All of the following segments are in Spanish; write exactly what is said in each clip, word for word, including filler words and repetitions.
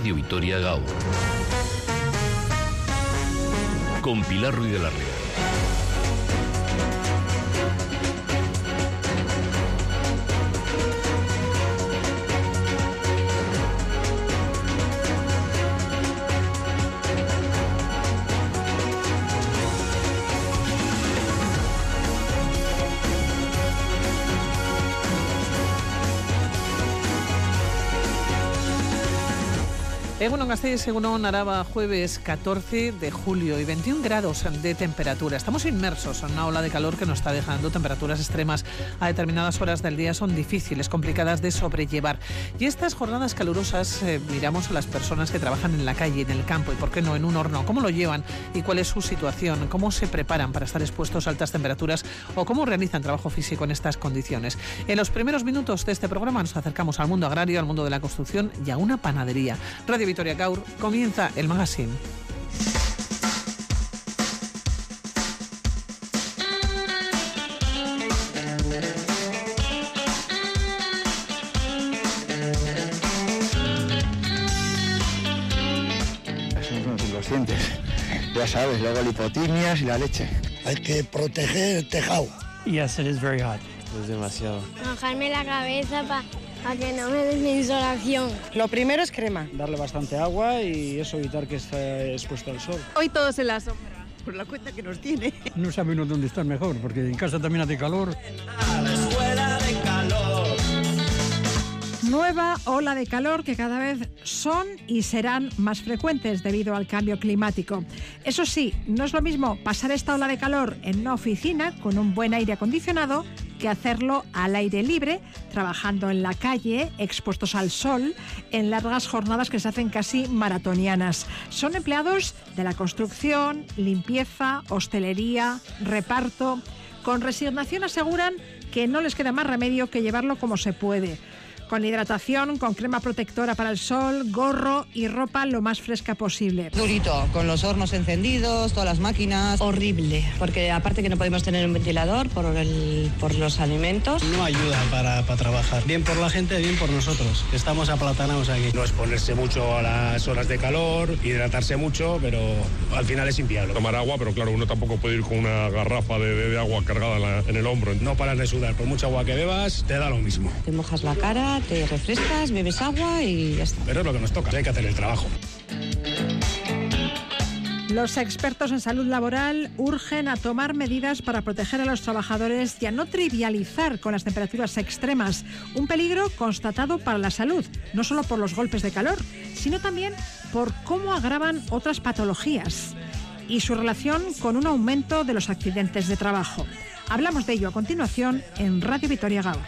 Radio Vitoria Gaur. Con Pilar Ruiz de la Riera. Egunon Gasteiz, Egunon Araba, jueves catorce de julio y veintiún grados de temperatura. Estamos inmersos en una ola de calor que nos está dejando temperaturas extremas a determinadas horas del día. Son difíciles, complicadas de sobrellevar. Y estas jornadas calurosas, eh, miramos a las personas que trabajan en la calle, en el campo y, por qué no, en un horno. ¿Cómo lo llevan y cuál es su situación? ¿Cómo se preparan para estar expuestos a altas temperaturas o cómo realizan trabajo físico en estas condiciones? En los primeros minutos de este programa nos acercamos al mundo agrario, al mundo de la construcción y a una panadería. Radio Vitoria Gaur, comienza el magazine. Eso no sé si lo sientes. Ya sabes, luego lipotimias y la leche. Hay que proteger el tejado. Yes, it is very hot. Es demasiado. Mojarme la cabeza para pa que no me dé insolación. Lo primero es crema. Darle bastante agua y eso, evitar que esté expuesto al sol. Hoy todos en la sombra. Por la cuenta que nos tiene. No sabe uno dónde estar mejor, porque en casa también hace calor. A la escuela de calor. Nueva ola de calor que cada vez son y serán más frecuentes debido al cambio climático. Eso sí, no es lo mismo pasar esta ola de calor en una oficina con un buen aire acondicionado que hacerlo al aire libre, trabajando en la calle, expuestos al sol, en largas jornadas que se hacen casi maratonianas. Son empleados de la construcción, limpieza, hostelería, reparto. Con resignación aseguran que no les queda más remedio que llevarlo como se puede. Con hidratación, con crema protectora para el sol, gorro y ropa lo más fresca posible. Durito, con los hornos encendidos, todas las máquinas. Horrible, porque aparte que no podemos tener un ventilador por, el, por los alimentos. No ayuda para, para trabajar. Bien por la gente, bien por nosotros. Estamos aplatanados aquí. No exponerse mucho a las horas de calor, hidratarse mucho, pero al final es inviable. Tomar agua, pero claro, uno tampoco puede ir con una garrafa de, de, de agua cargada en, la, en el hombro. No paras de sudar, por mucha agua que bebas, te da lo mismo. Te mojas la cara, te refrescas, bebes agua y ya está. Pero es lo que nos toca, hay que hacer el trabajo. Los expertos en salud laboral urgen a tomar medidas para proteger a los trabajadores y a no trivializar con las temperaturas extremas, un peligro constatado para la salud, no solo por los golpes de calor, sino también por cómo agravan otras patologías y su relación con un aumento de los accidentes de trabajo. Hablamos de ello a continuación en Radio Vitoria Gaur.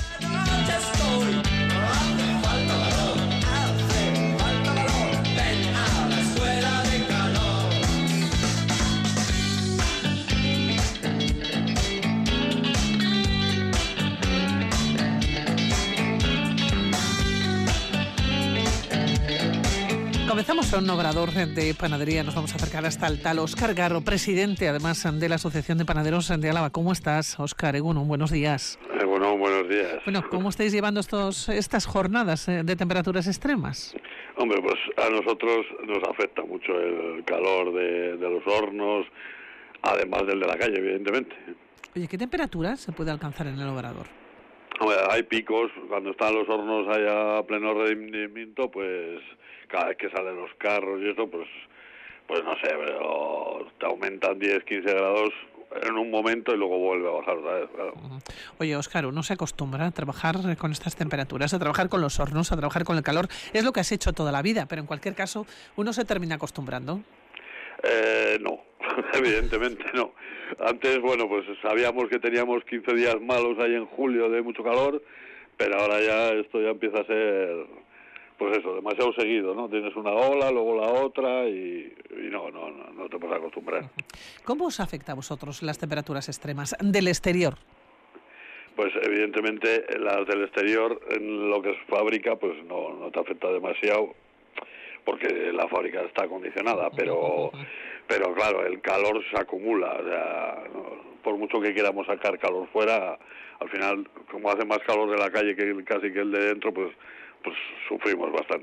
Comenzamos a un obrador de panadería, nos vamos a acercar hasta el tal Óscar Garro, presidente además de la Asociación de Panaderos de Álava. ¿Cómo estás, Óscar? Egunon, buenos días. Egunon, buenos días. Bueno, ¿cómo estáis llevando estos estas jornadas de temperaturas extremas? Hombre, pues a nosotros nos afecta mucho el calor de, de los hornos, además del de la calle, evidentemente. Oye, ¿qué temperatura se puede alcanzar en el obrador? Hombre, hay picos, cuando están los hornos allá a pleno rendimiento, pues cada vez que salen los carros y eso, pues pues no sé, pero te aumentan diez, quince grados en un momento y luego vuelve a bajar otra vez, claro. Uh-huh. Oye, Óscar, uno se acostumbra a trabajar con estas temperaturas, a trabajar con los hornos, a trabajar con el calor. Es lo que has hecho toda la vida, pero en cualquier caso, uno se termina acostumbrando. Eh, no, evidentemente no. Antes, bueno, pues sabíamos que teníamos quince días malos ahí en julio de mucho calor, pero ahora ya esto ya empieza a ser, pues eso, demasiado seguido, ¿no? Tienes una ola, luego la otra y, y no, no, no, no te puedes acostumbrar. ¿Cómo os afecta a vosotros las temperaturas extremas del exterior? Pues evidentemente las del exterior, en lo que es fábrica, pues no, no te afecta demasiado, porque la fábrica está acondicionada, pero pero claro, el calor se acumula, o sea, no, por mucho que queramos sacar calor fuera, al final, como hace más calor de la calle que casi que el de dentro, pues pues sufrimos bastante.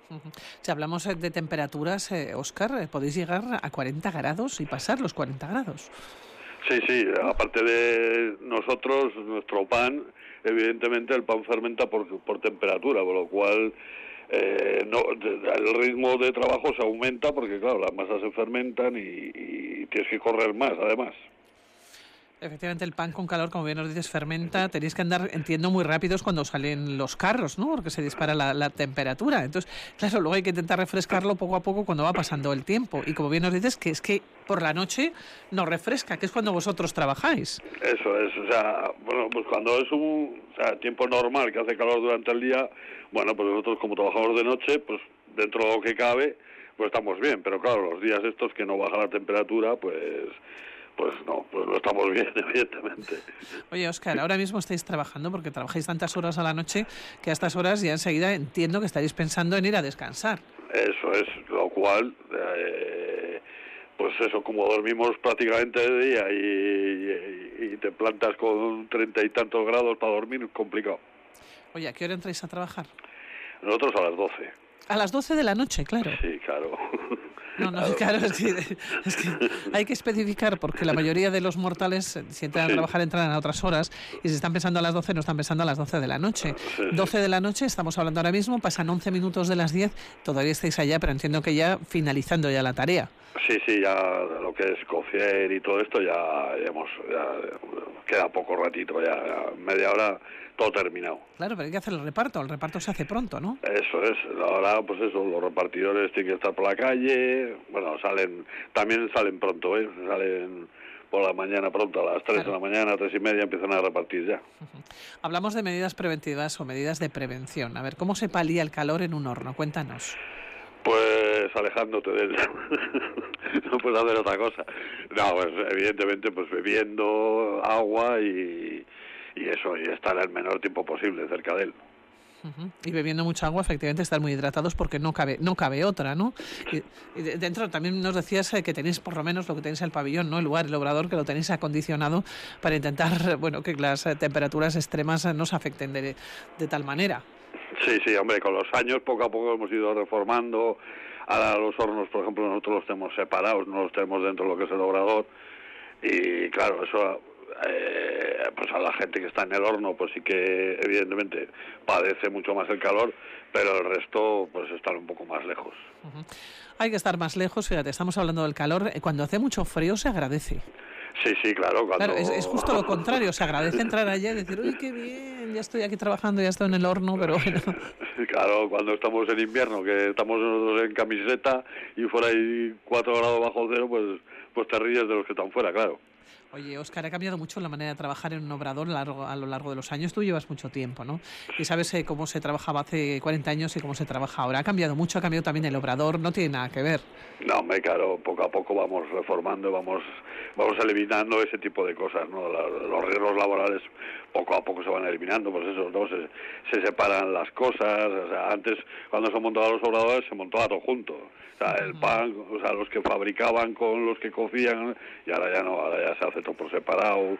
Uh-huh. Si hablamos de temperaturas, eh, Óscar, podéis llegar a cuarenta grados y pasar los cuarenta grados. Sí, sí, aparte de nosotros, nuestro pan, evidentemente el pan fermenta por, por temperatura, con lo cual eh, no, el ritmo de trabajo se aumenta porque, claro, las masas se fermentan y, y tienes que correr más, además. Efectivamente, el pan con calor, como bien nos dices, fermenta. Tenéis que andar, entiendo, muy rápidos cuando salen los carros, ¿no? Porque se dispara la, la temperatura. Entonces, claro, luego hay que intentar refrescarlo poco a poco cuando va pasando el tiempo. Y como bien nos dices, que es que por la noche nos refresca, que es cuando vosotros trabajáis. Eso es, o sea, bueno, pues cuando es un o sea, tiempo normal que hace calor durante el día, bueno, pues nosotros como trabajamos de noche, pues dentro de lo que cabe, pues estamos bien. Pero claro, los días estos que no baja la temperatura, pues... Pues no, pues no estamos bien, evidentemente. Oye, Óscar, ahora mismo estáis trabajando porque trabajáis tantas horas a la noche que a estas horas ya enseguida entiendo que estaréis pensando en ir a descansar. Eso es, lo cual, eh, pues eso, como dormimos prácticamente de día y, y, y te plantas con treinta y tantos grados para dormir, es complicado. Oye, ¿a qué hora entráis a trabajar? Nosotros a las doce. A las doce de la noche, claro. Sí, claro. No, no, claro, es que, es que hay que especificar porque la mayoría de los mortales, si entran sí. a trabajar, entran a otras horas y si están pensando a las doce, no están pensando a las doce de la noche. Sí, doce de la noche, estamos hablando ahora mismo, pasan once minutos de las diez, todavía estáis allá, pero entiendo que ya finalizando ya la tarea. Sí, sí, ya lo que es cocier y todo esto ya, ya hemos, ya queda poco ratito, ya, ya media hora, todo terminado. Claro, pero hay que hacer el reparto, el reparto se hace pronto, ¿no? Eso es, ahora pues eso, los repartidores tienen que estar por la calle, bueno, salen, también salen pronto, ¿eh? Salen por la mañana pronto, a las tres claro. de la mañana, tres y media empiezan a repartir ya. Uh-huh. Hablamos de medidas preventivas o medidas de prevención. A ver, ¿cómo se palía el calor en un horno? Cuéntanos. Pues alejándote de él. No puedes hacer otra cosa. No, pues evidentemente pues bebiendo agua y, y eso, y estar el menor tiempo posible cerca de él. Uh-huh. Y bebiendo mucha agua, efectivamente, estar muy hidratados porque no cabe no cabe otra, ¿no? Y, y dentro también nos decías que tenéis por lo menos lo que tenéis el pabellón, ¿no? El lugar, el obrador, que lo tenéis acondicionado para intentar, bueno, que las temperaturas extremas no se afecten de, de tal manera. Sí, sí, hombre, con los años poco a poco hemos ido reformando. Ahora los hornos, por ejemplo, nosotros los tenemos separados, no los tenemos dentro de lo que es el obrador. Y claro, eso, eh, pues a la gente que está en el horno, pues sí que evidentemente padece mucho más el calor, pero el resto, pues están un poco más lejos. Uh-huh. Hay que estar más lejos, fíjate, estamos hablando del calor. Cuando hace mucho frío se agradece. Sí, sí, claro. Cuando... Claro, es, es justo lo contrario, se agradece entrar allá y decir, uy, qué bien, ya estoy aquí trabajando, ya estoy en el horno, pero bueno. Claro, cuando estamos en invierno, que estamos nosotros en camiseta y fuera hay cuatro grados bajo cero, pues, pues te ríes de los que están fuera, claro. Oye, Óscar, ha cambiado mucho la manera de trabajar en un obrador largo, a lo largo de los años. Tú llevas mucho tiempo, ¿no? Y sabes eh, cómo se trabajaba hace cuarenta años y cómo se trabaja ahora. Ha cambiado mucho, ha cambiado también el obrador, no tiene nada que ver. No, hombre, claro, poco a poco vamos reformando, vamos vamos eliminando ese tipo de cosas, ¿no? La, los riesgos laborales poco a poco se van eliminando, pues eso, ¿no? Se, se separan las cosas, o sea, antes cuando se montaban los obradores se montaba todo junto. O sea, el pan, o sea, los que fabricaban con los que cocían, y ahora ya no, ahora ya se hace todo por separado,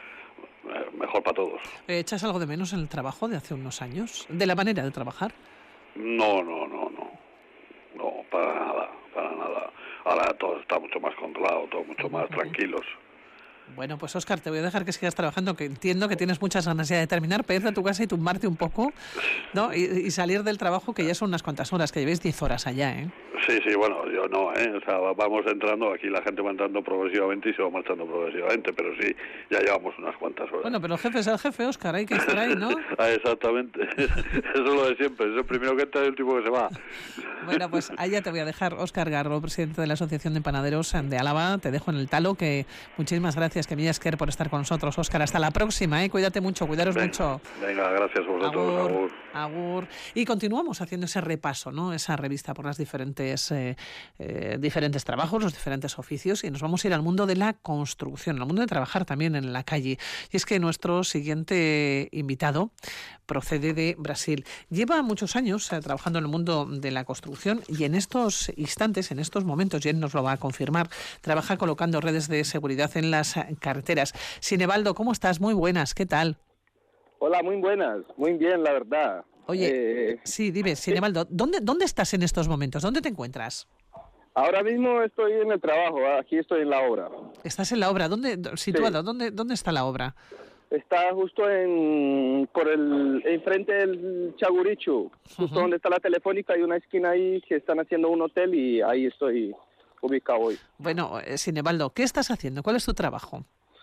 mejor para todos. ¿Echas algo de menos en el trabajo de hace unos años? ¿De la manera de trabajar? No, no, no, no, no, para nada, para nada. Ahora todo está mucho más controlado, todo mucho más tranquilos. Bueno, pues Óscar, te voy a dejar que sigas trabajando, que entiendo que tienes muchas ganas ya de terminar, para irte a tu casa y tumbarte un poco, ¿no? Y, y salir del trabajo, que ya son unas cuantas horas, que llevéis diez horas allá, ¿eh? Sí, sí, bueno, yo no, ¿eh? O sea, vamos entrando, aquí la gente va entrando progresivamente y se va marchando progresivamente, pero sí, ya llevamos unas cuantas horas. Bueno, pero el jefe es el jefe, Óscar, hay que estar ahí, ¿no? Ah, exactamente, eso es lo de siempre, es el primero que entra y el último que se va. Bueno, pues allá te voy a dejar. Óscar Garro, presidente de la Asociación de Panaderos de Álava, te dejo en el talo, que muchísimas gracias, que me Esker, por estar con nosotros. Óscar, hasta la próxima, ¿eh? Cuídate mucho, cuidaros venga, mucho. Venga, gracias a vosotros. Agur, agur. agur. Y continuamos haciendo ese repaso, ¿no? Esa revista por las diferentes eh, eh, diferentes trabajos, los diferentes oficios, y nos vamos a ir al mundo de la construcción, al mundo de trabajar también en la calle. Y es que nuestro siguiente invitado procede de Brasil. Lleva muchos años eh, trabajando en el mundo de la construcción y en estos instantes, en estos momentos, y él nos lo va a confirmar, trabaja colocando redes de seguridad en las carreteras. Sinebaldo, ¿cómo estás? Muy buenas, ¿qué tal? Hola, muy buenas, muy bien, la verdad. Oye, Eh, sí, dime, Sinebaldo, ¿dónde, ¿dónde estás en estos momentos? ¿Dónde te encuentras? Ahora mismo estoy en el trabajo, aquí estoy en la obra. Estás en la obra, ¿dónde situado? Sí. ¿Dónde, ¿Dónde está la obra? Está justo en por el enfrente del Chagurichu, justo uh-huh. donde está la Telefónica, hay una esquina ahí que están haciendo un hotel y ahí estoy ubicado hoy. Bueno, eh, Sinebaldo, ¿qué estás haciendo? ¿Cuál es tu trabajo?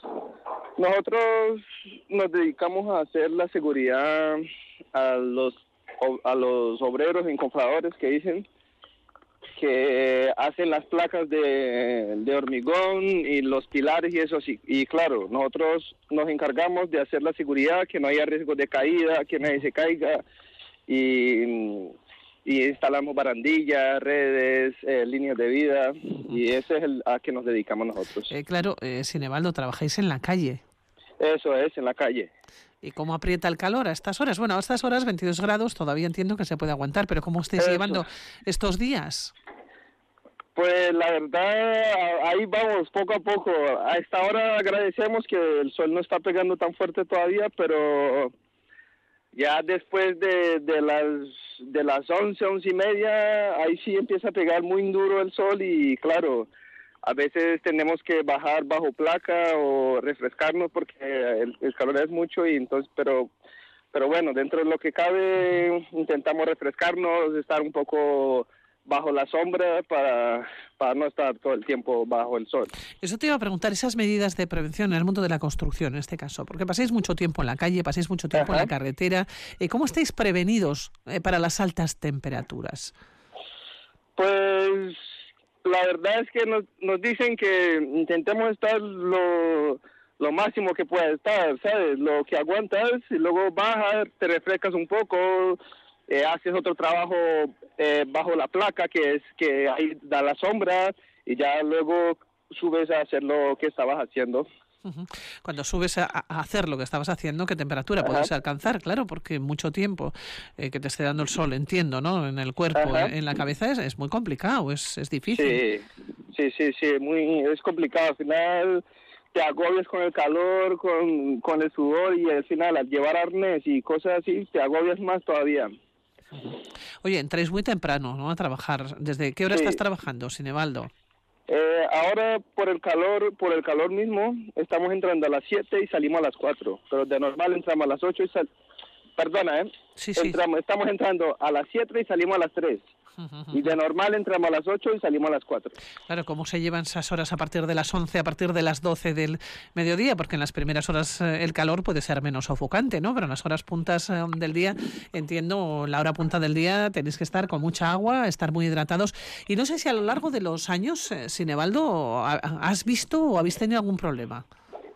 Nosotros nos dedicamos a hacer la seguridad a los a los obreros encofradores que dicen que hacen las placas de, de hormigón y los pilares y eso sí. Y claro, nosotros nos encargamos de hacer la seguridad, que no haya riesgo de caída, que nadie se caiga y, y instalamos barandillas, redes, eh, líneas de vida y ese es el a que nos dedicamos nosotros. Eh, claro, eh, Sinebaldo, trabajáis en la calle. Eso es, en la calle. ¿Y cómo aprieta el calor a estas horas? Bueno, a estas horas, veintidós grados, todavía entiendo que se puede aguantar, pero ¿cómo estáis Eso. llevando estos días? Pues la verdad, ahí vamos, poco a poco. A esta hora agradecemos que el sol no está pegando tan fuerte todavía, pero ya después de, de las de las once, once y media, ahí sí empieza a pegar muy duro el sol y claro, a veces tenemos que bajar bajo placa o refrescarnos porque el, el calor es mucho y entonces, pero pero bueno, dentro de lo que cabe intentamos refrescarnos, estar un poco bajo la sombra para, para no estar todo el tiempo bajo el sol. Eso te iba a preguntar, esas medidas de prevención en el mundo de la construcción en este caso, porque pasáis mucho tiempo en la calle, pasáis mucho tiempo Ajá. en la carretera, eh, ¿cómo estáis prevenidos eh, para las altas temperaturas? Pues la verdad es que nos, nos dicen que intentemos estar lo, lo máximo que pueda estar, ¿sabes? Lo que aguantas y luego bajas, te refrescas un poco, eh, haces otro trabajo eh, bajo la placa que es que ahí da la sombra y ya luego subes a hacer lo que estabas haciendo. Cuando subes a, a hacer lo que estabas haciendo, ¿qué temperatura Ajá. puedes alcanzar? Claro, porque mucho tiempo eh, que te esté dando el sol, entiendo, ¿no? En el cuerpo, en, en la cabeza es, es muy complicado, es, es difícil. Sí, sí, sí, sí, muy, es complicado. Al final te agobias con el calor, con, con el sudor y al final al llevar arnés y cosas así, te agobias más todavía. Oye, entráis muy temprano, ¿no? A trabajar. ¿Desde qué hora sí. estás trabajando, Sinebaldo? Eh, ahora por el calor, por el calor mismo, estamos entrando a las siete y salimos a las cuatro, pero de normal entramos a las ocho y sal... Perdona, ¿eh? Sí, sí. Entramos, estamos entrando a las siete y salimos a las tres. Y de normal entramos a las ocho y salimos a las cuatro. Claro, ¿cómo se llevan esas horas a partir de las once, a partir de las doce del mediodía? Porque en las primeras horas eh, el calor puede ser menos sofocante, ¿no? Pero en las horas puntas eh, del día, entiendo, la hora punta del día tenéis que estar con mucha agua, estar muy hidratados. Y no sé si a lo largo de los años, eh, Sinebaldo, ¿has visto o habéis tenido algún problema?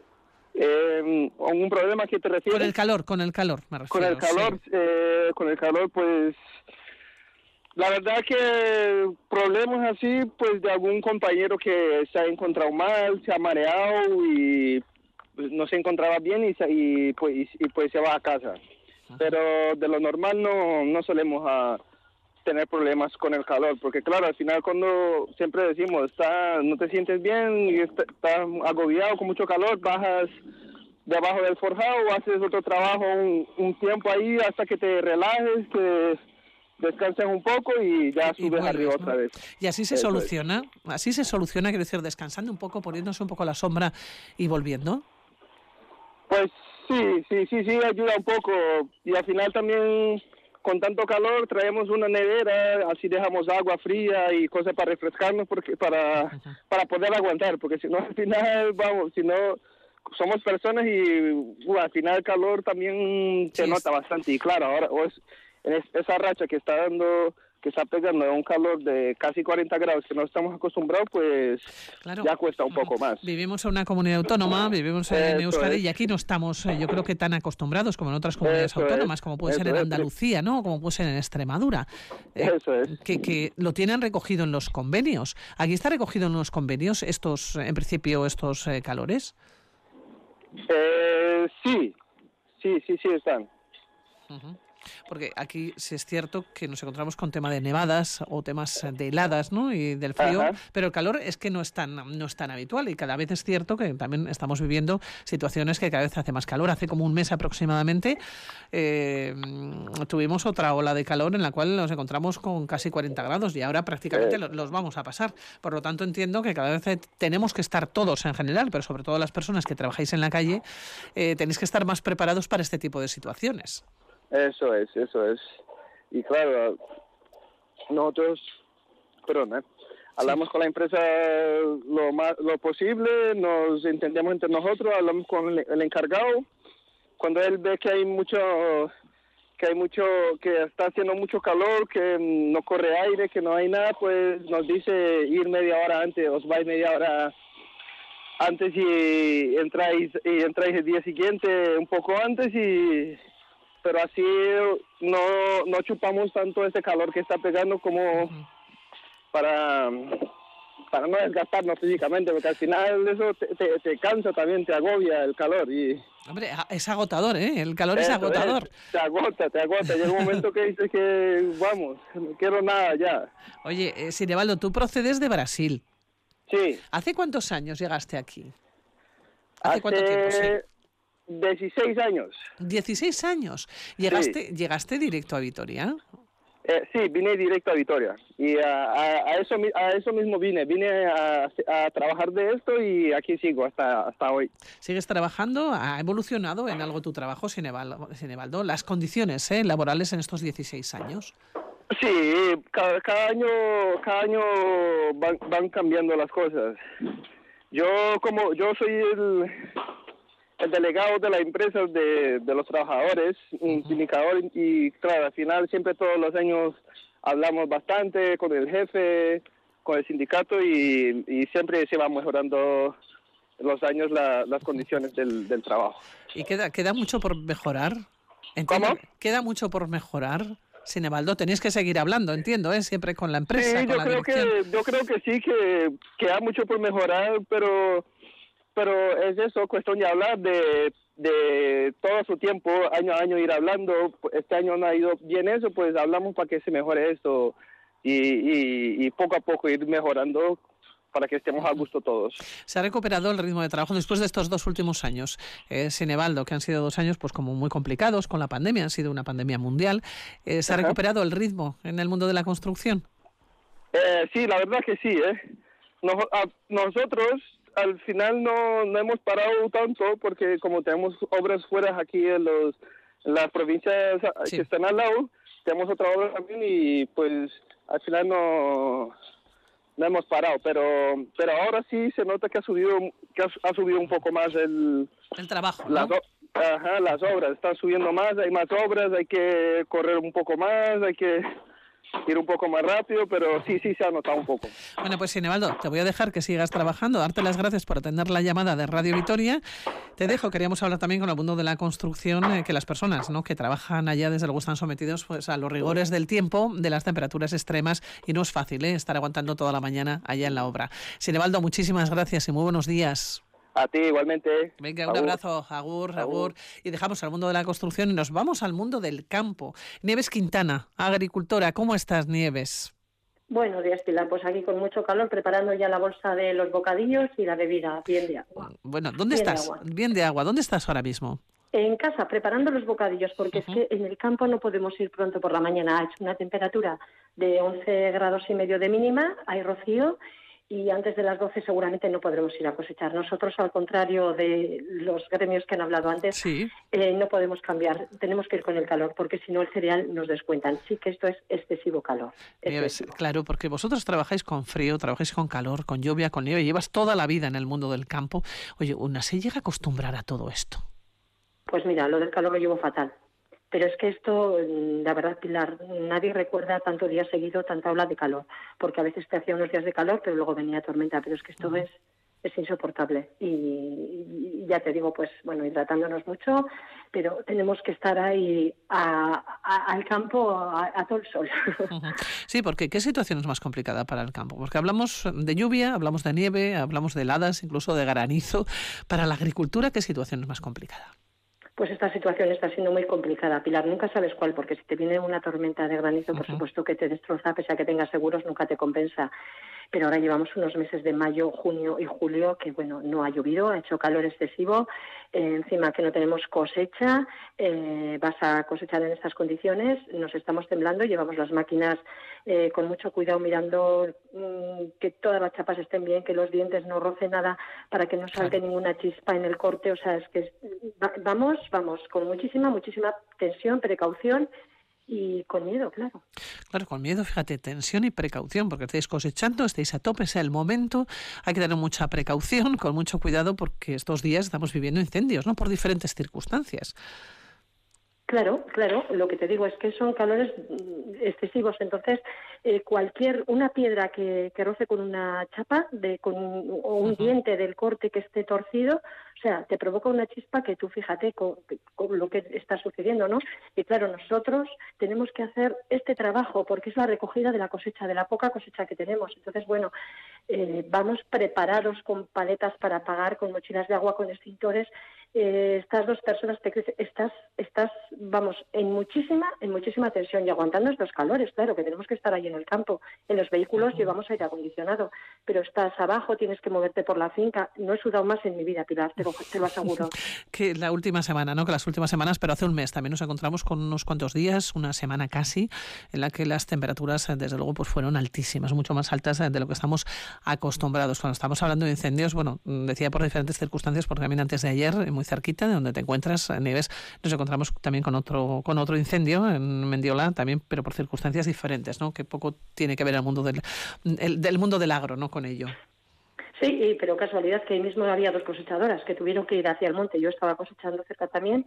Eh, ¿Algún problema a qué te refieres? Con el calor, con el calor, me refiero. Con el calor, sí. eh, con el calor, pues... La verdad que problemas así, pues de algún compañero que se ha encontrado mal, se ha mareado y pues, no se encontraba bien y, se, y, pues, y, y pues se va a casa. Pero de lo normal no, no solemos a tener problemas con el calor, porque claro, al final cuando siempre decimos, está, no te sientes bien y está, estás agobiado con mucho calor, bajas debajo del forjado, haces otro trabajo un, un tiempo ahí hasta que te relajes, que descansas un poco y ya subes y vuelves, arriba ¿no? otra vez. Y así se Eso soluciona, es. así se soluciona, quiero decir, descansando un poco, poniéndose un poco a la sombra y volviendo. Pues sí, sí, sí, sí, ayuda un poco. Y al final también, con tanto calor, traemos una nevera, así dejamos agua fría y cosas para refrescarnos, porque para, uh-huh. para poder aguantar, porque si no, al final, vamos, si no... Somos personas y uh, al final el calor también se sí, nota es... bastante. Y claro, ahora o es, en esa racha que está dando, que está pegando a un calor de casi cuarenta grados que no estamos acostumbrados, pues claro. ya cuesta un poco más. Vivimos en una comunidad autónoma, vivimos en Eso Euskadi es. y aquí no estamos, yo creo que tan acostumbrados como en otras comunidades Eso autónomas, es. como puede Eso ser en Andalucía, ¿no? Como puede ser en Extremadura. Eh, Eso es. Que, que lo tienen recogido en los convenios. ¿Aquí está recogido en los convenios estos, en principio, estos eh, calores? Eh, sí, sí, sí, sí están. Uh-huh. Porque aquí sí es cierto que nos encontramos con tema de nevadas o temas de heladas, ¿no? Y del frío, Ajá. pero el calor es que no es tan no es tan habitual y cada vez es cierto que también estamos viviendo situaciones que cada vez hace más calor. Hace como un mes aproximadamente eh, tuvimos otra ola de calor en la cual nos encontramos con casi cuarenta grados y ahora prácticamente eh. los vamos a pasar. Por lo tanto, entiendo que cada vez tenemos que estar todos en general, pero sobre todo las personas que trabajáis en la calle, eh, tenéis que estar más preparados para este tipo de situaciones. Eso es, eso es. Y claro, nosotros, perdón, ¿eh? hablamos sí. con la empresa lo más lo posible, nos entendemos entre nosotros, hablamos con el, el encargado. Cuando él ve que hay mucho, que hay mucho, que está haciendo mucho calor, que no corre aire, que no hay nada, pues nos dice ir media hora antes, os vais media hora antes y entráis y entráis el día siguiente un poco antes y pero así no no chupamos tanto ese calor que está pegando como uh-huh. para para no desgastarnos físicamente, porque al final eso te, te, te cansa también, te agobia el calor y hombre, es agotador, ¿eh? El calor es agotador. Es, te agota, te agota. Llega un momento que dices que vamos, no quiero nada ya. Oye, eh, Sinebaldo, tú procedes de Brasil. Sí. ¿Hace cuántos años llegaste aquí? ¿Hace, ¿Hace cuánto tiempo? Sí. dieciséis años. dieciséis años. ¿Llegaste, sí. ¿Llegaste directo a Vitoria? Eh, sí, vine directo a Vitoria. Y a, a, a, eso, a eso mismo vine. Vine a, a trabajar de esto y aquí sigo hasta, hasta hoy. ¿Sigues trabajando? ¿Ha evolucionado en algo tu trabajo, Sinebaldo? Sinebaldo? ¿Las condiciones eh, laborales en estos dieciséis años? Sí, cada, cada año, cada año van, van cambiando las cosas. Yo como yo soy el, el delegado de la empresa de, de los trabajadores, un sindicador y claro, al final siempre todos los años hablamos bastante con el jefe, con el sindicato y, y siempre se va mejorando los años la, las condiciones del, del trabajo. ¿Y queda queda mucho por mejorar? Entiendo, ¿Cómo? ¿Queda mucho por mejorar? Sinebaldo, tenéis que seguir hablando, entiendo, ¿eh? Siempre con la empresa, sí, con yo la creo dirección. que yo creo que sí, que, que hay mucho por mejorar, pero pero es eso, cuestión de hablar de, de todo su tiempo, año a año ir hablando. Este año no ha ido bien eso, pues hablamos para que se mejore esto y, y, y poco a poco ir mejorando para que estemos a gusto todos. ¿Se ha recuperado el ritmo de trabajo después de estos dos últimos años, eh, Sinebaldo, que han sido dos años pues como muy complicados con la pandemia, han sido una pandemia mundial? Eh, ¿Se Ajá. ha recuperado el ritmo en el mundo de la construcción? Eh, sí, la verdad que sí. ¿eh? Nos, a, nosotros al final no, no hemos parado tanto porque como tenemos obras fuera aquí en, los, en las provincias sí. que están al lado, tenemos otra obra también y pues al final no... no hemos parado, pero pero ahora sí se nota que ha subido que ha, ha subido un poco más el el trabajo, ¿no? las, ajá, las obras están subiendo más, hay más obras, hay que correr un poco más, hay que ir un poco más rápido, pero sí, sí se ha notado un poco. Bueno, pues Sinebaldo, te voy a dejar que sigas trabajando, darte las gracias por atender la llamada de Radio Vitoria. Te dejo, queríamos hablar también con el mundo de la construcción, eh, que las personas ¿no? que trabajan allá desde luego están sometidos pues a los rigores del tiempo, de las temperaturas extremas y no es fácil ¿eh? estar aguantando toda la mañana allá en la obra. Sinebaldo, muchísimas gracias y muy buenos días. A ti igualmente. Venga, un agur. abrazo, agur, agur, agur. Y dejamos al mundo de la construcción y nos vamos al mundo del campo. Nieves Quintana, agricultora, ¿cómo estás, Nieves? Buenos días, Pilar. Pues aquí con mucho calor, preparando ya la bolsa de los bocadillos y la bebida, bien de agua. Bueno, ¿dónde bien estás? De bien de agua. ¿Dónde estás ahora mismo? En casa, preparando los bocadillos, porque uh-huh. es que en el campo no podemos ir pronto por la mañana. Ha hecho una temperatura de once grados y medio de mínima, hay rocío, y antes de las doce seguramente no podremos ir a cosechar. Nosotros, al contrario de los gremios que han hablado antes, sí. eh, no podemos cambiar, tenemos que ir con el calor, porque si no el cereal nos descuentan. Sí que esto es excesivo calor. Excesivo. Claro, porque vosotros trabajáis con frío, trabajáis con calor, con lluvia, con nieve, llevas toda la vida en el mundo del campo. Oye, ¿una se llega a acostumbrar a todo esto? Pues mira, lo del calor lo llevo fatal. Pero es que esto, la verdad, Pilar, nadie recuerda tanto día seguido, tanta ola de calor, porque a veces te hacía unos días de calor, pero luego venía tormenta, pero es que esto uh-huh. es, es insoportable. Y, y ya te digo, pues bueno, hidratándonos mucho, pero tenemos que estar ahí a, a, al campo a, a todo el sol. Uh-huh. Sí, porque ¿qué situación es más complicada para el campo? Porque hablamos de lluvia, hablamos de nieve, hablamos de heladas, incluso de granizo. Para la agricultura, ¿qué situación es más complicada? pues esta situación está siendo muy complicada, Pilar. Nunca sabes cuál, porque si te viene una tormenta de granizo, uh-huh. por supuesto que te destroza, pese a que tengas seguros, nunca te compensa. Pero ahora llevamos unos meses de mayo, junio y julio que, bueno, no ha llovido, ha hecho calor excesivo, eh, encima que no tenemos cosecha, eh, vas a cosechar en estas condiciones, nos estamos temblando, llevamos las máquinas eh, con mucho cuidado mirando mmm, que todas las chapas estén bien, que los dientes no rocen nada para que no salte claro. ninguna chispa en el corte, o sea, es que va, vamos, vamos, con muchísima, muchísima tensión, precaución, y con miedo, claro. Claro, con miedo, fíjate, tensión y precaución, porque estáis cosechando, estáis a tope, sea el momento, hay que tener mucha precaución, con mucho cuidado, porque estos días estamos viviendo incendios, ¿no?, por diferentes circunstancias. Claro, claro, lo que te digo es que son calores excesivos, entonces eh, cualquier, una piedra que, que roce con una chapa de, con, o un uh-huh. diente del corte que esté torcido, o sea, te provoca una chispa que tú fíjate con, con lo que está sucediendo, ¿no? Y claro, nosotros tenemos que hacer este trabajo porque es la recogida de la cosecha, de la poca cosecha que tenemos. Entonces, bueno, eh, vamos preparados con paletas para apagar, con mochilas de agua, con extintores. Eh, estas dos personas, te crees, estás, estás, vamos, en muchísima, en muchísima tensión y aguantando estos calores, claro, que tenemos que estar ahí en el campo. En los vehículos uh-huh. llevamos aire acondicionado, pero estás abajo, tienes que moverte por la finca. No he sudado más en mi vida, Pilar, te lo, te lo aseguro. Que la última semana, ¿no? Que las últimas semanas, pero hace un mes también nos encontramos con unos cuantos días, una semana casi, en la que las temperaturas, desde luego, pues fueron altísimas, mucho más altas de lo que estamos acostumbrados. Cuando estamos hablando de incendios, bueno, decía por diferentes circunstancias, porque también antes de ayer, muy cerquita de donde te encuentras, Nieves, nos encontramos también con otro con otro incendio en Mendiola también, pero por circunstancias diferentes, ¿no? Que poco tiene que ver el mundo del el, del mundo del agro, ¿no? Con ello. Sí, pero casualidad que ahí mismo había dos cosechadoras que tuvieron que ir hacia el monte. Yo estaba cosechando cerca también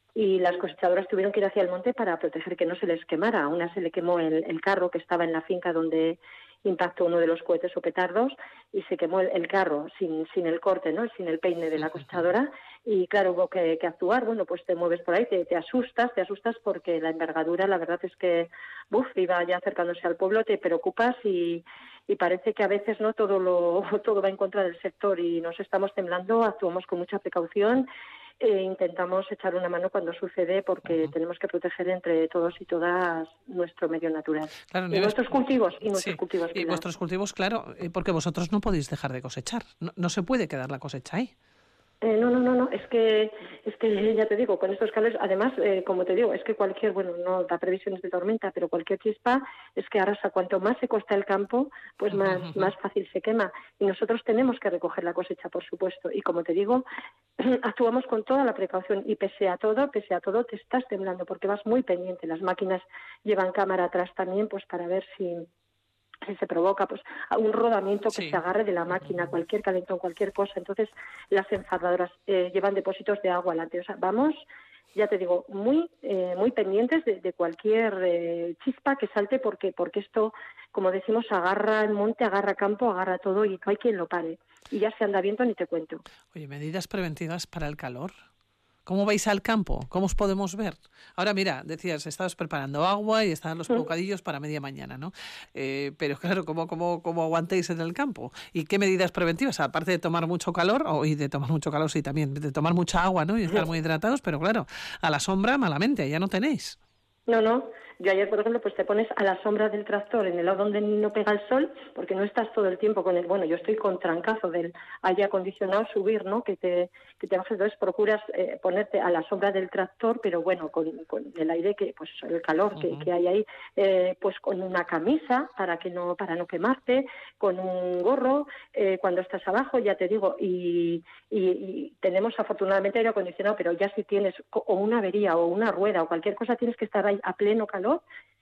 y las cosechadoras tuvieron que ir hacia el monte para proteger que no se les quemara. A una se le quemó el, el carro que estaba en la finca donde impactó uno de los cohetes o petardos y se quemó el, el carro sin sin el corte, ¿no? Sin el peine de la cosechadora y claro, hubo que, que actuar. Bueno, pues te mueves por ahí, te, te asustas, te asustas porque la envergadura, la verdad es que, buf, iba ya acercándose al pueblo, te preocupas y, y parece que a veces no todo lo todo va en contra del sector y nos estamos temblando, actuamos con mucha precaución. E intentamos echar una mano cuando sucede porque uh-huh. tenemos que proteger entre todos y todas nuestro medio natural. Claro, y nuestros cultivos y nuestros sí, cultivos. Y vuestros cultivos, claro, porque vosotros no podéis dejar de cosechar. No, no se puede quedar la cosecha ahí. Eh, no, no, no, no, es que, es que ya te digo, con estos calores, además, eh, como te digo, es que cualquier, bueno, no da previsiones de tormenta, pero cualquier chispa es que arrasa. Cuanto más se costa el campo, pues más, uh-huh. más fácil se quema. Y nosotros tenemos que recoger la cosecha, por supuesto. Y como te digo, actuamos con toda la precaución y pese a todo, pese a todo, te estás temblando porque vas muy pendiente. Las máquinas llevan cámara atrás también, pues para ver si... si se provoca pues un rodamiento que sí. se agarre de la máquina, cualquier calentón, cualquier cosa. Entonces las enfadadoras eh, llevan depósitos de agua adelante. O sea, vamos, ya te digo, muy eh, muy pendientes de, de cualquier eh, chispa que salte porque porque esto, como decimos, agarra el monte, agarra campo, agarra todo y no hay quien lo pare. Y ya se anda viento ni te cuento. Oye, medidas preventivas para el calor. ¿Cómo vais al campo? ¿Cómo os podemos ver? Ahora, mira, decías, estabas preparando agua y estaban los bocadillos para media mañana, ¿no? Eh, pero claro, ¿cómo, cómo, ¿cómo aguantáis en el campo? ¿Y qué medidas preventivas? Aparte de tomar mucho calor, o, y de tomar mucho calor, sí, también, de tomar mucha agua, ¿no? Y estar muy hidratados, pero claro, a la sombra, malamente, ya no tenéis. No, no. Yo ayer, por ejemplo, pues te pones a la sombra del tractor, en el lado donde no pega el sol, porque no estás todo el tiempo con el... Bueno, yo estoy con trancazo del aire acondicionado, subir, ¿no? Que te que te bajes. Entonces procuras eh, ponerte a la sombra del tractor, pero bueno, con, con el aire, que pues el calor uh-huh. que, que hay ahí, eh, pues con una camisa para que no para no quemarte, con un gorro, eh, cuando estás abajo, ya te digo, y, y, y tenemos afortunadamente aire acondicionado, pero ya si tienes o una avería o una rueda o cualquier cosa, tienes que estar ahí a pleno calor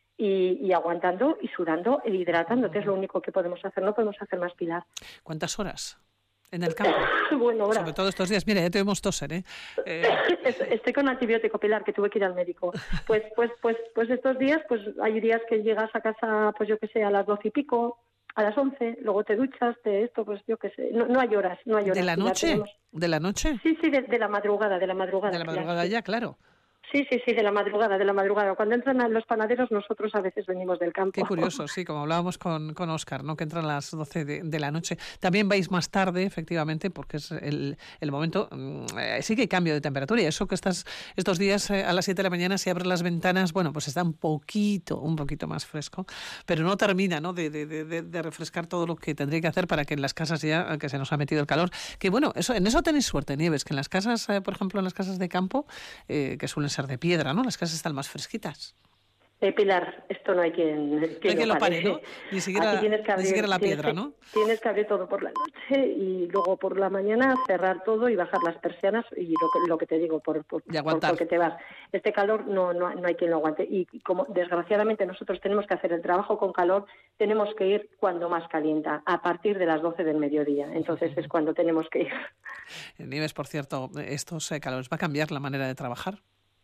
Y, y aguantando y sudando e hidratando, que es lo único que podemos hacer, no podemos hacer más, Pilar. ¿Cuántas horas en el campo? Bueno, ahora. Sobre todo estos días, mira, ya tuvimos toser, ¿eh? eh... Estoy con antibiótico, Pilar, que tuve que ir al médico. Pues, pues, pues, pues estos días, pues hay días que llegas a casa, pues yo que sé, a las doce y pico, a las once, luego te duchas, te esto, pues yo qué sé, no, no hay horas, no hay horas. ¿De la noche? Tenemos... ¿De la noche? Sí, sí, de, de la madrugada, de la madrugada. De la madrugada Pilar, ya, sí. claro. Sí, sí, sí, de la madrugada, de la madrugada. Cuando entran los panaderos, nosotros a veces venimos del campo. Qué curioso, sí, como hablábamos con, con Óscar, ¿no? Que entran a las doce de, de la noche. También vais más tarde, efectivamente, porque es el, el momento. Eh, sí que hay cambio de temperatura, y eso que estás estos días eh, a las siete de la mañana, si abres las ventanas, bueno, pues está un poquito, un poquito más fresco, pero no termina, ¿no? De, de, de, de refrescar todo lo que tendría que hacer para que en las casas ya, que se nos ha metido el calor, que bueno, eso en eso tenéis suerte, Nieves, que en las casas, eh, por ejemplo, en las casas de campo, eh, que suelen ser de piedra, ¿no? Las casas están más fresquitas. Eh, Pilar, esto no hay quien, quien, no hay quien lo pare, pare, ¿no? Ni siquiera, Aquí tienes que abrir, ni siquiera la tienes piedra, que, ¿no? Tienes que abrir todo por la noche y luego por la mañana cerrar todo y bajar las persianas y lo que, lo que te digo, por, por, por porque te vas. Este calor no, no, no hay quien lo aguante. Y como desgraciadamente nosotros tenemos que hacer el trabajo con calor, tenemos que ir cuando más calienta, a partir de las doce del mediodía. Entonces es cuando tenemos que ir. Nieves, por cierto, estos eh, calores, ¿va a cambiar la manera de trabajar?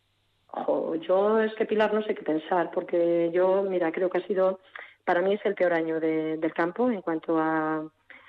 Oh, yo es que, Pilar, no sé qué pensar, porque yo, mira, creo que ha sido, para mí es el peor año de, del campo en cuanto a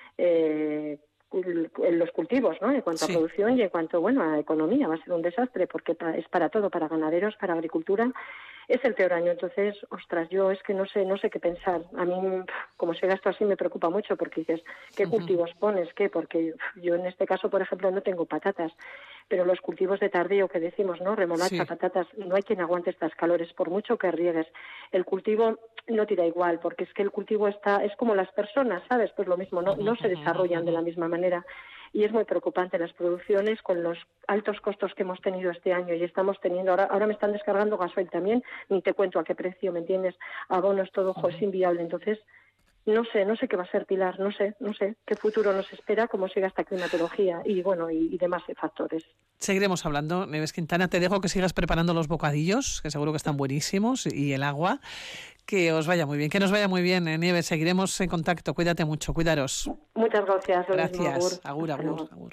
eh, los cultivos, ¿no? En cuanto sí. a producción y en cuanto, bueno, a economía. Va a ser un desastre porque es para todo, para ganaderos, para agricultura. Es el peor año, entonces, ostras, yo es que no sé no sé qué pensar. A mí, como se gasta así, me preocupa mucho porque dices, ¿qué cultivos pones? ¿Qué? Porque yo en este caso, por ejemplo, no tengo patatas, pero los cultivos de tardío que decimos, ¿no? Remolacha, sí. patatas, no hay quien aguante estas calores, por mucho que riegues. El cultivo no tira igual, porque es que el cultivo está, es como las personas, ¿sabes? Pues lo mismo, no, no se desarrollan de la misma manera. Y es muy preocupante las producciones con los altos costos que hemos tenido este año y estamos teniendo. Ahora ahora me están descargando gasoil también, ni te cuento a qué precio, ¿me entiendes? Abonos, todo, ojo, es inviable. Entonces, no sé, no sé qué va a ser, Pilar, no sé, no sé qué futuro nos espera, cómo siga esta climatología y, bueno, y, y demás factores. Seguiremos hablando. Nieves Quintana, te dejo que sigas preparando los bocadillos, que seguro que están buenísimos, y el agua. Que os vaya muy bien, que nos vaya muy bien, eh, Nieves. Seguiremos en contacto. Cuídate mucho, cuidaros. Muchas gracias. Gracias. Agur, agur, agur.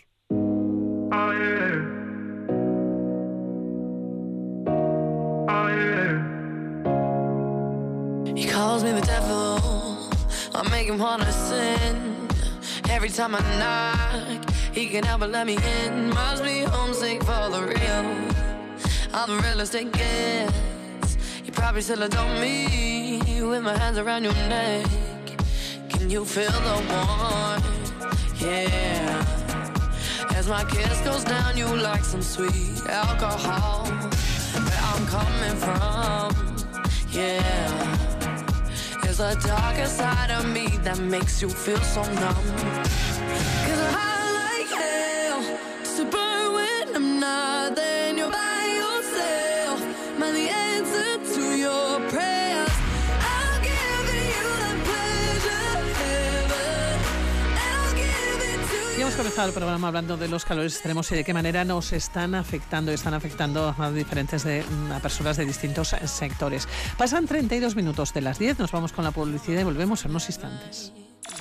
Oh, yeah. Oh, yeah. He calls me the devil. I make him wanna sin. Every time I knock, he can help but let me in. Must be homesick for the real. I'm the realest it gets. You probably still adore me with my hands around your neck. Can you feel the warmth? Yeah. As my kiss goes down, you like some sweet alcohol. Where I'm coming from, yeah. There's a darker side of me that makes you feel so numb. 'Cause I like hell to burn when I'm not there and you're by yourself. Man, the answer to your prayers, I'll give it you the pleasure heaven, and I'll give it to you. Y hemos comenzado el programa hablando de los calores extremos y de qué manera nos están afectando, están afectando a diferentes de, a personas de distintos sectores. Pasan treinta y dos minutos de las diez, nos vamos con la publicidad y volvemos en unos instantes.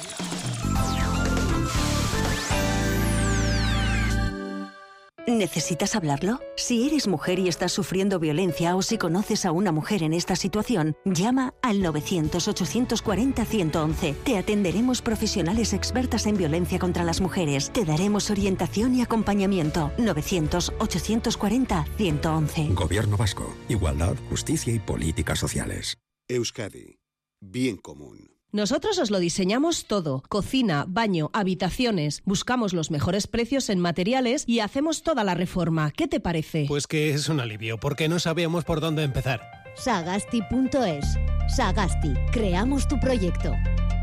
¿Necesitas hablarlo? Si eres mujer y estás sufriendo violencia o si conoces a una mujer en esta situación, llama al novecientos, ochocientos cuarenta, ciento once. Te atenderemos profesionales expertas en violencia contra las mujeres. Te daremos orientación y acompañamiento. novecientos, ochocientos cuarenta, ciento once. Gobierno Vasco. Igualdad, justicia y políticas sociales. Euskadi. Bien común. Nosotros os lo diseñamos todo, cocina, baño, habitaciones, buscamos los mejores precios en materiales y hacemos toda la reforma. ¿Qué te parece? Pues que es un alivio, porque no sabíamos por dónde empezar. Sagasti punto es. Sagasti, creamos tu proyecto.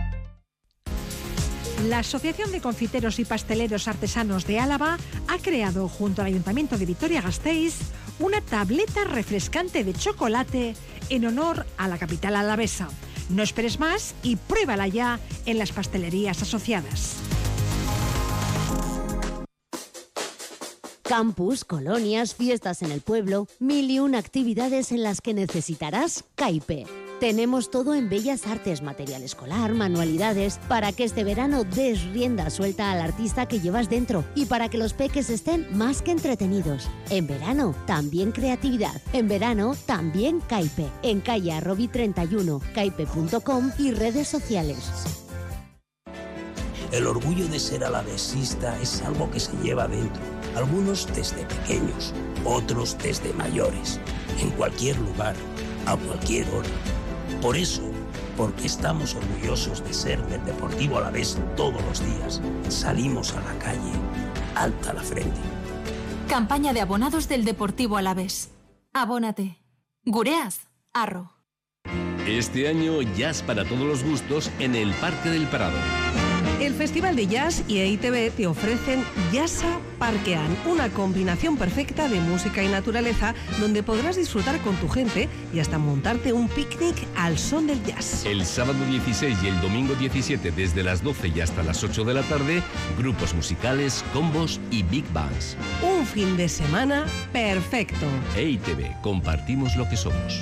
La Asociación de Confiteros y Pasteleros Artesanos de Álava ha creado, junto al Ayuntamiento de Vitoria-Gasteiz, una tableta refrescante de chocolate en honor a la capital alavesa. No esperes más y pruébala ya en las pastelerías asociadas. Campus, colonias, fiestas en el pueblo, mil y una actividades en las que necesitarás Caipe. Tenemos todo en Bellas Artes, material escolar, manualidades, para que este verano des rienda suelta al artista que llevas dentro y para que los peques estén más que entretenidos. En verano, también creatividad. En verano, también Caipe. En calle Arrobi treinta y uno, caipe punto com y redes sociales. El orgullo de ser alavesista es algo que se lleva dentro, algunos desde pequeños, otros desde mayores, en cualquier lugar, a cualquier hora. Por eso, porque estamos orgullosos de ser del Deportivo Alavés todos los días, salimos a la calle, alta la frente. Campaña de abonados del Deportivo Alavés. Abónate. Gureaz, Arro. Este año, jazz para todos los gustos en el Parque del Prado. El Festival de Jazz y E I Te Be te ofrecen Jazza Parkean, una combinación perfecta de música y naturaleza donde podrás disfrutar con tu gente y hasta montarte un picnic al son del jazz. El sábado dieciséis y el domingo diecisiete desde las doce y hasta las ocho de la tarde, grupos musicales, combos y big bands. Un fin de semana perfecto. E I Te Be, compartimos lo que somos.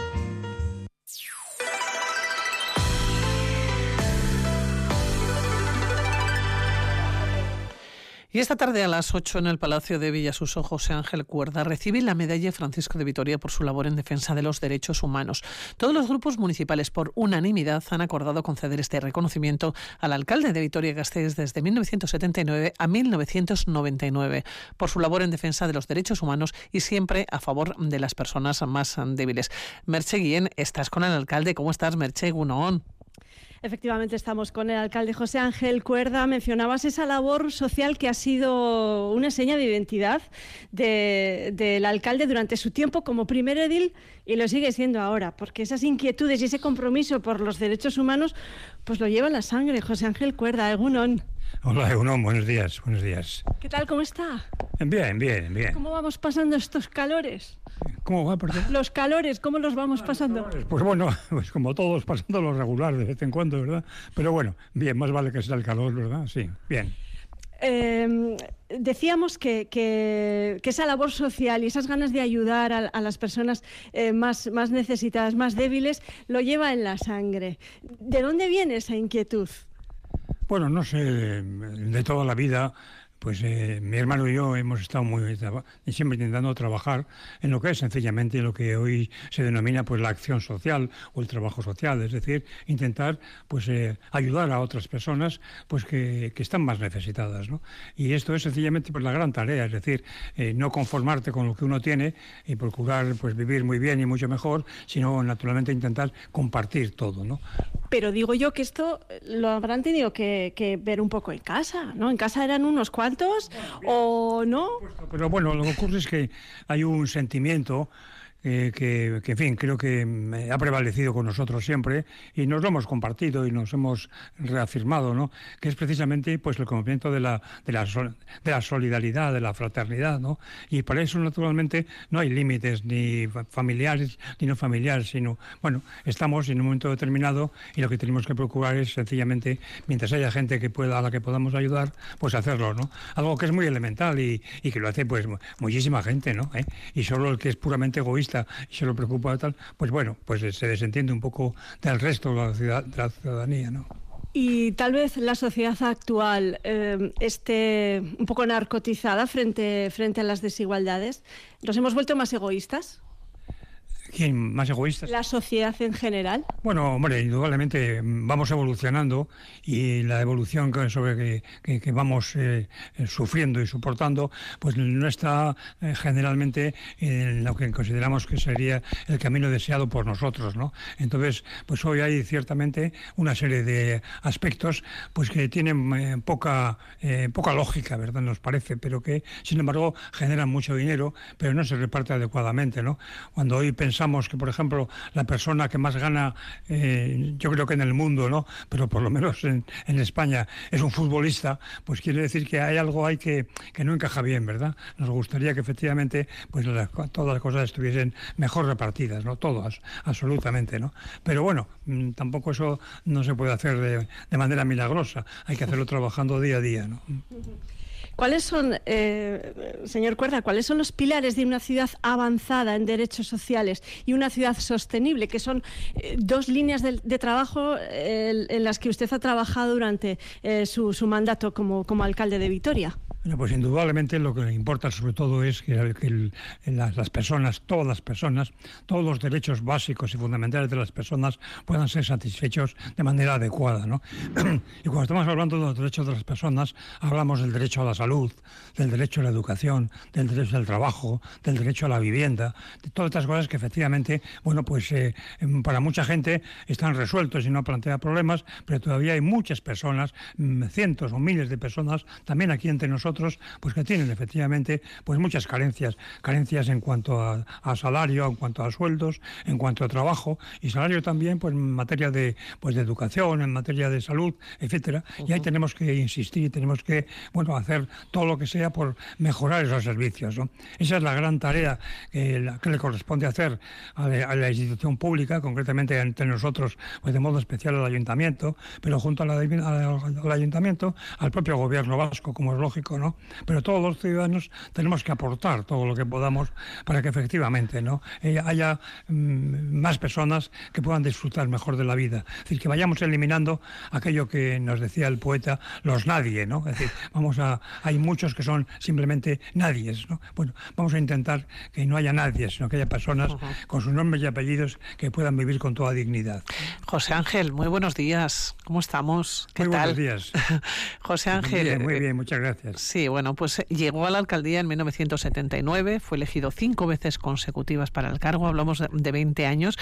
Y esta tarde a las ocho en el Palacio de Villasusó, José Ángel Cuerda recibe la medalla Francisco de Vitoria por su labor en defensa de los derechos humanos. Todos los grupos municipales, por unanimidad, han acordado conceder este reconocimiento al alcalde de Vitoria-Gasteiz desde mil novecientos setenta y nueve a mil novecientos noventa y nueve por su labor en defensa de los derechos humanos y siempre a favor de las personas más débiles. Merche Guillén, estás con el alcalde. ¿Cómo estás, Merche? Gunoón. Efectivamente, estamos con el alcalde José Ángel Cuerda. Mencionabas esa labor social que ha sido una seña de identidad de, del alcalde durante su tiempo como primer edil y lo sigue siendo ahora, porque esas inquietudes y ese compromiso por los derechos humanos pues lo lleva en la sangre. José Ángel Cuerda, Egunon. Hola, Egunon, buenos días, buenos días. ¿Qué tal, cómo está? Bien, bien, bien. ¿Cómo vamos pasando estos calores? ¿Cómo va, perdón? Los calores, ¿cómo los vamos pasando? Pues bueno, pues como todos, pasando lo regular de vez en cuando, ¿verdad? Pero bueno, bien, más vale que sea el calor, ¿verdad? Sí, bien. Eh, decíamos que, que, que esa labor social y esas ganas de ayudar a, a las personas eh, más, más necesitadas, más débiles, lo lleva en la sangre. ¿De dónde viene esa inquietud? Bueno, no sé, de toda la vida, pues eh, mi hermano y yo hemos estado muy siempre intentando trabajar en lo que es sencillamente lo que hoy se denomina pues la acción social o el trabajo social, es decir, intentar pues eh, ayudar a otras personas pues que, que están más necesitadas, ¿no? Y esto es sencillamente pues la gran tarea, es decir, eh, no conformarte con lo que uno tiene y procurar pues vivir muy bien y mucho mejor, sino naturalmente intentar compartir todo, ¿no? Pero digo yo que esto lo habrán tenido que, que ver un poco en casa, ¿no? En casa eran unos cuantos, ¿o no? Pero bueno, lo que ocurre es que hay un sentimiento eh, que, que, en fin, creo que ha prevalecido con nosotros siempre y nos lo hemos compartido y nos hemos reafirmado, ¿no? Que es precisamente pues el conocimiento de la, de la, de la solidaridad, de la fraternidad, ¿no? Y para eso, naturalmente, no hay límites ni familiares ni no familiares, sino, bueno, estamos en un momento determinado y lo que tenemos que procurar es sencillamente, mientras haya gente que pueda, a la que podamos ayudar, pues hacerlo, ¿no? Algo que es muy elemental y, y que lo hace pues muchísima gente, ¿no? ¿Eh? Y solo el que es puramente egoísta y se lo preocupa tal, pues bueno, pues se desentiende un poco del resto de la, ciudad, de la ciudadanía, ¿no? Y tal vez la sociedad actual eh, esté un poco narcotizada frente, frente a las desigualdades. ¿Nos hemos vuelto más egoístas? ¿Quién? ¿Más egoístas? ¿La sociedad en general? Bueno, hombre, indudablemente vamos evolucionando y la evolución que, sobre que, que, que vamos eh, sufriendo y soportando, pues no está eh, generalmente en lo que consideramos que sería el camino deseado por nosotros, ¿no? Entonces, pues hoy hay ciertamente una serie de aspectos pues que tienen eh, poca, eh, poca lógica, ¿verdad? Nos parece, pero que, sin embargo, generan mucho dinero, pero no se reparte adecuadamente, ¿no? Cuando hoy pensamos que, por ejemplo, la persona que más gana, eh, yo creo que en el mundo, ¿no? Pero por lo menos en, en España es un futbolista, pues quiere decir que hay algo ahí que, que no encaja bien, ¿verdad? Nos gustaría que efectivamente pues la, todas las cosas estuviesen mejor repartidas, ¿no? Todas, absolutamente, ¿no? Pero bueno, tampoco eso no se puede hacer de, de manera milagrosa, hay que hacerlo trabajando día a día, ¿no? ¿Cuáles son, eh, señor Cuerda, cuáles son los pilares de una ciudad avanzada en derechos sociales y una ciudad sostenible, que son eh, dos líneas de, de trabajo eh, en las que usted ha trabajado durante eh, su, su mandato como, como alcalde de Vitoria? Bueno, pues indudablemente lo que importa sobre todo es que, el, que el, las, las personas, todas las personas, todos los derechos básicos y fundamentales de las personas puedan ser satisfechos de manera adecuada, ¿no? Y cuando estamos hablando de los derechos de las personas, hablamos del derecho a la salud, del derecho a la educación, del derecho al trabajo, del derecho a la vivienda, de todas estas cosas que efectivamente, bueno, pues eh, para mucha gente están resueltos y no plantea problemas, pero todavía hay muchas personas, cientos o miles de personas, también aquí entre nosotros, pues que tienen efectivamente pues muchas carencias, carencias en cuanto a, a salario, en cuanto a sueldos, en cuanto a trabajo, y salario también pues en materia de pues de educación, en materia de salud, etcétera. Uh-huh. Y ahí tenemos que insistir y tenemos que bueno hacer todo lo que sea por mejorar esos servicios, ¿no? Esa es la gran tarea que, la, que le corresponde hacer a la, a la institución pública, concretamente entre nosotros, pues de modo especial al ayuntamiento, pero junto a la, a, al ayuntamiento, al propio gobierno vasco, como es lógico, ¿no? Pero todos los ciudadanos tenemos que aportar todo lo que podamos para que efectivamente, ¿no?, eh, haya mm, más personas que puedan disfrutar mejor de la vida. Es decir, que vayamos eliminando aquello que nos decía el poeta, los nadie, ¿no? Es decir, vamos a, hay muchos que son simplemente nadies, ¿no? Bueno, vamos a intentar que no haya nadie, sino que haya personas uh-huh. con sus nombres y apellidos que puedan vivir con toda dignidad. José Ángel, muy buenos días. ¿Cómo estamos? ¿Qué muy tal? Buenos días. José Ángel. Bien, muy bien, muchas gracias. Sí, bueno, pues llegó a la alcaldía en mil novecientos setenta y nueve, fue elegido cinco veces consecutivas para el cargo, hablamos de veinte años,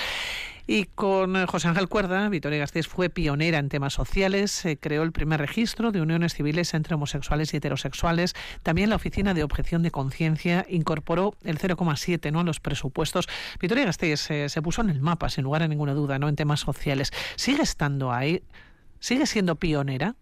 y con José Ángel Cuerda, Vitoria-Gasteiz fue pionera en temas sociales, se creó el primer registro de uniones civiles entre homosexuales y heterosexuales, también la Oficina de Objeción de Conciencia incorporó el cero coma siete, ¿no?, a los presupuestos. Vitoria-Gasteiz eh, se puso en el mapa, sin lugar a ninguna duda, ¿no?, en temas sociales. ¿Sigue estando ahí? ¿Sigue siendo pionera?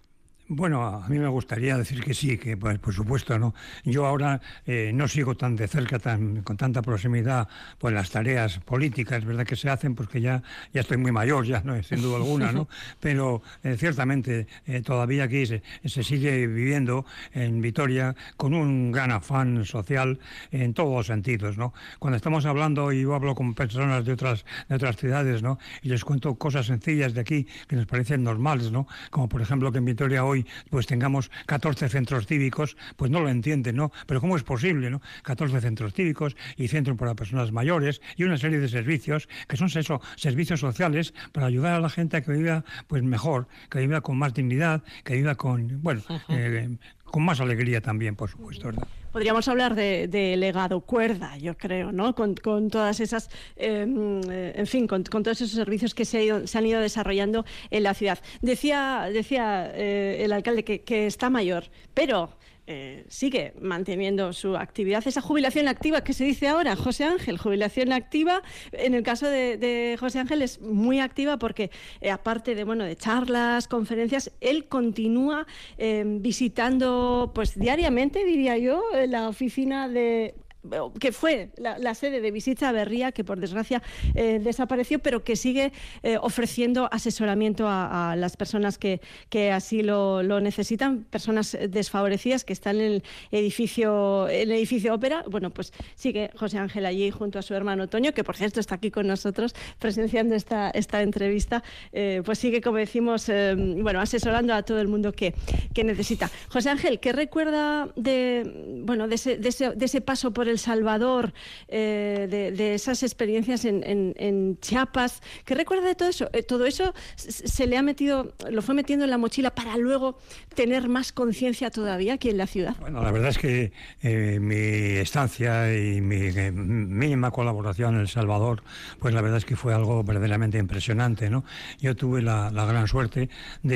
Bueno, a mí me gustaría decir que sí, que pues, por supuesto, ¿no? Yo ahora eh, no sigo tan de cerca, tan con tanta proximidad, pues las tareas políticas, ¿verdad?, que se hacen, porque ya ya estoy muy mayor, ya, ¿no?, sin duda alguna, ¿no? Pero eh, ciertamente eh, todavía aquí se, se sigue viviendo en Vitoria con un gran afán social en todos los sentidos, ¿no? Cuando estamos hablando, y yo hablo con personas de otras de otras ciudades, ¿no?, y les cuento cosas sencillas de aquí que nos parecen normales, ¿no?, como por ejemplo que en Vitoria hoy pues tengamos catorce centros cívicos, pues no lo entienden, ¿no? Pero ¿cómo es posible, no? catorce centros cívicos y centros para personas mayores y una serie de servicios que son eso, servicios sociales para ayudar a la gente a que viva pues mejor, que viva con más dignidad, que viva con, bueno, uh-huh. eh, con más alegría también, por supuesto, ¿verdad? Podríamos hablar de, de legado Cuerda, yo creo, ¿no? Con, con todas esas, eh, en fin, con, con todos esos servicios que se, ha ido, se han ido desarrollando en la ciudad. Decía, decía eh, el alcalde que, que está mayor, pero eh, sigue manteniendo su actividad, esa jubilación activa que se dice ahora, José Ángel, jubilación activa. En el caso de, de José Ángel es muy activa porque, eh, aparte de, bueno, de charlas, conferencias, él continúa eh, visitando, pues diariamente, diría yo, la oficina de... que fue la, la sede de Bizitza Berria, que por desgracia eh, desapareció, pero que sigue eh, ofreciendo asesoramiento a, a las personas que, que así lo, lo necesitan, personas desfavorecidas que están en el edificio, en el edificio Ópera. Bueno, pues sigue José Ángel allí junto a su hermano Toño, que por cierto está aquí con nosotros presenciando esta, esta entrevista, eh, pues sigue, como decimos, eh, bueno, asesorando a todo el mundo que, que necesita. José Ángel, ¿qué recuerda de, bueno, de, ese, de, ese, de ese paso por el El Salvador, eh, de, de esas experiencias en, en, en Chiapas? ¿Qué recuerda de todo eso? Eh, todo eso se le ha metido, lo fue metiendo en la mochila para luego tener más conciencia todavía aquí en la ciudad. Bueno, la verdad es que eh, mi estancia y mi eh, mínima colaboración en El Salvador, pues la verdad es que fue algo verdaderamente impresionante, ¿no? Yo tuve la, la gran suerte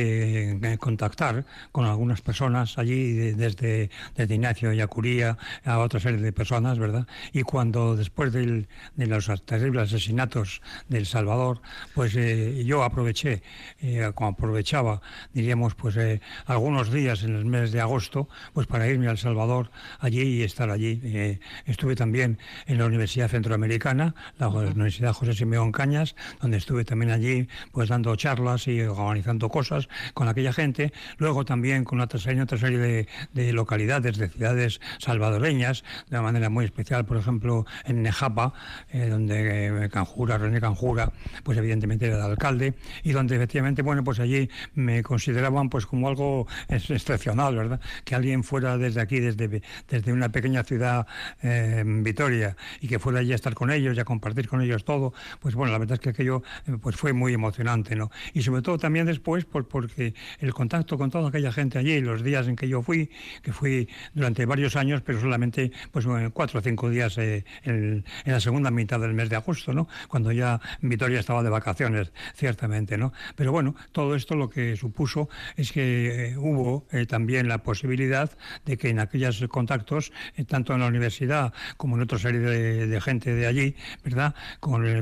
de, de contactar con algunas personas allí, de, desde, desde Ignacio Yacuría a otra serie de personas, ¿verdad? Y cuando después del, de los terribles asesinatos de El Salvador, pues eh, yo aproveché, eh, como aprovechaba, diríamos, pues eh, algunos días en el mes de agosto, pues para irme a El Salvador allí y estar allí. Eh, estuve también en la Universidad Centroamericana, la uh-huh. Universidad José Simeón Cañas, donde estuve también allí, pues dando charlas y organizando cosas con aquella gente. Luego también con otra serie, otra serie de, de localidades, de ciudades salvadoreñas, de una manera muy muy especial, por ejemplo, en Nejapa, eh, donde Canjura, René Canjura, pues evidentemente era el alcalde, y donde efectivamente, bueno, pues allí me consideraban pues como algo excepcional, ¿verdad? Que alguien fuera desde aquí, desde, desde una pequeña ciudad, eh, Vitoria, y que fuera allí a estar con ellos y a compartir con ellos todo, pues bueno, la verdad es que aquello pues fue muy emocionante, ¿no? Y sobre todo también después, por, porque el contacto con toda aquella gente allí, los días en que yo fui, que fui durante varios años, pero solamente pues cuatro o cinco días eh, en, en la segunda mitad del mes de agosto, ¿no? Cuando ya Vitoria estaba de vacaciones, ciertamente, ¿no? Pero bueno, todo esto lo que supuso es que eh, hubo eh, también la posibilidad de que en aquellos contactos, eh, tanto en la universidad como en otra serie de, de gente de allí, ¿verdad? Con,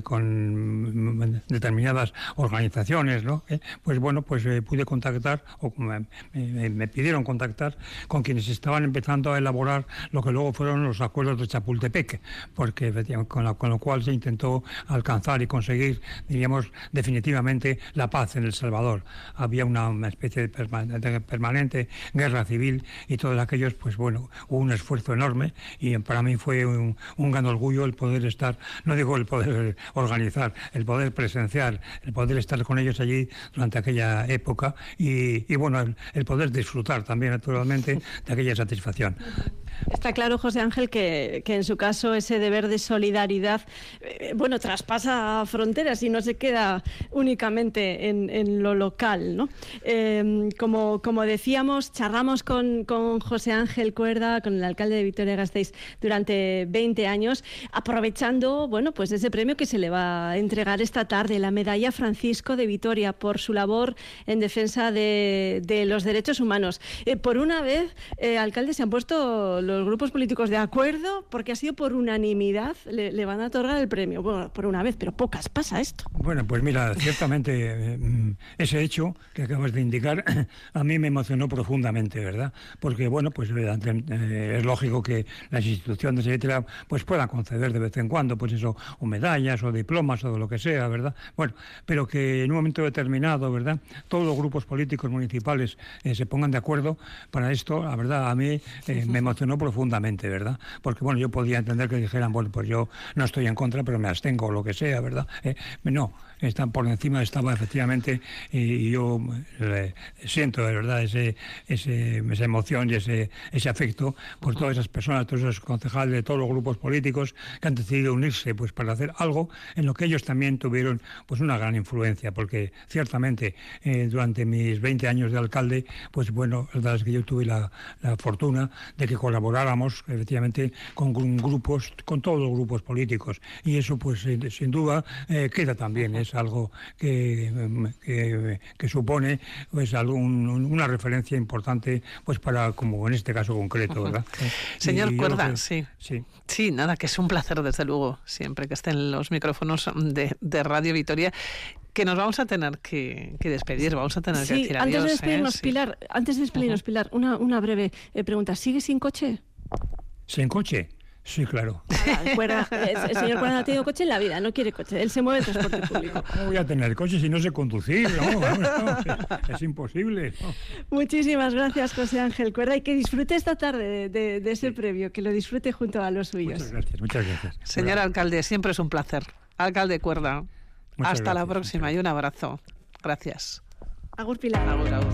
con determinadas organizaciones, ¿no? Eh, pues bueno, pues eh, pude contactar, o me, me, me pidieron contactar con quienes estaban empezando a elaborar lo que luego fueron los acuerdos de Chapultepec, porque con, la, con lo cual se intentó alcanzar y conseguir, diríamos, definitivamente la paz en El Salvador. Había una, una especie de, perma, de permanente guerra civil y todos aquellos, pues bueno, hubo un esfuerzo enorme y para mí fue un, un gran orgullo el poder estar, no digo el poder organizar, el poder presenciar, el poder estar con ellos allí durante aquella época y, y bueno, el, el poder disfrutar también naturalmente de aquella satisfacción. Está claro, José Ángel, que, que en su caso ese deber de solidaridad, eh, bueno, traspasa fronteras y no se queda únicamente en, en lo local, ¿no? Eh, como, como decíamos, charlamos con, con José Ángel Cuerda, con el alcalde de Vitoria-Gasteiz durante veinte años, aprovechando, bueno, pues ese premio que se le va a entregar esta tarde, la medalla Francisco de Vitoria, por su labor en defensa de, de los derechos humanos. Eh, por una vez, eh, alcalde, se han puesto los grupos políticos de acuerdo, porque ha sido por unanimidad, le, le van a otorgar el premio. Bueno, por una vez, pero pocas pasa esto. Bueno, pues mira, ciertamente eh, ese hecho que acabas de indicar a mí me emocionó profundamente, ¿verdad? Porque, bueno, pues eh, es lógico que las instituciones, etcétera, pues puedan conceder de vez en cuando, pues eso, o medallas, o diplomas, o lo que sea, ¿verdad? Bueno, pero que en un momento determinado, ¿verdad?, todos los grupos políticos municipales eh, se pongan de acuerdo para esto, la verdad, a mí eh, me emocionó profundamente, ¿verdad? Porque, bueno, yo podía entender que dijeran, bueno, pues yo no estoy en contra, pero me abstengo, o lo que sea, ¿verdad? Eh, no, están por encima, estaba efectivamente, y yo eh, siento de verdad ese, ese, esa emoción y ese, ese afecto por todas esas personas, todos esos concejales de todos los grupos políticos que han decidido unirse pues para hacer algo en lo que ellos también tuvieron pues una gran influencia, porque ciertamente eh, durante mis veinte años de alcalde, pues bueno, la verdad es que yo tuve la, la fortuna de que colaboráramos efectivamente con grupos, con todos los grupos políticos, y eso pues eh, sin duda eh, queda también, es algo que, que, que supone pues algún, una referencia importante pues para, como en este caso concreto, ¿verdad? Señor y, Cuerda, que, sí. sí. Sí, nada, que es un placer desde luego, siempre que estén los micrófonos de, de Radio Vitoria, que nos vamos a tener que, que despedir, vamos a tener sí, que decir antes adiós. De despedirnos, ¿eh? Pilar, sí. Antes de despedirnos, uh-huh. Pilar, una, una breve eh, pregunta. ¿Sigue sin coche? ¿Sin coche? Sí, claro. Cuerda, el señor Cuerda no ha tenido coche en la vida, no quiere coche, él se mueve en transporte público. No voy a tener coche si no sé conducir, no, no, no es, es imposible. No. Muchísimas gracias, José Ángel Cuerda, y que disfrute esta tarde de, de, de ese sí. premio, que lo disfrute junto a los suyos. Muchas gracias, muchas gracias. Señor Cuerda. Alcalde, siempre es un placer. Alcalde Cuerda, muchas hasta gracias, la próxima y un abrazo. Gracias. Agur, Pilar. Agur, agur.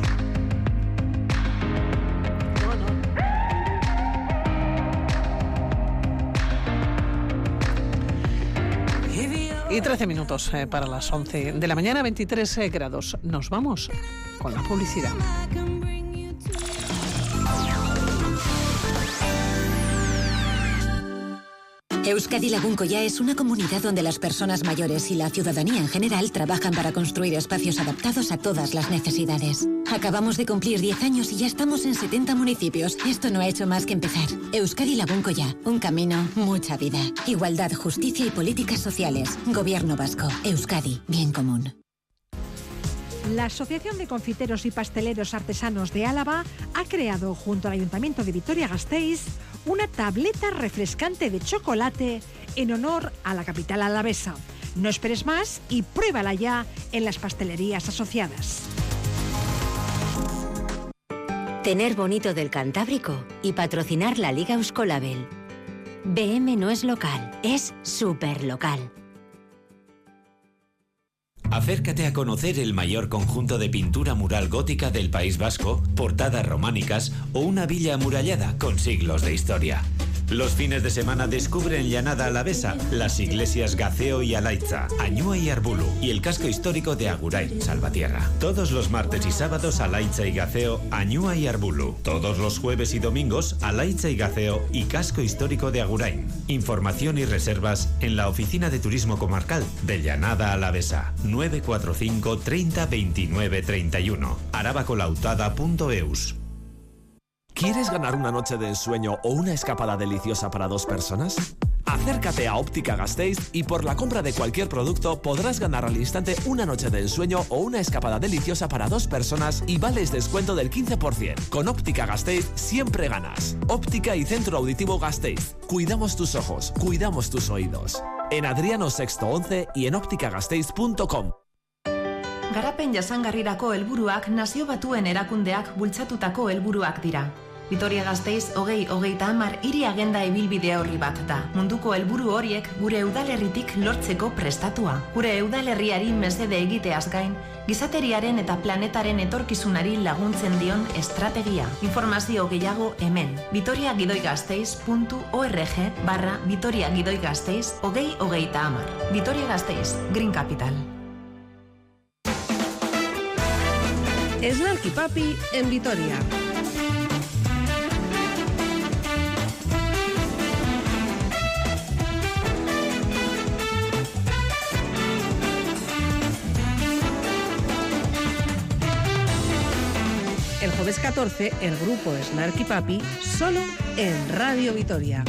Y trece minutos eh, para las once de la mañana, veintitrés eh, grados. Nos vamos con la publicidad. Euskadi Lagunkoya es una comunidad donde las personas mayores y la ciudadanía en general trabajan para construir espacios adaptados a todas las necesidades. Acabamos de cumplir diez años y ya estamos en setenta municipios. Esto no ha hecho más que empezar. Euskadi Lagunkoya, un camino, mucha vida. Igualdad, justicia y políticas sociales. Gobierno vasco. Euskadi, bien común. La Asociación de Confiteros y Pasteleros Artesanos de Álava ha creado, junto al Ayuntamiento de Vitoria-Gasteiz, una tableta refrescante de chocolate en honor a la capital alavesa. No esperes más y pruébala ya en las pastelerías asociadas. Tener bonito del Cantábrico y patrocinar la Liga Euskolabel. B M no es local, es súper local. Acércate a conocer el mayor conjunto de pintura mural gótica del País Vasco, portadas románicas o una villa amurallada con siglos de historia. Los fines de semana descubre en Llanada Alavesa las iglesias Gaceo y Alaitza, Añúa y Arbulu y el casco histórico de Agurain, Salvatierra. Todos los martes y sábados Alaitza y Gaceo, Añúa y Arbulu. Todos los jueves y domingos Alaitza y Gaceo y casco histórico de Agurain. Información y reservas en la Oficina de Turismo Comarcal de Llanada Alavesa. nueve cuatro cinco treinta veintinueve treinta y uno. arabacolautada punto eus. ¿Quieres ganar una noche de ensueño o una escapada deliciosa para dos personas? Acércate a Óptica Gasteiz y por la compra de cualquier producto podrás ganar al instante una noche de ensueño o una escapada deliciosa para dos personas y vales descuento del quince por ciento. Con Óptica Gasteiz siempre ganas. Óptica y Centro Auditivo Gasteiz. Cuidamos tus ojos, cuidamos tus oídos. En Adriano Sexto once y en óptica gasteiz punto com. Garapen jasangarrirako helburuak nazio batuen erakundeak bultzatutako helburuak dira. Vitoria Gasteiz hogei hogeita hamar hiri agenda ibilbide horri bat da. Munduko helburu horiek gure udalerritik lortzeko prestatua. Gure udalerriari mesede egiteaz gain, gizateriaren eta planetaren etorkizunari laguntzen dion estrategia. Informazio gehiago hemen. vitoriagidoigasteiz puntu org barra vitoriagidoigasteiz hogei hogeita hamar. Vitoria Gasteiz, Green Capital. Snarky Papi en Vitoria. El jueves catorce, el grupo Snarky Papi, solo en Radio Vitoria.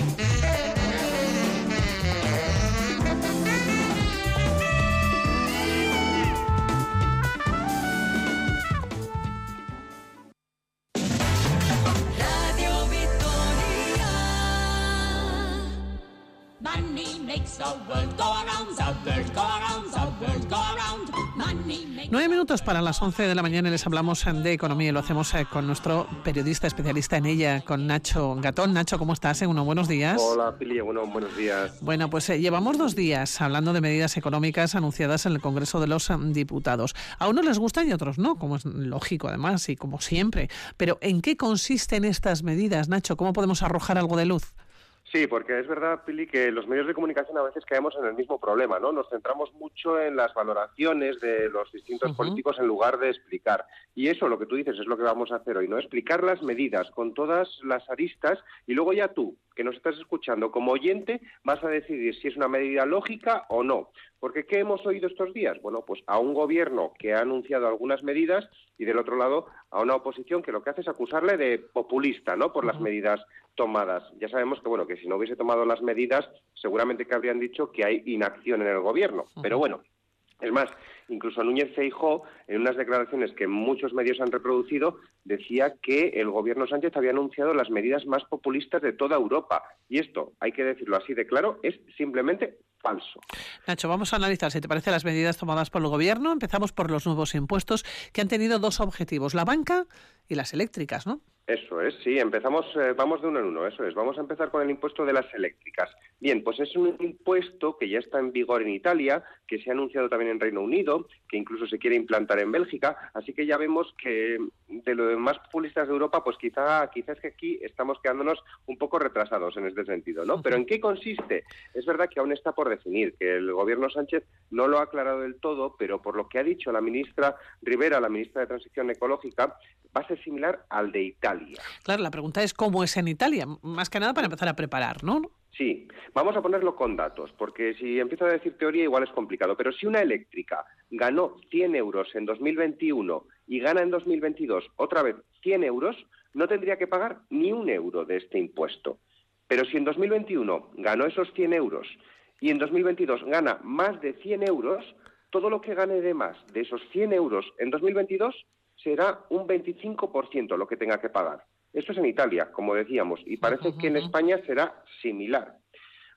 Nueve minutos para las once de la mañana les hablamos de economía y lo hacemos con nuestro periodista especialista en ella, con Nacho Gatón. Nacho, ¿cómo estás? Unos buenos días. Hola, Pili. Bueno, buenos días. Bueno, pues eh, llevamos dos días hablando de medidas económicas anunciadas en el Congreso de los Diputados. A unos les gustan y a otros no, como es lógico además y como siempre. Pero ¿en qué consisten estas medidas, Nacho? ¿Cómo podemos arrojar algo de luz? Sí, porque es verdad, Pili, que los medios de comunicación a veces caemos en el mismo problema, ¿no? Nos centramos mucho en las valoraciones de los distintos uh-huh. políticos en lugar de explicar. Y eso, lo que tú dices, es lo que vamos a hacer hoy, ¿no? Explicar las medidas con todas las aristas y luego ya tú, que nos estás escuchando como oyente, vas a decidir si es una medida lógica o no. Porque ¿qué hemos oído estos días? Bueno, pues a un gobierno que ha anunciado algunas medidas y del otro lado a una oposición que lo que hace es acusarle de populista, ¿no? Por las medidas tomadas. Ya sabemos que, bueno, que si no hubiese tomado las medidas, seguramente que habrían dicho que hay inacción en el gobierno. Pero bueno, es más, incluso Núñez Feijóo, en unas declaraciones que muchos medios han reproducido, decía que el gobierno Sánchez había anunciado las medidas más populistas de toda Europa. Y esto, hay que decirlo así de claro, es simplemente falso. Nacho, vamos a analizar, si te parece, las medidas tomadas por el gobierno. Empezamos por los nuevos impuestos que han tenido dos objetivos, la banca y las eléctricas, ¿no? Eso es, sí, empezamos, eh, vamos de uno en uno, eso es. Vamos a empezar con el impuesto de las eléctricas. Bien, pues es un impuesto que ya está en vigor en Italia, que se ha anunciado también en Reino Unido, que incluso se quiere implantar en Bélgica, así que ya vemos que de los más populistas de Europa, pues quizá quizás que aquí estamos quedándonos un poco retrasados en este sentido, ¿no? Pero ¿en qué consiste? Es verdad que aún está por definir, que el gobierno Sánchez no lo ha aclarado del todo, pero por lo que ha dicho la ministra Rivera, la ministra de Transición Ecológica, va a ser similar al de Italia. Claro, la pregunta es cómo es en Italia, más que nada para empezar a preparar, ¿no? Sí, vamos a ponerlo con datos, porque si empiezo a decir teoría igual es complicado, pero si una eléctrica ganó cien euros en dos mil veintiuno y gana en dos mil veintidós otra vez cien euros, no tendría que pagar ni un euro de este impuesto. Pero si en dos mil veintiuno ganó esos cien euros y en dos mil veintidós gana más de cien euros, todo lo que gane de más de esos cien euros en dos mil veintidós será un veinticinco por ciento lo que tenga que pagar. Esto es en Italia, como decíamos, y parece uh-huh. que en España será similar.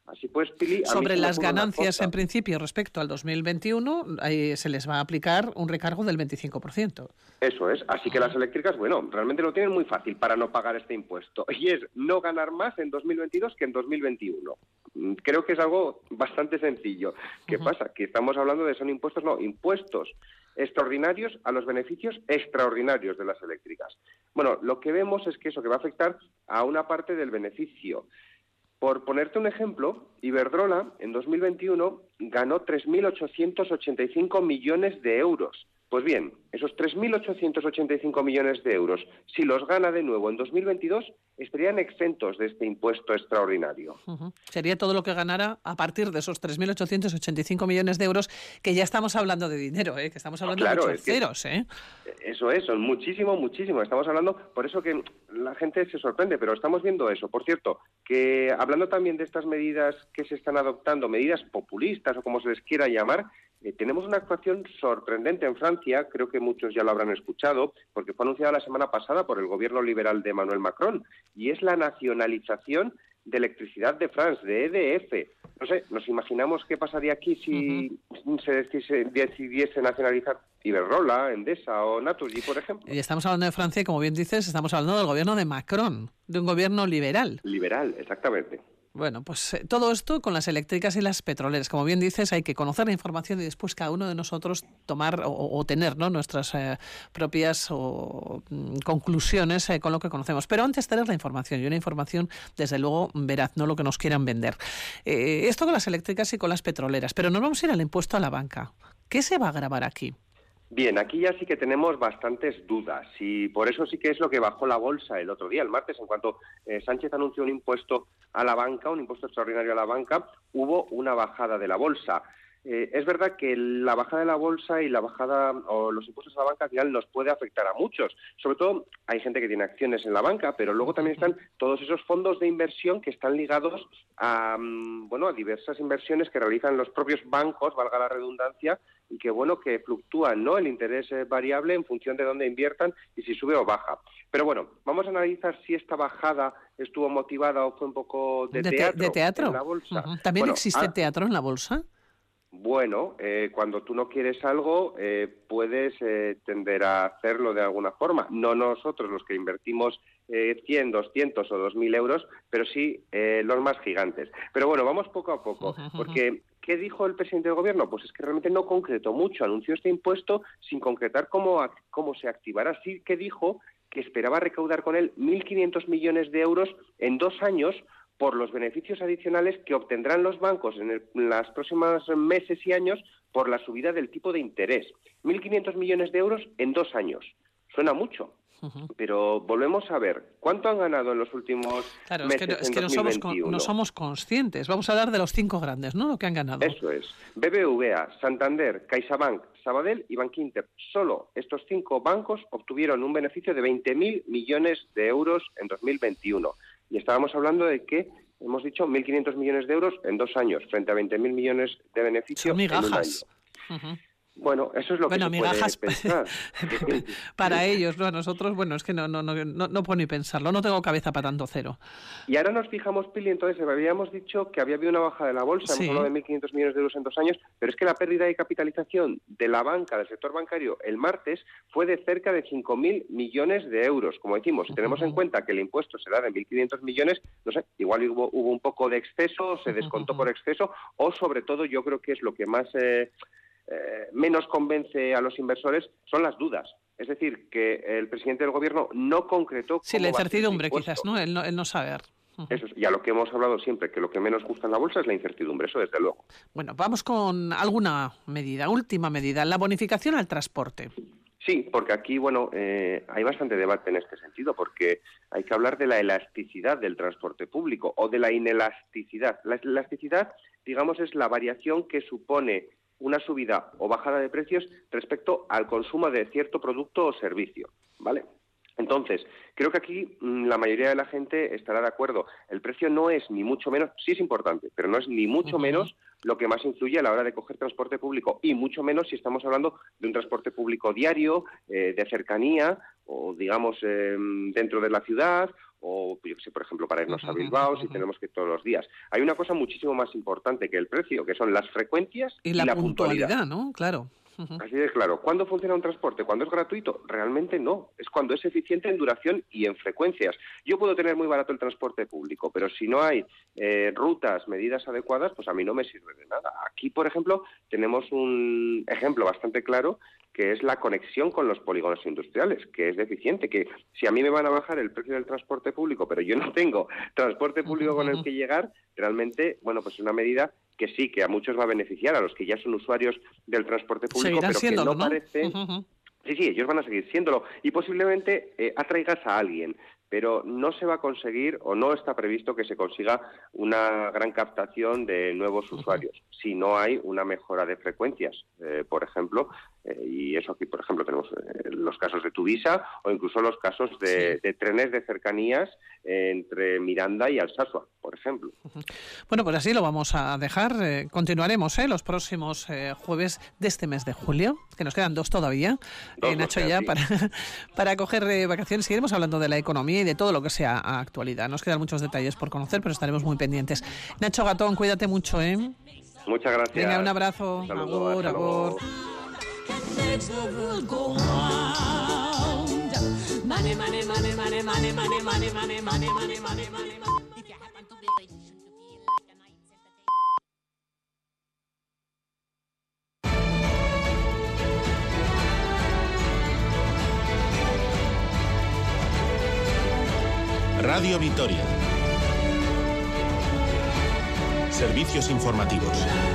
Así pues, Pili... a Sobre mí se me las ocurre una ganancias, cosa. en principio, respecto al dos mil veintiuno, ahí se les va a aplicar un recargo del veinticinco por ciento. Eso es, así que las eléctricas, bueno, realmente lo tienen muy fácil para no pagar este impuesto, y es no ganar más en dos mil veintidós que en dos mil veintiuno. Creo que es algo bastante sencillo. ¿Qué uh-huh. pasa? Que estamos hablando de son impuestos, no, impuestos extraordinarios a los beneficios extraordinarios de las eléctricas. Bueno, lo que vemos es que eso que va a afectar a una parte del beneficio. Por ponerte un ejemplo, Iberdrola en dos mil veintiuno ganó tres mil ochocientos ochenta y cinco millones de euros. Pues bien, esos tres mil ochocientos ochenta y cinco millones de euros, si los gana de nuevo en dos mil veintidós, estarían exentos de este impuesto extraordinario. Uh-huh. Sería todo lo que ganara a partir de esos tres mil ochocientos ochenta y cinco millones de euros, que ya estamos hablando de dinero, ¿eh? que estamos hablando claro, de muchos es que ceros. ¿eh? Eso es, son muchísimo, muchísimo. Estamos hablando, por eso que la gente se sorprende, pero estamos viendo eso. Por cierto, que hablando también de estas medidas que se están adoptando, medidas populistas o como se les quiera llamar, Eh, tenemos una actuación sorprendente en Francia, creo que muchos ya lo habrán escuchado, porque fue anunciada la semana pasada por el gobierno liberal de Emmanuel Macron, y es la nacionalización de electricidad de France, de E D F. No sé, nos imaginamos qué pasaría aquí si uh-huh. se decidiese, decidiese nacionalizar Iberdrola, Endesa o Naturgy, por ejemplo. Y estamos hablando de Francia y, como bien dices, estamos hablando del gobierno de Macron, de un gobierno liberal. Liberal, exactamente. Bueno, pues eh, todo esto con las eléctricas y las petroleras. Como bien dices, hay que conocer la información y después cada uno de nosotros tomar o, o tener, ¿no?, nuestras eh, propias o, mm, conclusiones eh, con lo que conocemos. Pero antes tener la información, y una información, desde luego, veraz, no lo que nos quieran vender. Eh, esto con las eléctricas y con las petroleras. Pero nos vamos a ir al impuesto a la banca. ¿Qué se va a gravar aquí? Bien, aquí ya sí que tenemos bastantes dudas y por eso sí que es lo que bajó la bolsa el otro día, el martes, en cuanto eh, Sánchez anunció un impuesto a la banca, un impuesto extraordinario a la banca, hubo una bajada de la bolsa. Eh, es verdad que la bajada de la bolsa y la bajada o los impuestos a la banca al final nos puede afectar a muchos. Sobre todo hay gente que tiene acciones en la banca, pero luego también están todos esos fondos de inversión que están ligados a, bueno, a diversas inversiones que realizan los propios bancos, valga la redundancia, y que bueno que fluctúan, ¿no?, el interés es variable en función de dónde inviertan y si sube o baja. Pero bueno, vamos a analizar si esta bajada estuvo motivada o fue un poco de, de teatro, de teatro. en la bolsa. Uh-huh. ¿También bueno, existe a... teatro en la bolsa? Bueno, eh, cuando tú no quieres algo, eh, puedes eh, tender a hacerlo de alguna forma. No nosotros los que invertimos eh, cien, doscientos o dos mil euros, pero sí eh, los más gigantes. Pero bueno, vamos poco a poco, porque ¿qué dijo el presidente del gobierno? Pues es que realmente no concretó mucho. Anunció este impuesto sin concretar cómo, cómo se activará. Sí que dijo que esperaba recaudar con él mil quinientos millones de euros en dos años por los beneficios adicionales que obtendrán los bancos en, el, en los próximos meses y años por la subida del tipo de interés. mil quinientos millones de euros en dos años. Suena mucho, uh-huh. pero volvemos a ver, ¿cuánto han ganado en los últimos claro, meses es que, no, es en que no, somos con, no dos mil veintiuno? somos conscientes. Vamos a hablar de los cinco grandes, ¿no?, lo que han ganado. Eso es. B B V A, Santander, CaixaBank, Sabadell y Bankinter. Solo estos cinco bancos obtuvieron un beneficio de veinte mil millones de euros en dos mil veintiuno. Y estábamos hablando de que hemos dicho mil quinientos millones de euros en dos años, frente a veinte mil millones de beneficio Son migajas. en un año. Uh-huh. Bueno, eso es lo bueno, que se migajas puede pensar. Para ellos, ¿no? A nosotros, bueno, es que no, no, no, no, no puedo ni pensarlo, no tengo cabeza para tanto cero. Y ahora nos fijamos, Pili, entonces habíamos dicho que había habido una bajada de la bolsa, sí. hemos hablado de mil quinientos millones de euros en dos años, pero es que la pérdida de capitalización de la banca, del sector bancario, el martes fue de cerca de cinco mil millones de euros. Como decimos, si uh-huh. tenemos en cuenta que el impuesto será de mil quinientos millones, no sé, igual hubo, hubo un poco de exceso, se descontó uh-huh. por exceso, o sobre todo yo creo que es lo que más... Eh, Eh, menos convence a los inversores son las dudas. Es decir, que el presidente del gobierno no concretó... Sí, la incertidumbre quizás, ¿no? El no, el no saber. Uh-huh. Eso es, y a lo que hemos hablado siempre, que lo que menos gusta en la bolsa es la incertidumbre, eso desde luego. Bueno, vamos con alguna medida, última medida, la bonificación al transporte. Sí, porque aquí, bueno, eh, hay bastante debate en este sentido, porque hay que hablar de la elasticidad del transporte público o de la inelasticidad. La elasticidad, digamos, es la variación que supone una subida o bajada de precios respecto al consumo de cierto producto o servicio, ¿vale? Entonces, creo que aquí mmm, la mayoría de la gente estará de acuerdo. El precio no es ni mucho menos, sí es importante, pero no es ni mucho uh-huh. menos lo que más influye a la hora de coger transporte público, y mucho menos si estamos hablando de un transporte público diario, eh, de cercanía, o digamos eh, dentro de la ciudad, o yo que sé, por ejemplo, para irnos uh-huh. a Bilbao, si tenemos que ir todos los días. Hay una cosa muchísimo más importante que el precio, que son las frecuencias y, y la, la puntualidad, puntualidad, ¿no? Claro. Uh-huh. Así de claro. ¿Cuándo funciona un transporte? ¿Cuándo es gratuito? Realmente no. Es cuando es eficiente en duración y en frecuencias. Yo puedo tener muy barato el transporte público, pero si no hay eh, rutas, medidas adecuadas, pues a mí no me sirve de nada. Aquí, por ejemplo, tenemos un ejemplo bastante claro, que es la conexión con los polígonos industriales, que es deficiente, que si a mí me van a bajar el precio del transporte público, pero yo no tengo transporte público uh-huh. con el que llegar, realmente, bueno, pues es una medida que sí, que a muchos va a beneficiar, a los que ya son usuarios del transporte público, Seguirán pero que siéndolo, no, ¿no? parece... Uh-huh. Sí, sí, ellos van a seguir siéndolo, y posiblemente eh, atraigas a alguien, pero no se va a conseguir, o no está previsto que se consiga una gran captación de nuevos uh-huh. usuarios, si no hay una mejora de frecuencias, eh, por ejemplo, eh, y eso aquí, por ejemplo, tenemos eh, los casos de Tuvisa, o incluso los casos de, sí. de trenes de cercanías eh, entre Miranda y Alsasua, por ejemplo. Uh-huh. Bueno, pues así lo vamos a dejar. Eh, continuaremos eh, los próximos eh, jueves de este mes de julio, que nos quedan dos todavía, dos eh, Nacho, ya, sí. para, para coger eh, vacaciones. Seguiremos hablando de la economía y de todo lo que sea actualidad. Nos quedan muchos detalles por conocer, pero estaremos muy pendientes. Nacho Gatón, cuídate mucho, ¿eh? Muchas gracias. Venga, un abrazo. Saludos, agur, agur. Radio Vitoria. Servicios informativos.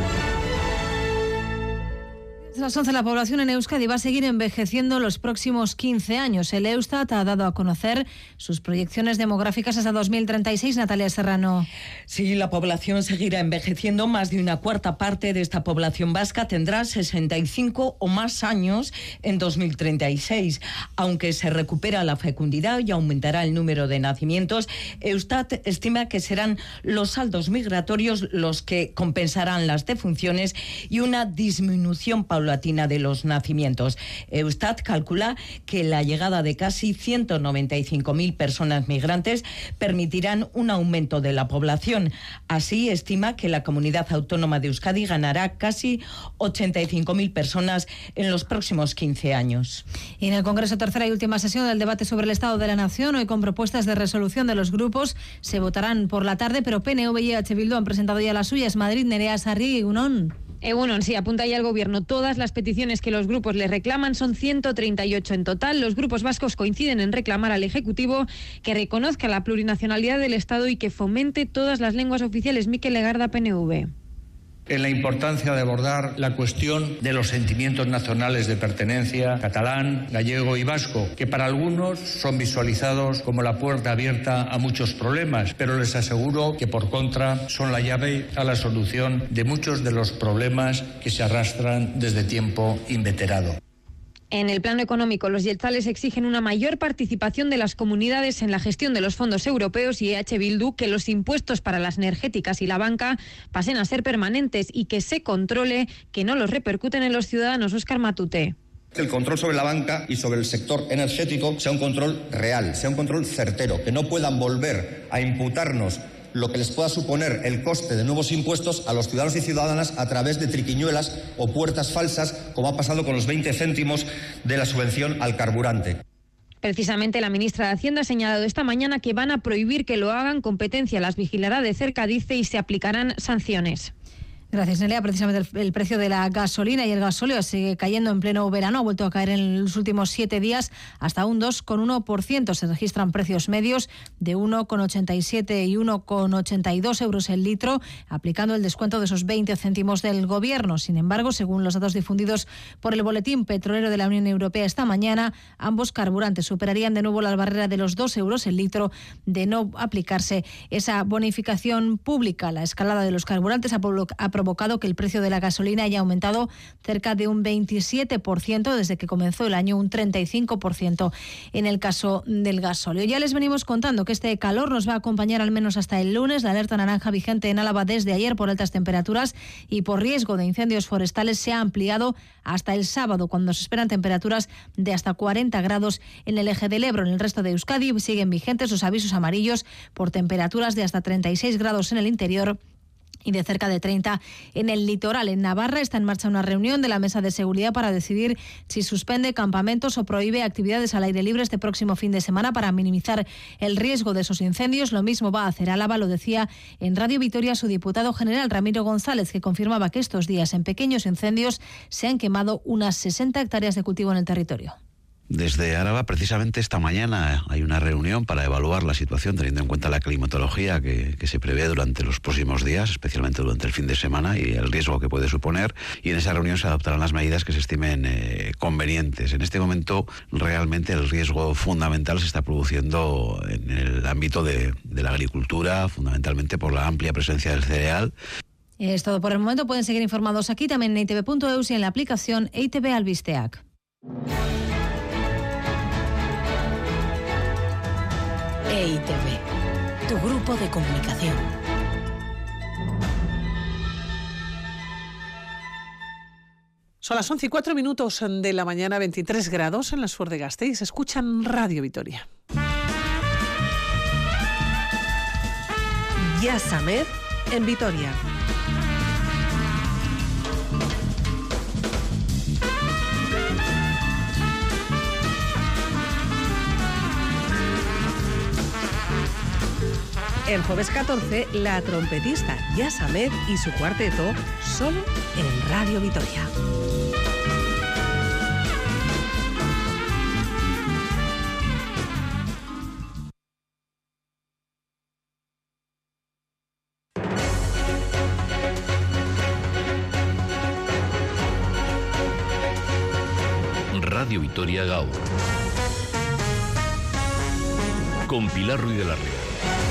A las once la población en Euskadi va a seguir envejeciendo los próximos quince años. El Eustat ha dado a conocer sus proyecciones demográficas hasta dos mil treinta y seis. Natalia Serrano. Sí, la población seguirá envejeciendo. Más de una cuarta parte de esta población vasca tendrá sesenta y cinco o más años en dos mil treinta y seis. Aunque se recupera la fecundidad y aumentará el número de nacimientos, Eustat estima que serán los saldos migratorios los que compensarán las defunciones y una disminución paulatina de los nacimientos. Eustat calcula que la llegada de casi ciento noventa y cinco mil personas migrantes permitirán un aumento de la población. Así, estima que la comunidad autónoma de Euskadi ganará casi ochenta y cinco mil personas en los próximos quince años. Y en el Congreso, tercera y última sesión del debate sobre el Estado de la Nación, hoy con propuestas de resolución de los grupos, se votarán por la tarde, pero P N V y H Bildu han presentado ya las suyas. Madrid, Nerea Sarri y Unón. Egunon, sí, apunta ya el Gobierno. Todas las peticiones que los grupos le reclaman son ciento treinta y ocho en total. Los grupos vascos coinciden en reclamar al Ejecutivo que reconozca la plurinacionalidad del Estado y que fomente todas las lenguas oficiales. Mikel Legarda, P N V. En la importancia de abordar la cuestión de los sentimientos nacionales de pertenencia catalán, gallego y vasco, que para algunos son visualizados como la puerta abierta a muchos problemas, pero les aseguro que por contra son la llave a la solución de muchos de los problemas que se arrastran desde tiempo inveterado. En el plano económico, los jeltzales exigen una mayor participación de las comunidades en la gestión de los fondos europeos y E H Bildu que los impuestos para las energéticas y la banca pasen a ser permanentes y que se controle que no los repercuten en los ciudadanos. Óscar Matute. Que el control sobre la banca y sobre el sector energético sea un control real, sea un control certero, que no puedan volver a imputarnos lo que les pueda suponer el coste de nuevos impuestos a los ciudadanos y ciudadanas a través de triquiñuelas o puertas falsas, como ha pasado con los veinte céntimos de la subvención al carburante. Precisamente la ministra de Hacienda ha señalado esta mañana que van a prohibir que lo hagan, competencia las vigilará de cerca, dice, y se aplicarán sanciones. Gracias, Nerea. Precisamente el, el precio de la gasolina y el gasóleo sigue cayendo en pleno verano. Ha vuelto a caer en los últimos siete días hasta un dos coma uno por ciento. Se registran precios medios de uno coma ochenta y siete y uno coma ochenta y dos euros el litro, aplicando el descuento de esos veinte céntimos del Gobierno. Sin embargo, según los datos difundidos por el Boletín Petrolero de la Unión Europea esta mañana, ambos carburantes superarían de nuevo la barrera de los dos euros el litro de no aplicarse esa bonificación pública. La escalada de los carburantes ha provocado provocado que el precio de la gasolina haya aumentado cerca de un veintisiete por ciento desde que comenzó el año, un treinta y cinco por ciento en el caso del gasóleo. Ya les venimos contando que este calor nos va a acompañar al menos hasta el lunes. La alerta naranja vigente en Álava desde ayer por altas temperaturas y por riesgo de incendios forestales se ha ampliado hasta el sábado, cuando se esperan temperaturas de hasta cuarenta grados en el eje del Ebro. En el resto de Euskadi siguen vigentes los avisos amarillos por temperaturas de hasta treinta y seis grados en el interior y de cerca de treinta en el litoral. En Navarra está en marcha una reunión de la Mesa de Seguridad para decidir si suspende campamentos o prohíbe actividades al aire libre este próximo fin de semana para minimizar el riesgo de esos incendios. Lo mismo va a hacer Álava, lo decía en Radio Vitoria su diputado general Ramiro González, que confirmaba que estos días en pequeños incendios se han quemado unas sesenta hectáreas de cultivo en el territorio. Desde Álava, precisamente esta mañana hay una reunión para evaluar la situación, teniendo en cuenta la climatología que, que se prevé durante los próximos días, especialmente durante el fin de semana, y el riesgo que puede suponer. Y en esa reunión se adoptarán las medidas que se estimen eh, convenientes. En este momento, realmente el riesgo fundamental se está produciendo en el ámbito de, de la agricultura, fundamentalmente por la amplia presencia del cereal. Es todo por el momento. Pueden seguir informados aquí, también en e i te be punto e u y en la aplicación E I Te Be Albisteac. E I Te Be, tu grupo de comunicación. Son las once y cuatro minutos de la mañana, veintitrés grados en la sur de Gasteiz. Escuchan Radio Vitoria. Yasamed en Vitoria. El jueves catorce, la trompetista Yasamed y su cuarteto, solo en Radio Vitoria. Radio Vitoria Gaur. Con Pilar Ruiz de la Rea.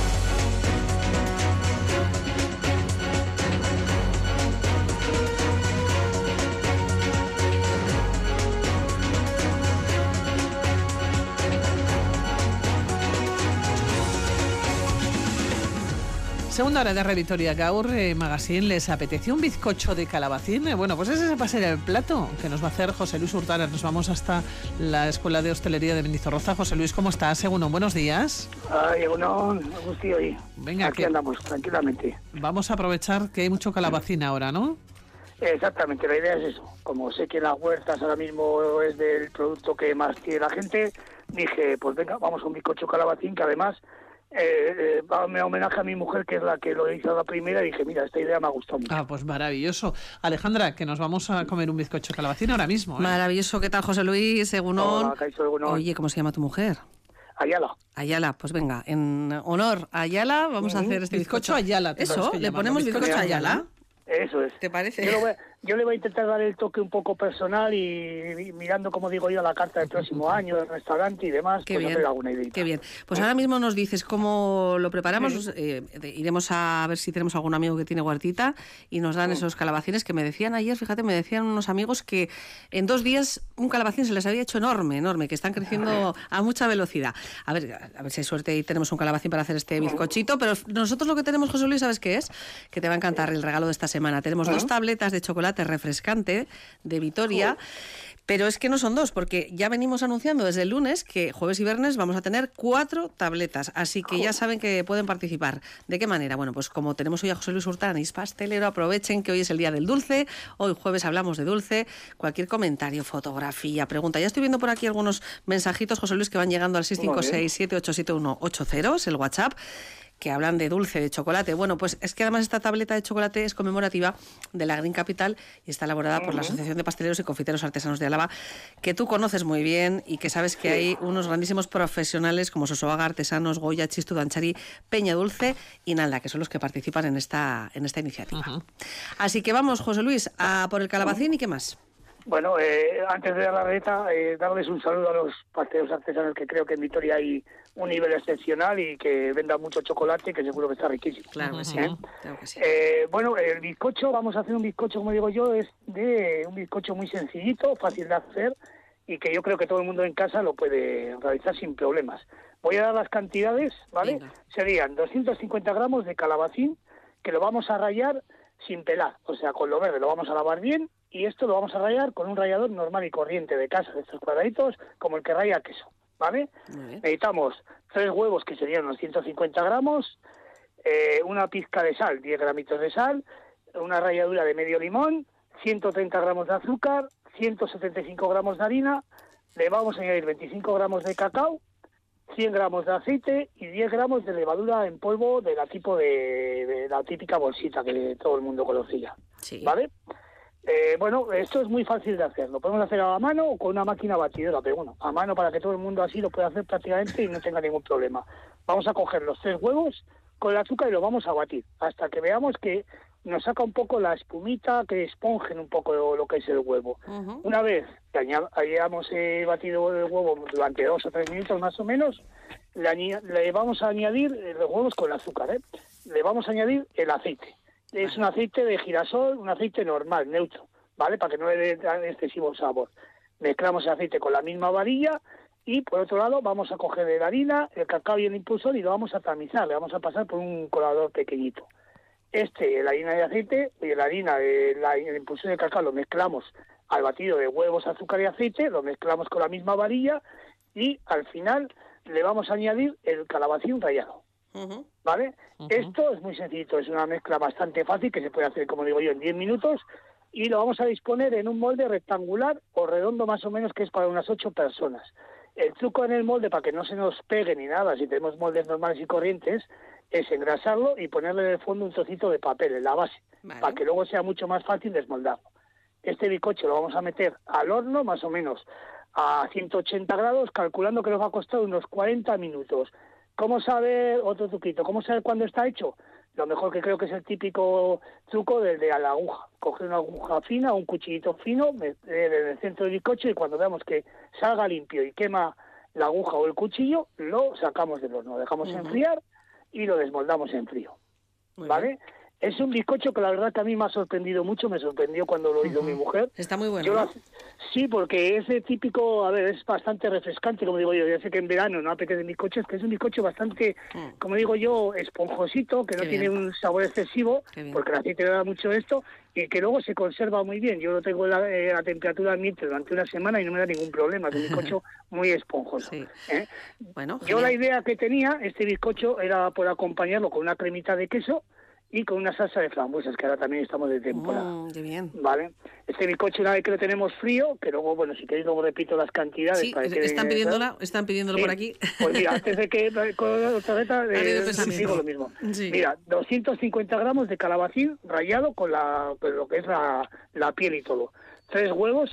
Segunda hora de Radio Vitoria Gaur eh, Magazine. ¿Les apeteció un bizcocho de calabacín? Eh, bueno, pues ese va a ser el plato que nos va a hacer José Luis Hurtado. Nos vamos hasta la Escuela de Hostelería de Mendizorroza. José Luis, ¿cómo estás? Egunon, buenos días. Ay, Egunon, Agustín, hoy. Venga, aquí que andamos, tranquilamente. Vamos a aprovechar que hay mucho calabacín ahora, ¿no? Exactamente, la idea es eso. Como sé que las huertas ahora mismo es del producto que más tiene la gente, dije, pues venga, vamos a un bizcocho calabacín, que además eh, eh, me homenaje a mi mujer, que es la que lo hizo la primera, y dije, mira, esta idea me ha gustado mucho. Ah, pues maravilloso. Alejandra, que nos vamos a comer un bizcocho calabacín ahora mismo, ¿eh? Maravilloso. ¿Qué tal, José Luis? Egunon. Hola, Caizo, Egunon. Oye, ¿cómo se llama tu mujer? Ayala. Ayala, pues venga, en honor a Ayala vamos uh-huh. a hacer este bizcocho. Bizcocho Ayala. Eso, le ponemos bizcocho, bizcocho Ayala. Ayala. Eso es. ¿Te parece? Yo, lo voy, yo le voy a intentar dar el toque un poco personal y, y mirando, como digo yo, la carta del próximo año, del restaurante y demás, Qué pues bien. hacer alguna idea. Qué bien. Pues ¿Eh? ahora mismo nos dices cómo lo preparamos. Sí. Eh, iremos a ver si tenemos algún amigo que tiene huertita y nos dan sí. esos calabacines que me decían ayer, fíjate, me decían unos amigos que en dos días un calabacín se les había hecho enorme, enorme, que están creciendo a mucha velocidad. A ver, a ver si hay suerte y tenemos un calabacín para hacer este bizcochito, pero nosotros lo que tenemos, José Luis, ¿sabes qué es? Que te va a encantar el regalo de esta semana. Tenemos ¿Ah? dos tabletas de chocolate refrescante de Vitoria, oh. pero es que no son dos, porque ya venimos anunciando desde el lunes que jueves y viernes vamos a tener cuatro tabletas, así que oh. ya saben que pueden participar. ¿De qué manera? Bueno, pues como tenemos hoy a José Luis Hurtado, es pastelero, aprovechen que hoy es el día del dulce, hoy jueves hablamos de dulce, cualquier comentario, fotografía, pregunta. Ya estoy viendo por aquí algunos mensajitos, José Luis, que van llegando al seis cinco seis, siete ocho siete uno ocho cero, es el WhatsApp, que hablan de dulce, de chocolate. Bueno, pues es que además esta tableta de chocolate es conmemorativa de la Green Capital y está elaborada uh-huh. por la Asociación de Pasteleros y Confiteros Artesanos de Álava, que tú conoces muy bien y que sabes que sí. hay unos grandísimos profesionales como Sosoaga Artesanos, Goya, Chistu, Danchari, Peña Dulce y Nalda, que son los que participan en esta, en esta iniciativa. Uh-huh. Así que vamos, José Luis, a por el calabacín uh-huh. y qué más. Bueno, eh, antes de dar la receta, eh, darles un saludo a los pasteleros artesanos, que creo que en Vitoria hay un nivel excepcional y que venda mucho chocolate, que seguro que está riquísimo. Claro que sí. ¿Eh? Claro que sí. Eh, bueno, el bizcocho, vamos a hacer un bizcocho, como digo yo, es de un bizcocho muy sencillito, fácil de hacer y que yo creo que todo el mundo en casa lo puede realizar sin problemas. Voy a dar las cantidades, ¿vale? Venga. Serían doscientos cincuenta gramos de calabacín, que lo vamos a rallar sin pelar, o sea, con lo verde lo vamos a lavar bien y esto lo vamos a rallar con un rallador normal y corriente de casa, de estos cuadraditos, como el que raya queso, ¿vale? Necesitamos tres huevos, que serían unos ciento cincuenta gramos, eh, una pizca de sal, diez gramitos de sal, una ralladura de medio limón, ciento treinta gramos de azúcar, ciento setenta y cinco gramos de harina, le vamos a añadir veinticinco gramos de cacao, cien gramos de aceite y diez gramos de levadura en polvo de la tipo de, de la típica bolsita que todo el mundo conocía, sí. ¿Vale? Eh, bueno, esto es muy fácil de hacer, lo podemos hacer a mano o con una máquina batidora, pero bueno, a mano para que todo el mundo así lo pueda hacer prácticamente y no tenga ningún problema. Vamos a coger los tres huevos con el azúcar y lo vamos a batir hasta que veamos que nos saca un poco la espumita, que esponjen un poco lo, lo que es el huevo. Uh-huh. Una vez que hayamos eh, batido el huevo durante dos o tres minutos más o menos, le, le vamos a añadir los huevos con el azúcar, ¿eh? Le vamos a añadir el aceite. Es un aceite de girasol, un aceite normal, neutro, ¿vale? Para que no le dé tan excesivo sabor. Mezclamos el aceite con la misma varilla y, por otro lado, vamos a coger la harina, el cacao y el impulsor y lo vamos a tamizar. Le vamos a pasar por un colador pequeñito. Este, la harina de aceite y la harina, de la, el impulsor de cacao lo mezclamos al batido de huevos, azúcar y aceite, lo mezclamos con la misma varilla y al final le vamos a añadir el calabacín rallado. Uh-huh. ¿Vale? Uh-huh. Esto es muy sencillo, es una mezcla bastante fácil que se puede hacer, como digo yo, en diez minutos y lo vamos a disponer en un molde rectangular o redondo más o menos, que es para unas ocho personas. El truco en el molde, para que no se nos pegue ni nada, si tenemos moldes normales y corrientes, es engrasarlo y ponerle en el fondo un trocito de papel en la base, vale, para que luego sea mucho más fácil desmoldarlo. Este bizcocho lo vamos a meter al horno más o menos a ciento ochenta grados, calculando que nos va a costar unos cuarenta minutos. ¿Cómo saber, otro truquito, cómo saber cuándo está hecho? Lo mejor que creo que es el típico truco del de la aguja. Coger una aguja fina, un cuchillito fino en el centro del bizcocho y cuando veamos que salga limpio y quema la aguja o el cuchillo, lo sacamos del horno, lo dejamos uh-huh. enfriar y lo desmoldamos en frío, muy ¿vale? Bien. Es un bizcocho que la verdad que a mí me ha sorprendido mucho, me sorprendió cuando lo hizo uh-huh. mi mujer. Está muy bueno, yo ¿no? lo, sí, porque es de típico, a ver, es bastante refrescante, como digo yo, ya sé que en verano no apetece bizcocho, es que es un bizcocho bastante, uh-huh. como digo yo, esponjosito, que Qué no bien. Tiene un sabor excesivo, porque el aceite le da mucho esto, y que luego se conserva muy bien. Yo lo tengo en la, eh, a temperatura ambiente durante una semana y no me da ningún problema, es un bizcocho muy esponjoso. Sí. ¿eh? Bueno, yo la idea que tenía, este bizcocho, era por acompañarlo con una cremita de queso, y con una salsa de frambuesas, que ahora también estamos de temporada. Mm, qué bien. ¿Vale? Este bizcocho, una vez que lo tenemos frío, que luego, bueno, si queréis luego repito las cantidades. Sí, para que están, pidiéndola, están pidiéndolo sí. por aquí. Pues mira, antes de que con la tarjeta eh, digo lo mismo. Sí. Mira, doscientos cincuenta gramos de calabacín rallado con, la, con lo que es la, la piel y todo. Tres huevos,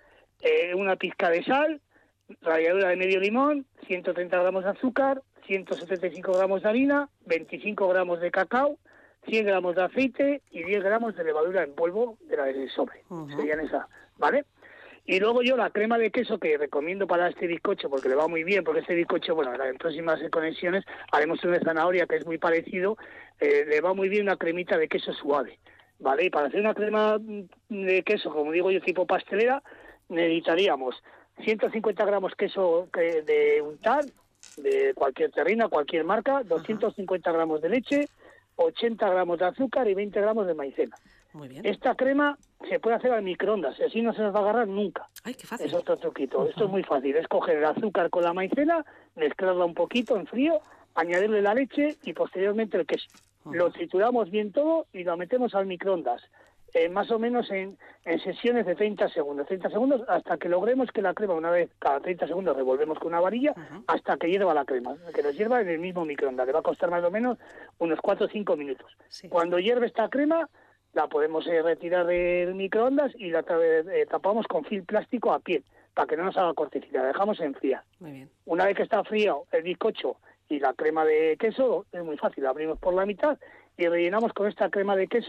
eh, una pizca de sal, ralladura de medio limón, ciento treinta gramos de azúcar, ciento setenta y cinco gramos de harina, veinticinco gramos de cacao, cien gramos de aceite y diez gramos de levadura en polvo de la del sobre. Uh-huh. Serían esas, ¿vale? Y luego yo la crema de queso que recomiendo para este bizcocho, porque le va muy bien, porque este bizcocho, bueno, en próximas conexiones haremos una de zanahoria que es muy parecido, eh, le va muy bien una cremita de queso suave, ¿vale? Y para hacer una crema de queso, como digo yo, tipo pastelera, necesitaríamos ciento cincuenta gramos queso de untar, de cualquier terrina, cualquier marca, doscientos cincuenta uh-huh. gramos de leche, ochenta gramos de azúcar y veinte gramos de maicena. Muy bien. Esta crema se puede hacer al microondas y así no se nos va a agarrar nunca. Ay, qué fácil. Es otro truquito. Uh-huh. Esto es muy fácil. Es coger el azúcar con la maicena, mezclarla un poquito en frío, añadirle la leche y posteriormente el queso. Uh-huh. Lo trituramos bien todo y lo metemos al microondas. Eh, más o menos en, en sesiones de treinta segundos. treinta segundos hasta que logremos que la crema, una vez cada treinta segundos revolvemos con una varilla, uh-huh. hasta que hierva la crema. Que nos hierva en el mismo microondas. Le va a costar más o menos unos cuatro o cinco minutos. Sí. Cuando hierve esta crema, la podemos eh, retirar del microondas y la eh, tapamos con film plástico a piel, para que no nos haga cortecita. La dejamos enfriar. Muy bien. Una vez que está frío el bizcocho y la crema de queso, es muy fácil. La abrimos por la mitad y rellenamos con esta crema de queso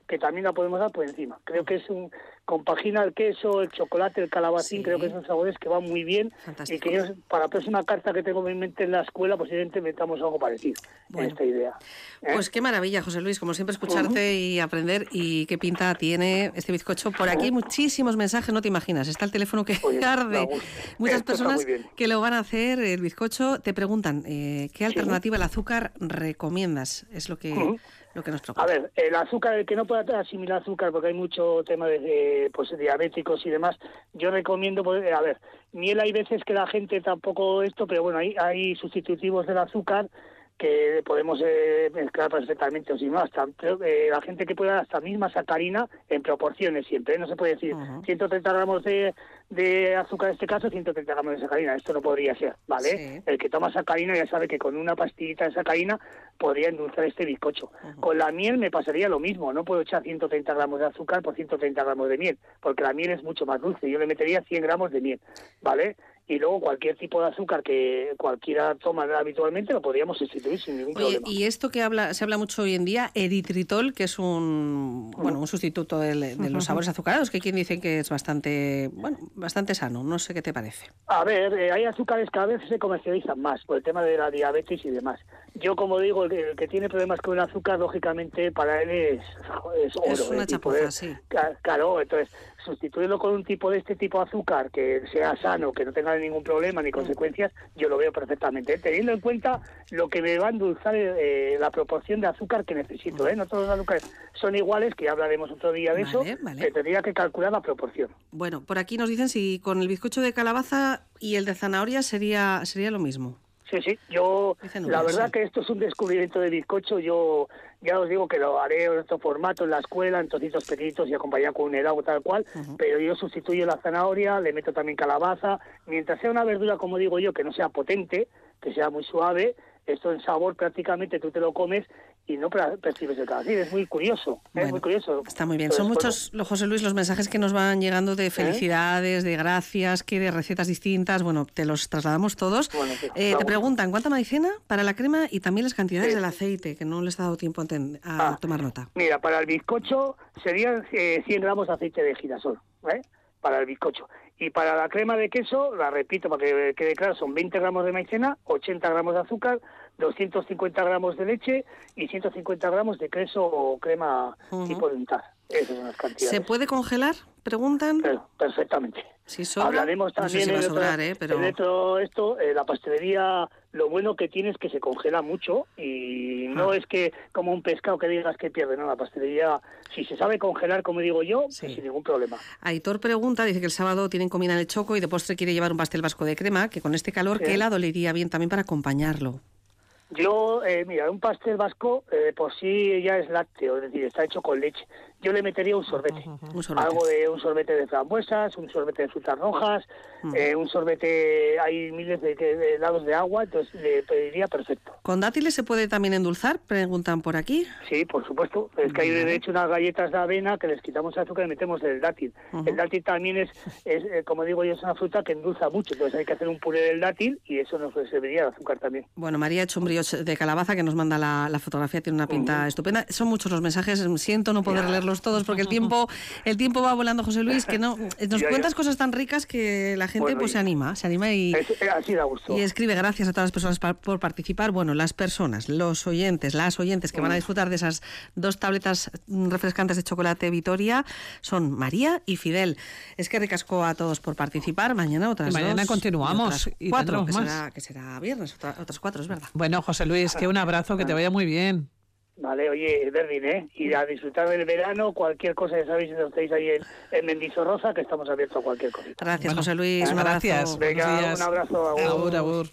que también la podemos dar por encima. Creo que es un compagina el queso, el chocolate, el calabacín, sí. Creo que son sabores que van muy bien. Fantástico. Y que yo, para la próxima carta que tengo en mente en la escuela, posiblemente metamos algo parecido bueno. en esta idea. ¿Eh? Pues qué maravilla, José Luis, como siempre escucharte uh-huh. y aprender, y qué pinta tiene este bizcocho. Por aquí hay muchísimos mensajes, no te imaginas, está el teléfono que Oye, arde. Muchas Esto personas que lo van a hacer, el bizcocho, te preguntan, eh, ¿qué alternativa sí. al azúcar recomiendas? Es lo que... Uh-huh. Lo que nos preocupa. A ver, el azúcar, el que no pueda asimilar azúcar, porque hay mucho tema de, de pues, diabéticos y demás, yo recomiendo, pues, a ver, miel hay veces que la gente tampoco esto, pero bueno, hay, hay sustitutivos del azúcar que podemos eh, mezclar perfectamente, o si no, hasta eh, la gente que pueda hasta misma sacarina en proporciones siempre, ¿eh? No se puede decir uh-huh. ciento treinta gramos de, de azúcar en este caso, ciento treinta gramos de sacarina, esto no podría ser, ¿vale? Sí. El que toma sacarina ya sabe que con una pastillita de sacarina podría endulzar este bizcocho. Uh-huh. Con la miel me pasaría lo mismo, no puedo echar ciento treinta gramos de azúcar por ciento treinta gramos de miel, porque la miel es mucho más dulce, yo le metería cien gramos de miel, ¿vale? Y luego cualquier tipo de azúcar que cualquiera toma habitualmente lo podríamos sustituir sin ningún Oye, problema. Y esto que habla se habla mucho hoy en día, eritritol, que es un bueno un sustituto de, de los sabores azucarados, que quien dice que es bastante bueno bastante sano. No sé qué te parece. A ver, eh, hay azúcares que a veces se comercializan más por el tema de la diabetes y demás. Yo, como digo, el que, el que tiene problemas con el azúcar, lógicamente para él es, es oro. Es una eh, chapuza, sí. Claro, entonces sustituirlo con un tipo de este tipo de azúcar que sea sano, que no tenga ningún problema ni consecuencias, yo lo veo perfectamente, ¿eh? Teniendo en cuenta lo que me va a endulzar eh, la proporción de azúcar que necesito, ¿eh? No todos los azúcares son iguales, que ya hablaremos otro día de vale, eso, vale. que tendría que calcular la proporción. Bueno, por aquí nos dicen si con el bizcocho de calabaza y el de zanahoria sería sería lo mismo. Sí, sí, yo, la verdad que esto es un descubrimiento de bizcocho, yo ya os digo que lo haré en otro formato en la escuela, en trocitos pequeñitos y acompañado con un helado tal cual, uh-huh. pero yo sustituyo la zanahoria, le meto también calabaza, mientras sea una verdura, como digo yo, que no sea potente, que sea muy suave, esto en sabor prácticamente tú te lo comes y no percibes el calabacín, es muy curioso, bueno, es muy curioso. Está muy bien, son muchos, bueno. José Luis, los mensajes que nos van llegando de felicidades, ¿Eh? de gracias, que de recetas distintas, bueno, te los trasladamos todos. Bueno, sí, eh, te preguntan cuánta maicena para la crema y también las cantidades sí. del aceite, que no les ha dado tiempo a, ten, a ah, tomar nota. Mira, para el bizcocho serían eh, cien gramos de aceite de girasol, ¿eh? Para el bizcocho. Y para la crema de queso, la repito para que quede claro, son veinte gramos de maicena, ochenta gramos de azúcar, doscientos cincuenta gramos de leche y ciento cincuenta gramos de queso o crema uh-huh. tipo de untar. Esas son las cantidades. ¿Se puede congelar? Preguntan. Pero, perfectamente. Si sobra, hablaremos también no sé si en, va a sobrar, ¿eh? Pero... en todo esto, eh, la pastelería, lo bueno que tiene es que se congela mucho y no ah. es que como un pescado que digas que pierde, no, la pastelería, si se sabe congelar, como digo yo, sí. pues sin ningún problema. Aitor pregunta, dice que el sábado tienen comida en el Choco y de postre quiere llevar un pastel vasco de crema, que con este calor, sí. ¿qué helado le iría bien también para acompañarlo? Yo, eh, mira, un pastel vasco eh, por sí ya es lácteo, es decir, está hecho con leche. Yo le metería un sorbete, uh-huh. un sorbete. Algo de un sorbete de frambuesas, un sorbete de frutas rojas, uh-huh. eh, un sorbete, hay miles de, de helados de agua, entonces le pediría perfecto. ¿Con dátiles se puede también endulzar? Preguntan por aquí. Sí, por supuesto. Es que hay de hecho unas galletas de avena que les quitamos azúcar y metemos el dátil. Uh-huh. El dátil también es, es eh, como digo yo, es una fruta que endulza mucho, entonces hay que hacer un puré del dátil y eso nos serviría de azúcar también. Bueno, María ha hecho un brioche de calabaza que nos manda la, la fotografía, tiene una pinta uh-huh. estupenda. Son muchos los mensajes, siento no poder leerlos todos porque el tiempo el tiempo va volando, José Luis, que no nos ya, cuentas ya. cosas tan ricas que la gente bueno, pues se anima, se anima y, es, así da gusto. y escribe gracias a todas las personas pa, por participar. Bueno, las personas, los oyentes, las oyentes que uh-huh. van a disfrutar de esas dos tabletas refrescantes de chocolate Vitoria son María y Fidel. Es que ricasco a todos por participar. Mañana otras y mañana dos, continuamos. Y cuatro, que será, que será viernes, otra, otras cuatro, es verdad. Bueno, José Luis, que un abrazo, que te vaya muy bien. Vale, oye, Berdín, ¿eh? Y a disfrutar del verano, cualquier cosa, ya sabéis, si estáis ahí en, en Mendizorroza, que estamos abiertos a cualquier cosa. Gracias, bueno, José Luis, un abrazo. Gracias. Venga, un abrazo. Agur, agur. agur.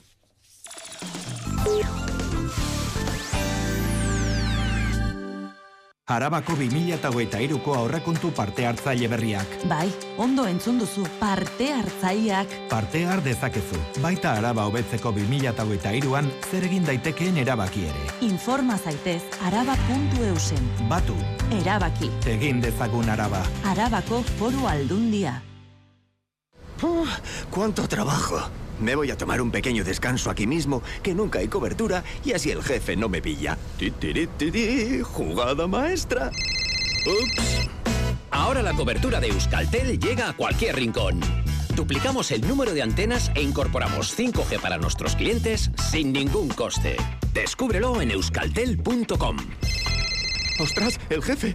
Arabako bi mila hogeita hiruko aurrekontu parte hartzaile berriak. Bai, ondo entzun duzu, parte hartzaileak. Parte har dezakezu, baita Araba hobetzeko bi mila hogeita hiruan zer egin daitekeen erabaki ere. Informa zaitez araba puntu eusen. Batu. Erabaki. Egin dezagun Araba. Arabako Foru Aldundia. Oh, ¡cuánto trabajo! Me voy a tomar un pequeño descanso aquí mismo, que nunca hay cobertura y así el jefe no me pilla. ¡Ti, ti, ti, ti! ¡Jugada maestra! Ups. Ahora la cobertura de Euskaltel llega a cualquier rincón. Duplicamos el número de antenas e incorporamos cinco G para nuestros clientes sin ningún coste. Descúbrelo en euskaltel punto com. ¡Ostras, el jefe!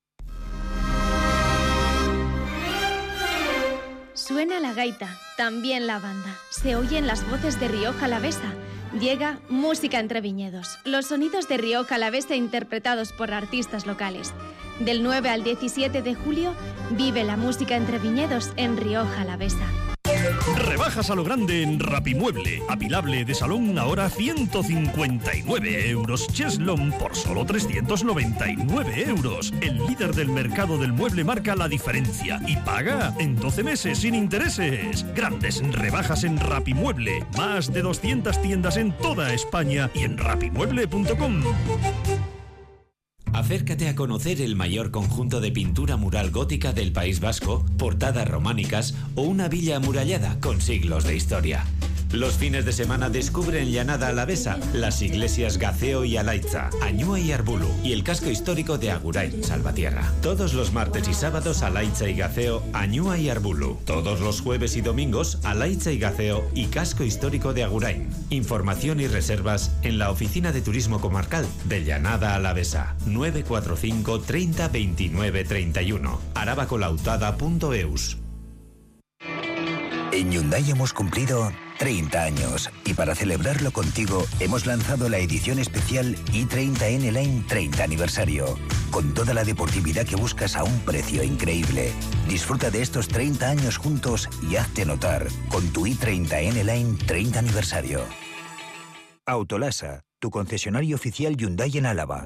Suena la gaita, también la banda. Se oyen las voces de Rioja Alavesa. Llega Música entre Viñedos. Los sonidos de Rioja Alavesa interpretados por artistas locales. Del nueve al diecisiete de julio, vive la música entre viñedos en Rioja Alavesa. Rebajas a lo grande en Rapimueble. Apilable de salón ahora ciento cincuenta y nueve euros. Cheslon por solo trescientos noventa y nueve euros. El líder del mercado del mueble marca la diferencia y paga en doce meses sin intereses. Grandes rebajas en Rapimueble. Más de doscientas tiendas en toda España y en rapimueble punto com. Acércate a conocer el mayor conjunto de pintura mural gótica del País Vasco, portadas románicas o una villa amurallada con siglos de historia. Los fines de semana descubre en Llanada Alavesa las iglesias Gaceo y Alaitza, Añúa y Arbulu y el casco histórico de Agurain, Salvatierra. Todos los martes y sábados Alaitza y Gaceo, Añúa y Arbulu. Todos los jueves y domingos Alaitza y Gaceo y casco histórico de Agurain. Información y reservas en la Oficina de Turismo Comarcal de Llanada Alavesa. nueve cuatro cinco treinta veintinueve treinta y uno. arabacolautada punto eus. En Hyundai hemos cumplido treinta años y para celebrarlo contigo hemos lanzado la edición especial i treinta N Line treinta aniversario. Con toda la deportividad que buscas a un precio increíble. Disfruta de estos treinta años juntos y hazte notar con tu i treinta N Line treinta aniversario. Autolasa, tu concesionario oficial Hyundai en Álava.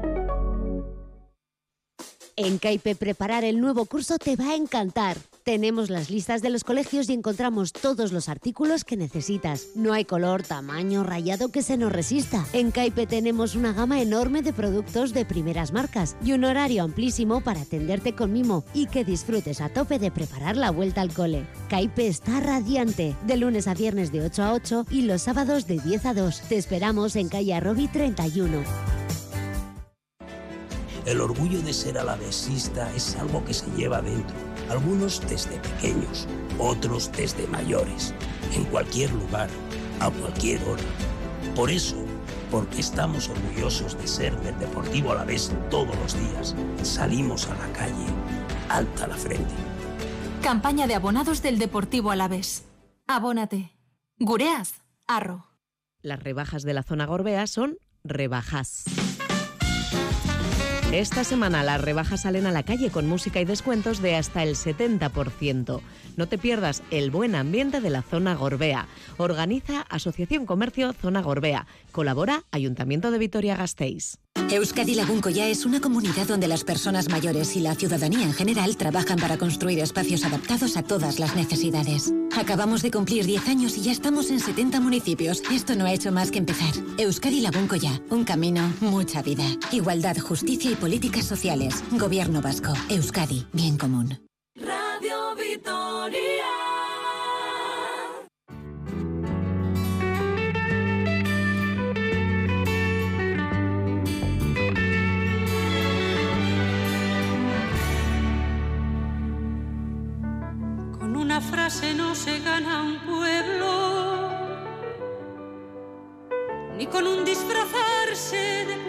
En Caipe preparar el nuevo curso te va a encantar. Tenemos las listas de los colegios y encontramos todos los artículos que necesitas. No hay color, tamaño, rayado que se nos resista. En Caipe tenemos una gama enorme de productos de primeras marcas y un horario amplísimo para atenderte con mimo y que disfrutes a tope de preparar la vuelta al cole. Caipe está radiante, de lunes a viernes de ocho a ocho y los sábados de diez a dos. Te esperamos en calle Arrobi treinta y uno. El orgullo de ser alavesista es algo que se lleva dentro, algunos desde pequeños, otros desde mayores, en cualquier lugar, a cualquier hora. Por eso, porque estamos orgullosos de ser del Deportivo Alavés todos los días, salimos a la calle, alta la frente. Campaña de abonados del Deportivo Alavés. Abónate. Gureaz, Arro. Las rebajas de la zona Gorbea son rebajas. Esta semana las rebajas salen a la calle con música y descuentos de hasta el setenta por ciento. No te pierdas el buen ambiente de la zona Gorbea. Organiza Asociación Comercio Zona Gorbea. Colabora Ayuntamiento de Vitoria-Gasteiz. Euskadi Lagunkoya es una comunidad donde las personas mayores y la ciudadanía en general trabajan para construir espacios adaptados a todas las necesidades. Acabamos de cumplir diez años y ya estamos en setenta municipios. Esto no ha hecho más que empezar. Euskadi Lagunkoya, un camino, mucha vida. Igualdad, justicia y políticas sociales. Gobierno vasco. Euskadi, bien común. Radio Vitoria. Una frase no se gana un pueblo, ni con un disfrazarse de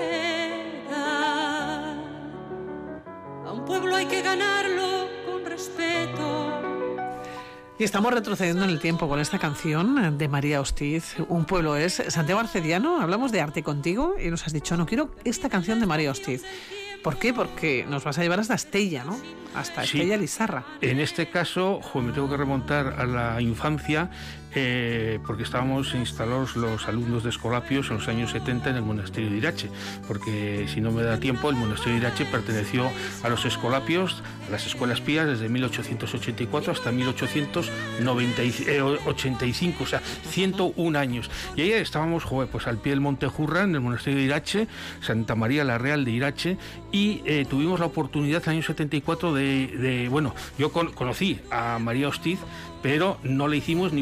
poeta. A un pueblo hay que ganarlo con respeto. Y estamos retrocediendo en el tiempo con esta canción de María Hostiz, Un pueblo es. Santiago Arcediano, hablamos de arte contigo y nos has dicho, no quiero esta canción de María Hostiz. ¿Por qué? Porque nos vas a llevar hasta Estella, ¿no? Hasta Estella, sí. Lizarra. En este caso, jo, me tengo que remontar a la infancia, eh, porque estábamos instalados los alumnos de Escolapios en los años setenta en el monasterio de Irache, porque si no me da tiempo, el monasterio de Irache perteneció a los Escolapios, a las escuelas pías, desde mil ochocientos ochenta y cuatro hasta mil ochocientos ochenta y cinco, o sea, ciento un años. Y ahí estábamos, jo, pues al pie del Monte Jurra, en el monasterio de Irache, Santa María la Real de Irache, y eh, tuvimos la oportunidad en el año setenta y cuatro de, de bueno, yo con, conocí a María Hostiz, pero no le hicimos ni puñetero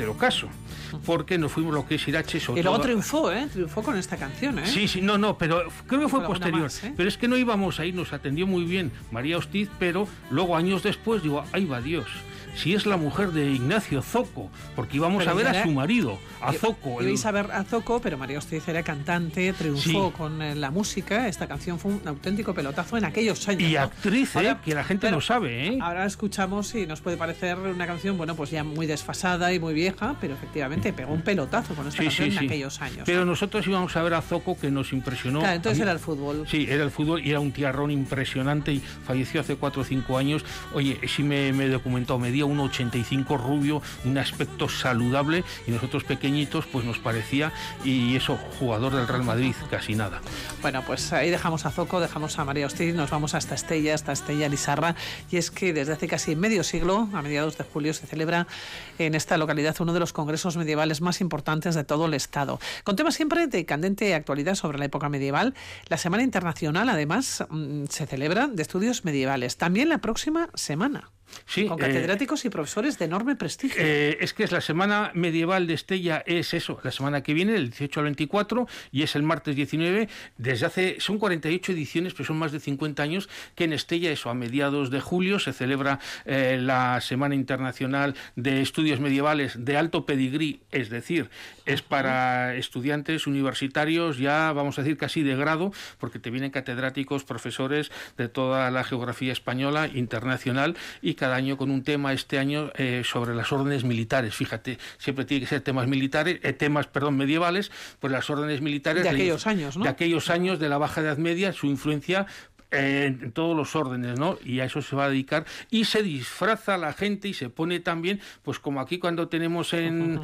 verdadero caso, porque nos fuimos lo que es Irache. Y luego todo... triunfó, ¿eh? Triunfó con esta canción, ¿eh? Sí, sí, no, no, pero creo que fue posterior. Más, ¿eh? Pero es que no íbamos ahí, nos atendió muy bien María Hostiz, pero luego años después digo, ahí va Dios. Si es la mujer de Ignacio Zoco, porque íbamos pero a ver era, a su marido, a Zoco. Ibais el... a ver a Zoco, pero María Hostiz era cantante, triunfó sí. con eh, la música. Esta canción fue un auténtico pelotazo en aquellos años. Y ¿no? actriz, ahora, eh, que la gente no sabe. ¿eh? Ahora escuchamos y nos puede parecer una canción, bueno, pues ya muy desfasada y muy vieja, pero efectivamente pegó un pelotazo con esta sí, canción sí, en sí. aquellos años. Pero ¿no? nosotros íbamos a ver a Zoco, que nos impresionó. Claro, entonces era el fútbol. Sí, era el fútbol y era un tiarrón impresionante y falleció hace cuatro o cinco años. Oye, sí me, me he documentado, medía uno ochenta y cinco, rubio, un aspecto saludable, y nosotros pequeñitos pues nos parecía, y eso, jugador del Real Madrid, casi nada. Bueno, pues ahí dejamos a Zoco, dejamos a María Hostiz, nos vamos hasta Estella, hasta Estella Lizarra, y es que desde hace casi medio siglo, a mediados de julio, se celebra en esta localidad uno de los congresos medievales más importantes de todo el estado, con temas siempre de candente actualidad sobre la época medieval. La Semana Internacional, además, se celebra de estudios medievales, también la próxima semana. Sí, con catedráticos eh, y profesores de enorme prestigio. Eh, es que es la Semana Medieval de Estella, es eso, la semana que viene, del dieciocho al veinticuatro, y es el martes diecinueve. Desde hace, son cuarenta y ocho ediciones, pero son más de cincuenta años que en Estella, eso, a mediados de julio, se celebra eh, la Semana Internacional de Estudios Medievales de alto pedigrí, es decir, es para estudiantes universitarios, ya vamos a decir casi de grado, porque te vienen catedráticos, profesores de toda la geografía española, internacional, y cada año con un tema. Este año eh, sobre las órdenes militares, fíjate, siempre tiene que ser temas militares, eh, temas, perdón, medievales, pues las órdenes militares de aquellos la, años, ¿no? De aquellos años de la Baja Edad Media, su influencia Eh, en todos los órdenes, ¿no? Y a eso se va a dedicar, y se disfraza la gente y se pone también, pues como aquí cuando tenemos en,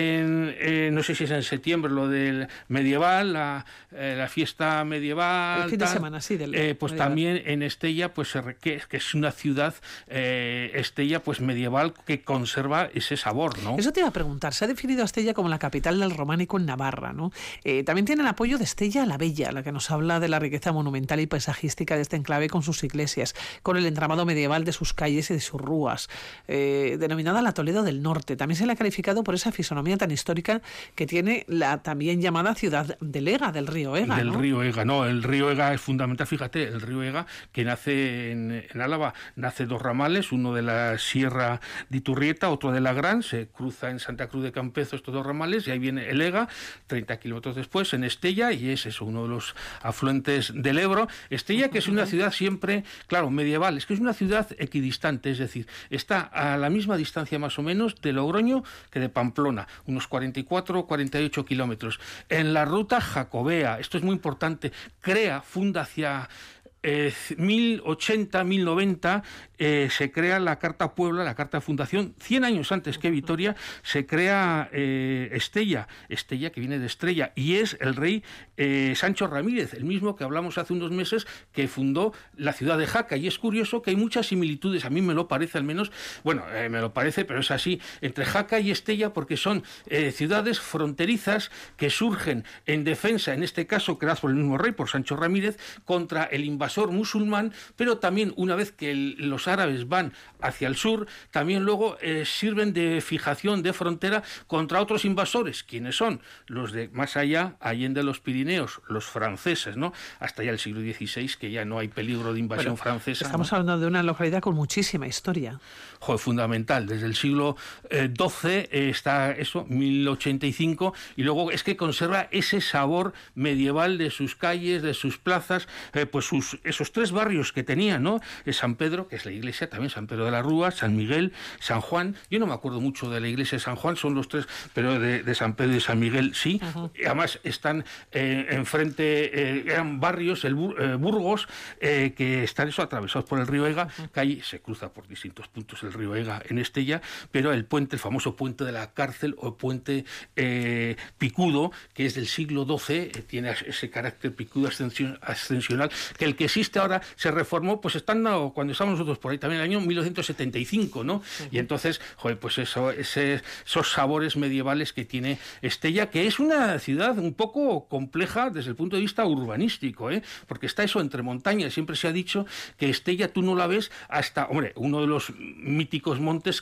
en eh, no sé si es en septiembre, lo del medieval, la, eh, la fiesta medieval, el fin tal, de semana, sí, del eh, pues medieval. También en Estella, pues que, que es una ciudad eh, Estella, pues medieval, que conserva ese sabor, ¿no? Eso te iba a preguntar, se ha definido a Estella como la capital del románico en Navarra, ¿no? Eh, también tiene el apoyo de Estella la Bella, la que nos habla de la riqueza monumental y paisajística de este enclave, con sus iglesias, con el entramado medieval de sus calles y de sus rúas, eh, denominada la Toledo del Norte. También se le ha calificado por esa fisonomía tan histórica que tiene la también llamada ciudad del Ega, del río Ega. Del ¿no? río Ega, no, el río Ega es fundamental, fíjate, el río Ega, que nace en, en Álava, nace dos ramales, uno de la Sierra de Iturrieta, otro de la Gran, se cruza en Santa Cruz de Campezo estos dos ramales, y ahí viene el Ega, treinta kilómetros después, en Estella, y es eso, uno de los afluentes del Ebro. Estella, que es una ciudad siempre, claro, medieval, es que es una ciudad equidistante, es decir, está a la misma distancia más o menos de Logroño que de Pamplona, unos cuarenta y cuatro o cuarenta y ocho kilómetros. En la ruta jacobea, esto es muy importante, crea, funda hacia Eh, mil ochenta, mil noventa, eh, se crea la Carta Puebla, la Carta de Fundación. Cien años antes que Vitoria se crea eh, Estella, Estella que viene de estrella, y es el rey eh, Sancho Ramírez, el mismo que hablamos hace unos meses, que fundó la ciudad de Jaca. Y es curioso que hay muchas similitudes, a mí me lo parece al menos, bueno, eh, me lo parece, pero es así, entre Jaca y Estella, porque son eh, ciudades fronterizas que surgen en defensa, en este caso creadas por el mismo rey, por Sancho Ramírez, contra el invasor musulmán, pero también una vez que el, los árabes van hacia el sur, también luego eh, sirven de fijación de frontera contra otros invasores. ¿Quiénes son? Los de más allá, allende los Pirineos, los franceses, ¿no? Hasta ya el siglo dieciséis, que ya no hay peligro de invasión bueno, francesa. Estamos ¿no? hablando de una localidad con muchísima historia. Joder, fundamental. Desde el siglo eh, doce eh, está eso, mil ochenta y cinco, y luego es que conserva ese sabor medieval de sus calles, de sus plazas, eh, pues sus esos tres barrios que tenía, ¿no? San Pedro, que es la iglesia, también San Pedro de la Rúa, San Miguel, San Juan. Yo no me acuerdo mucho de la iglesia de San Juan, son los tres, pero de, de San Pedro y San Miguel sí. Uh-huh. Además están eh, enfrente, eh, eran barrios, el eh, Burgos, eh, que están eso atravesados por el río Ega, uh-huh. que ahí se cruza por distintos puntos el río Ega en Estella, pero el puente, el famoso puente de la cárcel o puente eh, picudo, que es del siglo doce, eh, tiene ese carácter picudo ascension, ascensional, que el que existe ahora se reformó, pues estando cuando estábamos nosotros por ahí también, el año mil novecientos setenta y cinco, ¿no? Uh-huh. Y entonces, joder, pues eso, ese, esos sabores medievales que tiene Estella, que es una ciudad un poco compleja desde el punto de vista urbanístico, ¿eh? Porque está eso entre montañas. Siempre se ha dicho que Estella tú no la ves hasta, hombre, uno de los míticos montes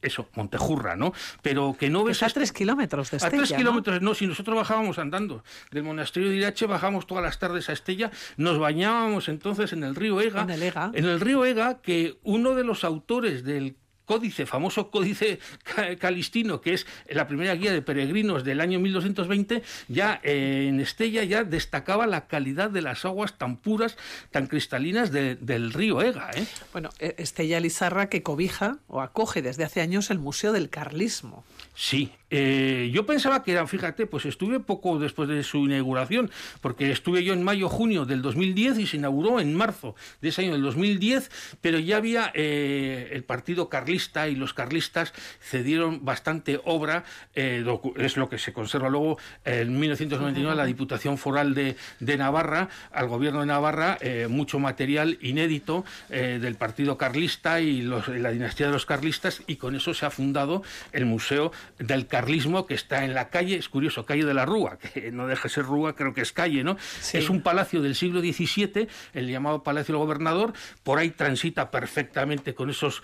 eso, Montejurra, ¿no? Pero que no ves... Está a tres kilómetros de Estella, A tres ¿no? kilómetros, no, si nosotros bajábamos andando del monasterio de Irache, bajamos todas las tardes a Estella, nos bañábamos entonces en el río Ega. En el Ega. En el río Ega, que uno de los autores del códice, famoso códice calistino, que es la primera guía de peregrinos del año mil doscientos veinte, ya eh, en Estella ya destacaba la calidad de las aguas tan puras, tan cristalinas de, del río Ega. ¿eh? Bueno, Estella Lizarra, que cobija o acoge desde hace años el Museo del Carlismo. Sí, eh, yo pensaba que eran, fíjate, pues estuve poco después de su inauguración, porque estuve yo en mayo, junio del dos mil diez y se inauguró en marzo de ese año del dos mil diez, pero ya había eh, el partido carlista y los carlistas cedieron bastante obra, eh, es lo que se conserva luego en mil novecientos noventa y nueve la Diputación Foral de, de Navarra, al gobierno de Navarra, eh, mucho material inédito eh, del partido carlista y los, la dinastía de los carlistas, y con eso se ha fundado el Museo del Carlismo, que está en la calle, es curioso, calle de la Rúa, que no deja de ser Rúa, creo que es calle, ¿no? Sí. Es un palacio del siglo diecisiete, el llamado Palacio del Gobernador, por ahí transita perfectamente con esos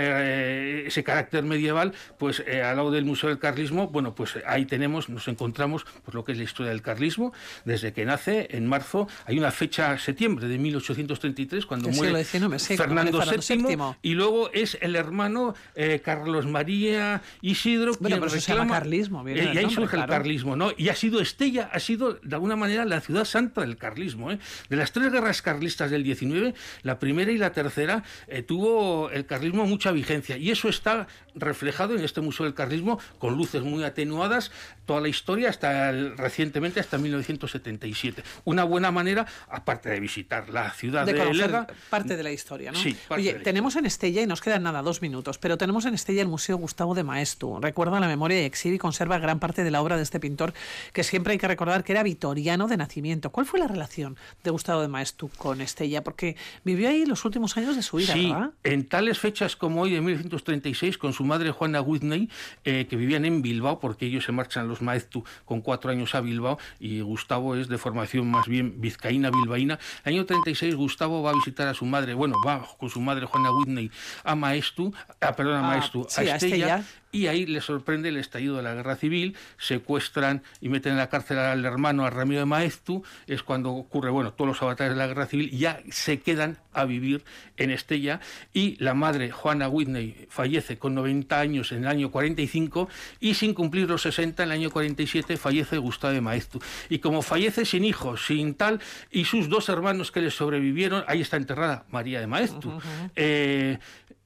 eh, ese carácter medieval, pues eh, al lado del Museo del Carlismo, bueno, pues ahí tenemos, nos encontramos pues lo que es la historia del carlismo, desde que nace en marzo, hay una fecha, septiembre de mil ochocientos treinta y tres, cuando muere diecinueve, sí, Fernando, Fernando séptimo, séptimo, y luego es el hermano eh, Carlos María Isidro, bueno, pero eso se llama carlismo, eh, y ahí nombre, surge claro. el carlismo, ¿no? Y ha sido Estella, ha sido de alguna manera la ciudad santa del carlismo, ¿eh? De las tres guerras carlistas del diecinueve, la primera y la tercera eh, tuvo el carlismo mucha vigencia, y eso está reflejado en este Museo del Carlismo, con luces muy atenuadas, toda la historia hasta el, recientemente hasta mil novecientos setenta y siete. Una buena manera, aparte de visitar la ciudad de, de conocer Lega, parte de la historia, ¿no? Sí, Oye, tenemos en Estella, y nos quedan nada, dos minutos, pero tenemos en Estella el Museo Gustavo de Maeztu. Recuerda la memoria y exhibe y conserva gran parte de la obra de este pintor, que siempre hay que recordar que era vitoriano de nacimiento. ¿Cuál fue la relación de Gustavo de Maeztu con Estella? Porque vivió ahí los últimos años de su vida, sí, ¿verdad? En tales fechas como hoy de mil novecientos treinta y seis, con su madre Juana Whitney, eh, que vivían en Bilbao, porque ellos se marchan los Maeztu con cuatro años a Bilbao, y Gustavo es de formación más bien vizcaína, bilbaína. El año treinta y seis Gustavo va a visitar a su madre, bueno, va con su madre Juana Whitney a Maeztu, a, perdón, a ah, Maeztu, sí, a, Estella, a Estella, y ahí le sorprende el estallido de la Guerra Civil, secuestran y meten en la cárcel al hermano, a Ramiro de Maeztu, es cuando ocurre, bueno, todos los avatares de la Guerra Civil, ya se quedan a vivir en Estella, y la madre, Juana Whitney, fallece con noventa años en el año cuarenta y cinco, y sin cumplir los sesenta, en el año cuarenta y siete, fallece Gustavo de Maeztu. Y como fallece sin hijos, sin tal, y sus dos hermanos que le sobrevivieron, ahí está enterrada María de Maeztu. Uh-huh. eh,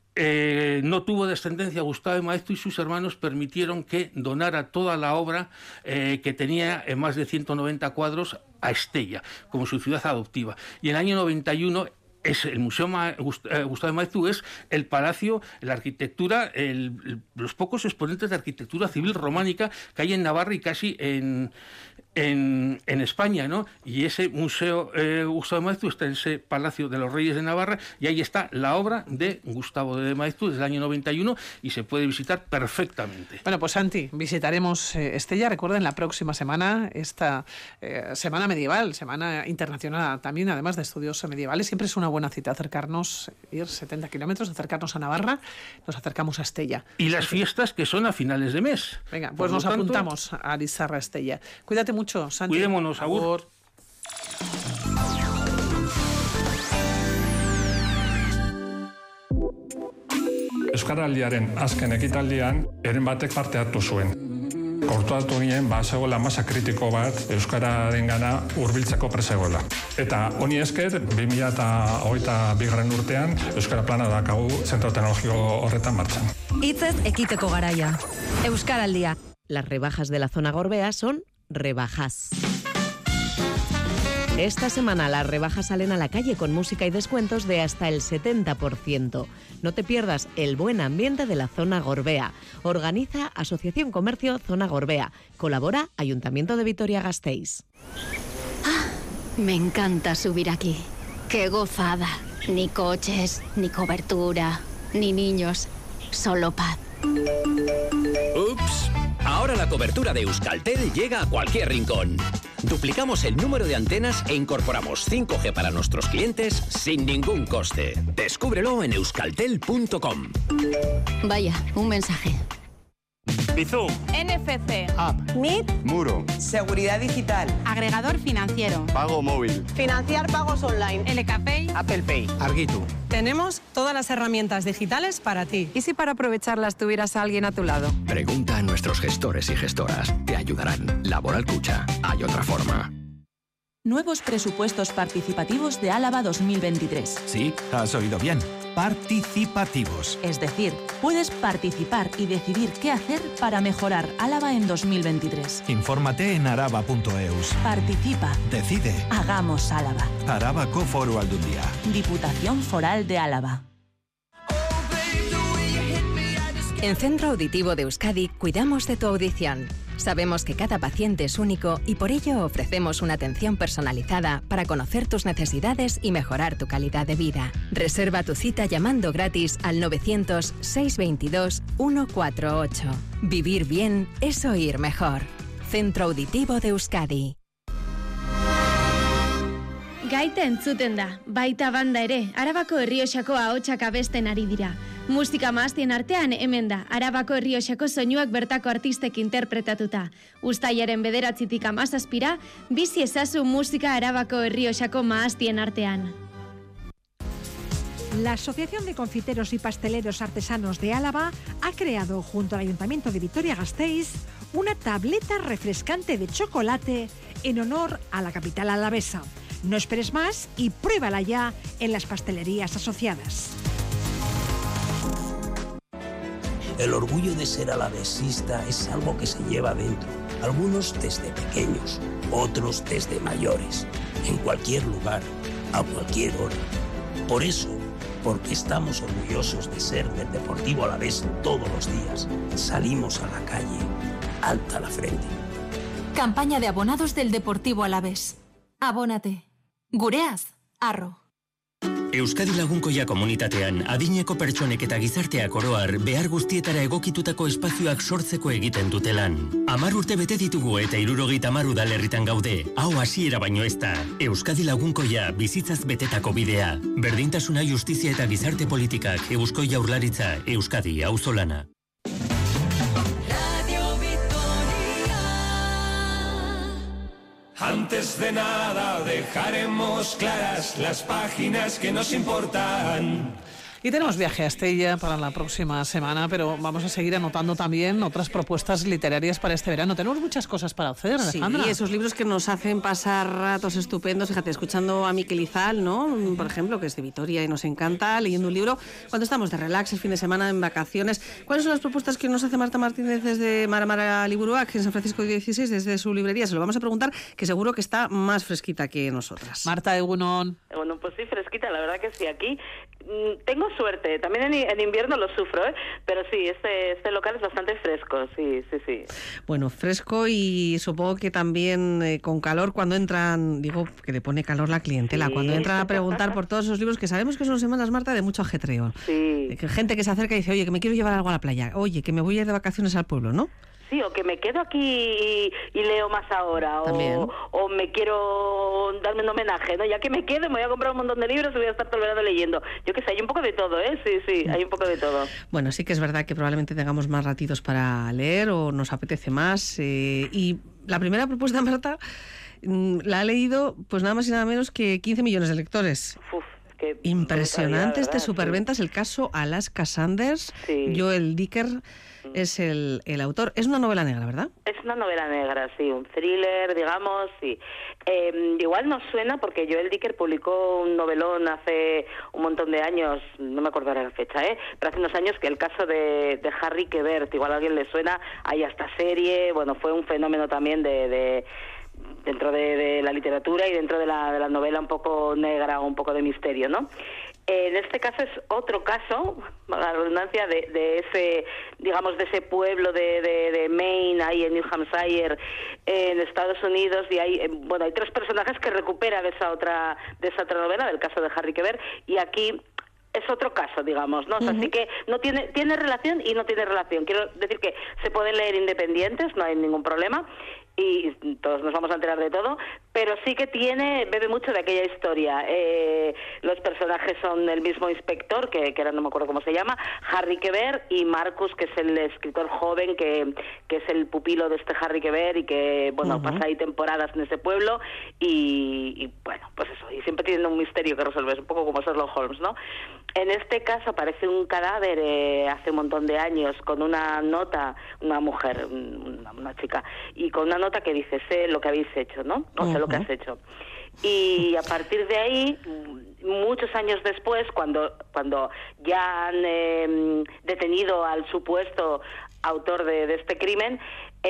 Eh, no tuvo descendencia Gustavo de Maeztu, y sus hermanos permitieron que donara toda la obra eh, que tenía en más de ciento noventa cuadros a Estella, como su ciudad adoptiva. Y en el año noventa y uno es el Museo Ma- Gustavo de Maeztu, es el palacio, la arquitectura, el, el, los pocos exponentes de arquitectura civil románica que hay en Navarra y casi en, en, en España, ¿no? Y ese Museo eh, Gustavo de Maeztu está en ese Palacio de los Reyes de Navarra, y ahí está la obra de Gustavo de Maeztu desde el año noventa y uno, y se puede visitar perfectamente. Bueno, pues Santi, visitaremos eh, Estella. Recuerden, la próxima semana, esta eh, semana medieval, semana internacional también, además de estudios medievales, siempre es una buena cita acercarnos, ir setenta kilómetros, acercarnos a Navarra, nos acercamos a Estella. Y las fiestas que son a finales de mes. Venga, pues nos tanto, apuntamos a Lizarra Estella. Cuídate mucho, Santi. Cuidémonos, agur. Euskaraldiaren azken ekitaldian, eren batek parte hartu zuen. Kortuatu ginen, ba, zegoela masa kritiko bat Euskararen gana hurbiltzeko presegoela. Eta honi esker, bi mila hogeita bigarren urtean, Euskara plana dakagu zentro teknologiko horretan martxan. Hitzez ekiteko garaia. Euskaraldia. Las rebajas de la zona Gorbea son rebajas. Esta semana las rebajas salen a la calle con música y descuentos de hasta el setenta por ciento. No te pierdas el buen ambiente de la zona Gorbea. Organiza Asociación Comercio Zona Gorbea. Colabora Ayuntamiento de Vitoria-Gasteiz. Ah, me encanta subir aquí. ¡Qué gozada! Ni coches, ni cobertura, ni niños. Solo paz. Ups. Ahora la cobertura de Euskaltel llega a cualquier rincón. Duplicamos el número de antenas e incorporamos cinco G para nuestros clientes sin ningún coste. Descúbrelo en euskaltel punto com. Vaya, un mensaje. Bizum. N F C. App. Meet. Muro. Seguridad digital. Agregador financiero. Pago móvil. Financiar pagos online. L K Pay. Apple Pay. Argitu. Tenemos todas las herramientas digitales para ti. ¿Y si para aprovecharlas tuvieras a alguien a tu lado? Pregunta a nuestros gestores y gestoras. Te ayudarán. Laboral Cucha. Hay otra forma. Nuevos presupuestos participativos de Álava dos mil veintitrés. Sí, has oído bien. Participativos. Es decir, puedes participar y decidir qué hacer para mejorar Álava en dos mil veintitrés. Infórmate en araba punto eus. Participa. Decide. Hagamos Álava. Arabako Foru Aldundia. Diputación Foral de Álava. En Centro Auditivo de Euskadi cuidamos de tu audición. Sabemos que cada paciente es único y por ello ofrecemos una atención personalizada para conocer tus necesidades y mejorar tu calidad de vida. Reserva tu cita llamando gratis al novecientos, seiscientos veintidós, ciento cuarenta y ocho. Vivir bien es oír mejor. Centro Auditivo de Euskadi. Gaita entzuten da, baita banda ere, Arabako Errioxako ahotsak abesten ari dira. Musika mahastien artean hemen da, Arabako Errioxako soinuak bertako artistek interpretatuta. Uztailaren bederatzitik hamazazpira, bizi ezazu musika Arabako Errioxako mahastien artean. La Asociación de Confiteros y Pasteleros Artesanos de Álava ha creado, junto al Ayuntamiento de Vitoria-Gasteiz, una tableta refrescante de chocolate en honor a la capital alavesa. No esperes más y pruébala ya en las pastelerías asociadas. El orgullo de ser alavesista es algo que se lleva dentro. Algunos desde pequeños, otros desde mayores. En cualquier lugar, a cualquier hora. Por eso, porque estamos orgullosos de ser del Deportivo Alavés todos los días, salimos a la calle, alta la frente. Campaña de abonados del Deportivo Alavés. Abónate. Gureaz, arro. Euskadi Lagunkoia komunitatean adineko pertsonek eta gizarteak oroar behar guztietara egokitutako espazioak sortzeko egiten dute lan. Hamar urte bete ditugu eta hirurogeita hamar udalerritan gaude. Hau hasiera baino ez da. Euskadi Lagunkoia bizitzaz betetako bidea. Berdintasuna, justizia eta gizarte politikak. Eusko Jaurlaritza, Euskadi auzolana. Antes de nada dejaremos claras las páginas que nos importan. Y tenemos viaje a Estella para la próxima semana, pero vamos a seguir anotando también otras propuestas literarias para este verano. Tenemos muchas cosas para hacer, Alejandra. Sí, esos libros que nos hacen pasar ratos estupendos. Fíjate, escuchando a Miquel Izal, ¿no? Por ejemplo, que es de Vitoria y nos encanta, leyendo un libro. Cuando estamos de relax, el fin de semana, en vacaciones. ¿Cuáles son las propuestas que nos hace Marta Martínez desde Mara Mara Liburuak, en San Francisco dieciséis, desde su librería? Se lo vamos a preguntar, que seguro que está más fresquita que nosotras. Marta, Egunon. Bueno, pues sí, fresquita, la verdad que sí. Aquí mmm, tengo suerte. También en, en invierno lo sufro, ¿eh? Pero sí, este, este local es bastante fresco, sí, sí, sí. Bueno, fresco y supongo que también eh, con calor cuando entran, digo, que le pone calor la clientela, sí. Cuando entran a preguntar por todos esos libros, que sabemos que son semanas, Marta, de mucho ajetreo. Sí. Gente que se acerca y dice, oye, que me quiero llevar algo a la playa, oye, que me voy a ir de vacaciones al pueblo, ¿no? Sí, o que me quedo aquí y, y leo más ahora, o, o me quiero darme un homenaje, ¿no? Ya que me quedo, me voy a comprar un montón de libros y voy a estar todo el verano leyendo. Yo qué sé, hay un poco de todo, ¿eh? Sí, sí, hay un poco de todo. Bueno, sí que es verdad que probablemente tengamos más ratitos para leer o nos apetece más. Eh, y la primera propuesta, Marta, la ha leído pues nada más y nada menos que quince millones de lectores. Uf. Que impresionantes ¿verdad? de superventas, sí. El caso Alaska Sanders, sí. Joel Dicker es el, el autor. Es una novela negra, ¿verdad? Es una novela negra, sí, un thriller, digamos, sí. Eh, igual nos suena porque Joel Dicker publicó un novelón hace un montón de años, no me acuerdo ahora la fecha, ¿eh? Pero hace unos años, que el caso de, de Harry Quebert, igual a alguien le suena, hay hasta serie, bueno, fue un fenómeno también de... de dentro de, de la literatura y dentro de la, de la novela un poco negra o un poco de misterio, ¿no? En este caso es otro caso, la redundancia, de, de ese, digamos, de ese pueblo de, de, de Maine, ahí en New Hampshire, en Estados Unidos, y hay, bueno, hay tres personajes que recupera de esa otra, de esa otra novela, del caso de Harry Quebert, y aquí es otro caso, digamos, ¿no? O sea, uh-huh. Así que no tiene, tiene relación y no tiene relación. Quiero decir que se pueden leer independientes, no hay ningún problema. y todos nos vamos a enterar de todo, pero sí que tiene, bebe mucho de aquella historia. Eh, los personajes son el mismo inspector, que, que ahora no me acuerdo cómo se llama, Harry Quebert, y Marcus, que es el escritor joven, que, que es el pupilo de este Harry Quebert y que, bueno, uh-huh. pasa ahí temporadas en ese pueblo y, y, bueno, pues eso, y siempre tiene un misterio que resolver, un poco como Sherlock Holmes, ¿no? En este caso aparece un cadáver eh, hace un montón de años con una nota, una mujer, una, una chica, y con una nota que dice, sé lo que habéis hecho, ¿no? O sé uh-huh. lo que has hecho. Y a partir de ahí, muchos años después, cuando, cuando ya han eh, detenido al supuesto autor de, de este crimen,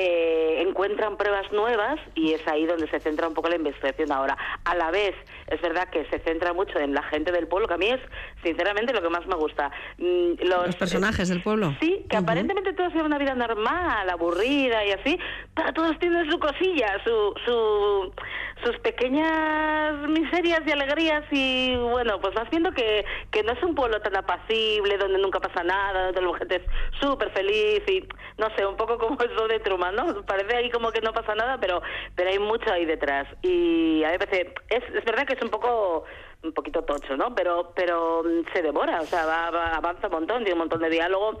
eh, encuentran pruebas nuevas y es ahí donde se centra un poco la investigación ahora. A la vez, es verdad que se centra mucho en la gente del pueblo, que a mí es, sinceramente, lo que más me gusta. Los, los personajes eh, del pueblo. Sí, que uh-huh. aparentemente todos llevan una vida normal, aburrida y así, pero todos tienen su cosilla, su, su, sus pequeñas miserias y alegrías y, bueno, pues vas viendo que, que no es un pueblo tan apacible, donde nunca pasa nada, donde la gente es súper feliz y, no sé, un poco como eso de Truman, ¿no? Parece ahí como que no pasa nada, pero pero hay mucho ahí detrás. Y a mí me parece, es, es verdad que es un poco un poquito tocho, ¿no? Pero pero se devora, o sea, va, va, avanza un montón, tiene un montón de diálogo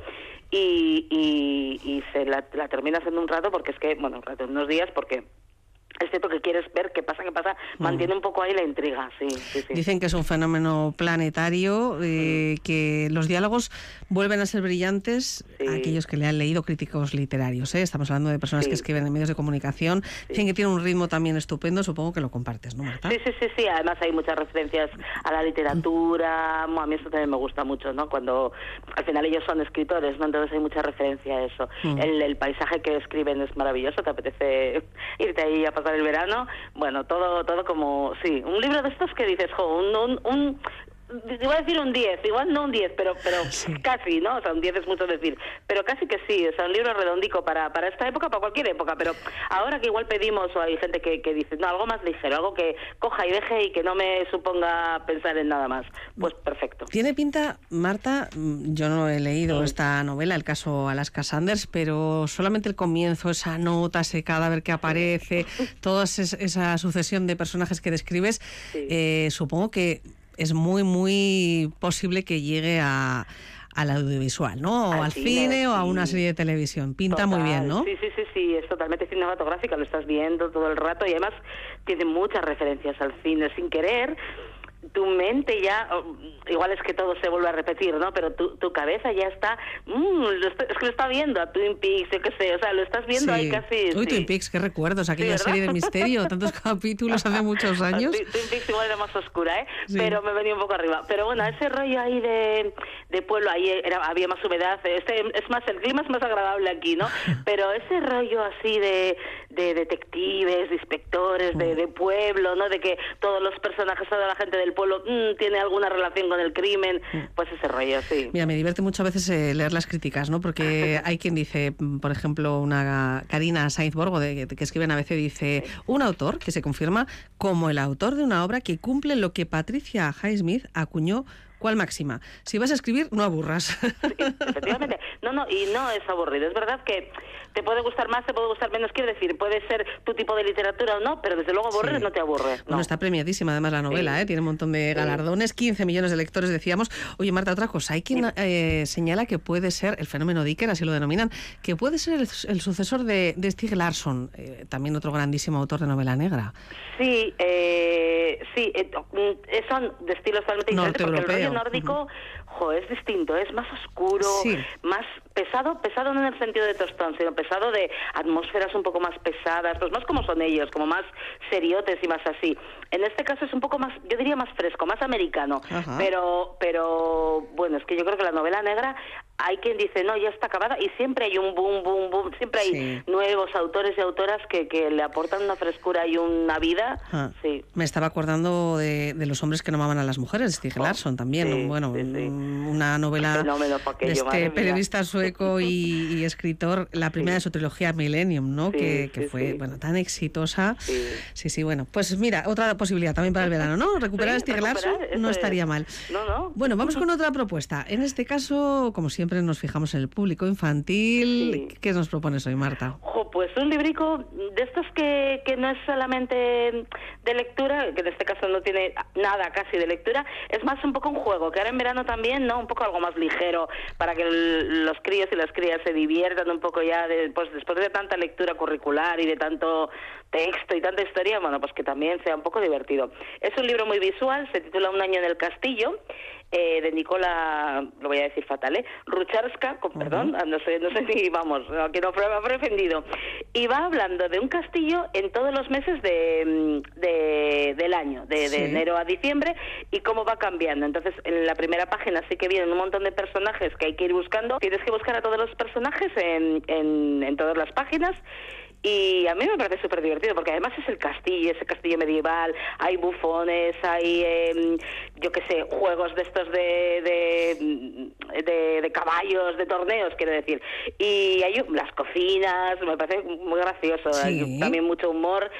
y, y, y se la, la terminas en un rato, porque es que, bueno, un rato, unos días, porque es cierto que quieres ver qué pasa, qué pasa, mantiene un poco ahí la intriga, sí, sí, sí. Dicen que es un fenómeno planetario, eh, mm. que los diálogos vuelven a ser brillantes sí. a aquellos que le han leído, críticos literarios, ¿eh? Estamos hablando de personas sí. que escriben en medios de comunicación, sí. dicen que tiene un ritmo también estupendo, supongo que lo compartes, ¿no, Marta? Sí, sí, sí, sí, además hay muchas referencias a la literatura, mm. a mí eso también me gusta mucho, ¿no? Cuando al final ellos son escritores, ¿no? Entonces hay mucha referencia a eso. Mm. El, el paisaje que escriben es maravilloso, te apetece irte ahí a pasar el verano, bueno, todo todo como, sí, un libro de estos que dices, jo, un, un, un iba a decir un diez, igual no un diez, pero pero sí. casi, ¿no? O sea, un diez es mucho decir, pero casi que sí, o sea, un libro redondico para para esta época, para cualquier época, pero ahora que igual pedimos, o hay gente que, que dice, no, algo más ligero, algo que coja y deje y que no me suponga pensar en nada más, pues perfecto. Tiene pinta, Marta, yo no he leído sí. esta novela, el caso Alaska Sanders, pero solamente el comienzo, esa nota, ese cadáver que aparece, toda esa sucesión de personajes que describes, sí. eh, supongo que es muy, muy posible que llegue a, al audiovisual, ¿no? O al, al cine, cine o a una serie de televisión. Pinta Total. muy bien, ¿no? Sí, sí, sí, sí, es totalmente cinematográfica, lo estás viendo todo el rato y además tiene muchas referencias al cine sin querer. Tu mente ya, igual es que todo se vuelve a repetir, ¿no? Pero tu, tu cabeza ya está, mmm, lo está, es que lo está viendo a Twin Peaks, yo qué sé, o sea, lo estás viendo sí. ahí casi. Uy, sí. Twin Peaks, qué recuerdos, aquella sí, serie de misterio, tantos capítulos hace muchos años. Twin Peaks igual era más oscura, ¿eh? Sí. Pero me venía un poco arriba. Pero bueno, ese rollo ahí de, de pueblo, ahí era, había más humedad, este, es más, el clima es más agradable aquí, ¿no? Pero ese rollo así de, de detectives, de inspectores, de, de pueblo, ¿no? De que todos los personajes, toda la gente del pueblo mmm, tiene alguna relación con el crimen, pues ese rollo, sí. Mira, me divierte mucho a veces eh, leer las críticas, ¿no? Porque hay quien dice, por ejemplo, una Karina Sainz Borgo, de, de, que escribe en A B C, dice, sí. un autor que se confirma como el autor de una obra que cumple lo que Patricia Highsmith acuñó ¿cuál máxima? Si vas a escribir, no aburras. Sí, efectivamente. No, no, y no es aburrido. Es verdad que te puede gustar más, te puede gustar menos. Quiero decir, puede ser tu tipo de literatura o no, pero desde luego aburrir sí. no te aburre. No. Bueno, está premiadísima además la novela, sí. ¿eh? Tiene un montón de galardones, quince millones de lectores, decíamos. Oye, Marta, otra cosa. Hay quien eh, señala que puede ser el fenómeno Dickens, así lo denominan, que puede ser el, el sucesor de, de Stieg Larsson, eh, también otro grandísimo autor de novela negra. Sí, eh, sí, eh, son de estilos totalmente diferentes, porque el rollo nórdico, uh-huh. jo, es distinto, es más oscuro, sí. más pesado, pesado no en el sentido de tostón, sino pesado de atmósferas un poco más pesadas, pues más como son ellos, como más seriotes y más así. En este caso es un poco más, yo diría más fresco, más americano, uh-huh. pero pero bueno, es que yo creo que la novela negra hay quien dice, no, ya está acabada, y siempre hay un boom, boom, boom, siempre hay sí. nuevos autores y autoras que, que le aportan una frescura y una vida. Ah, sí. Me estaba acordando de, de Los hombres que no amaban a las mujeres, Stieg oh, Larsson también, sí, bueno, sí, sí. una novela de este periodista sueco y, y escritor, la primera primera de su trilogía Millennium, ¿no? Sí, que que sí, fue sí. bueno tan exitosa. Sí. sí, sí, bueno. Pues mira, otra posibilidad también para el verano, ¿no? Recuperar Sí, este Larso recuperar, no eso estaría es. mal. No, no. Bueno, vamos con otra propuesta. En este caso, como siempre, nos fijamos en el público infantil. Sí. ¿Qué nos propones hoy, Marta? Jo, pues un librico de estos que, que no es solamente de lectura, que en este caso no tiene nada casi de lectura, es más un poco un juego, que ahora en verano también, ¿no? Un poco algo más ligero, para que el, los críos y las crías se diviertan un poco ya de, pues, después de tanta lectura curricular y de tanto texto y tanta historia, bueno, pues que también sea un poco divertido. Es un libro muy visual, se titula Un año en el castillo, eh, de Nicola, lo voy a decir fatal, ¿eh? Rucharska, con perdón, no sé, no sé si, vamos, que no me ha ofendido. Y va hablando de un castillo en todos los meses de, de del año, de, Sí. de enero a diciembre, y cómo va cambiando. Entonces, en la primera página sí que vienen un montón de personajes que hay que ir buscando. Tienes que buscar a todos los personajes en, en, en todas las páginas. Y a mí me parece súper divertido, porque además es el castillo, ese castillo medieval, hay bufones, hay, eh, yo qué sé, juegos de estos de, de, de, de caballos, de torneos, quiero decir. Y hay las cocinas, me parece muy gracioso, Sí. hay también mucho humor.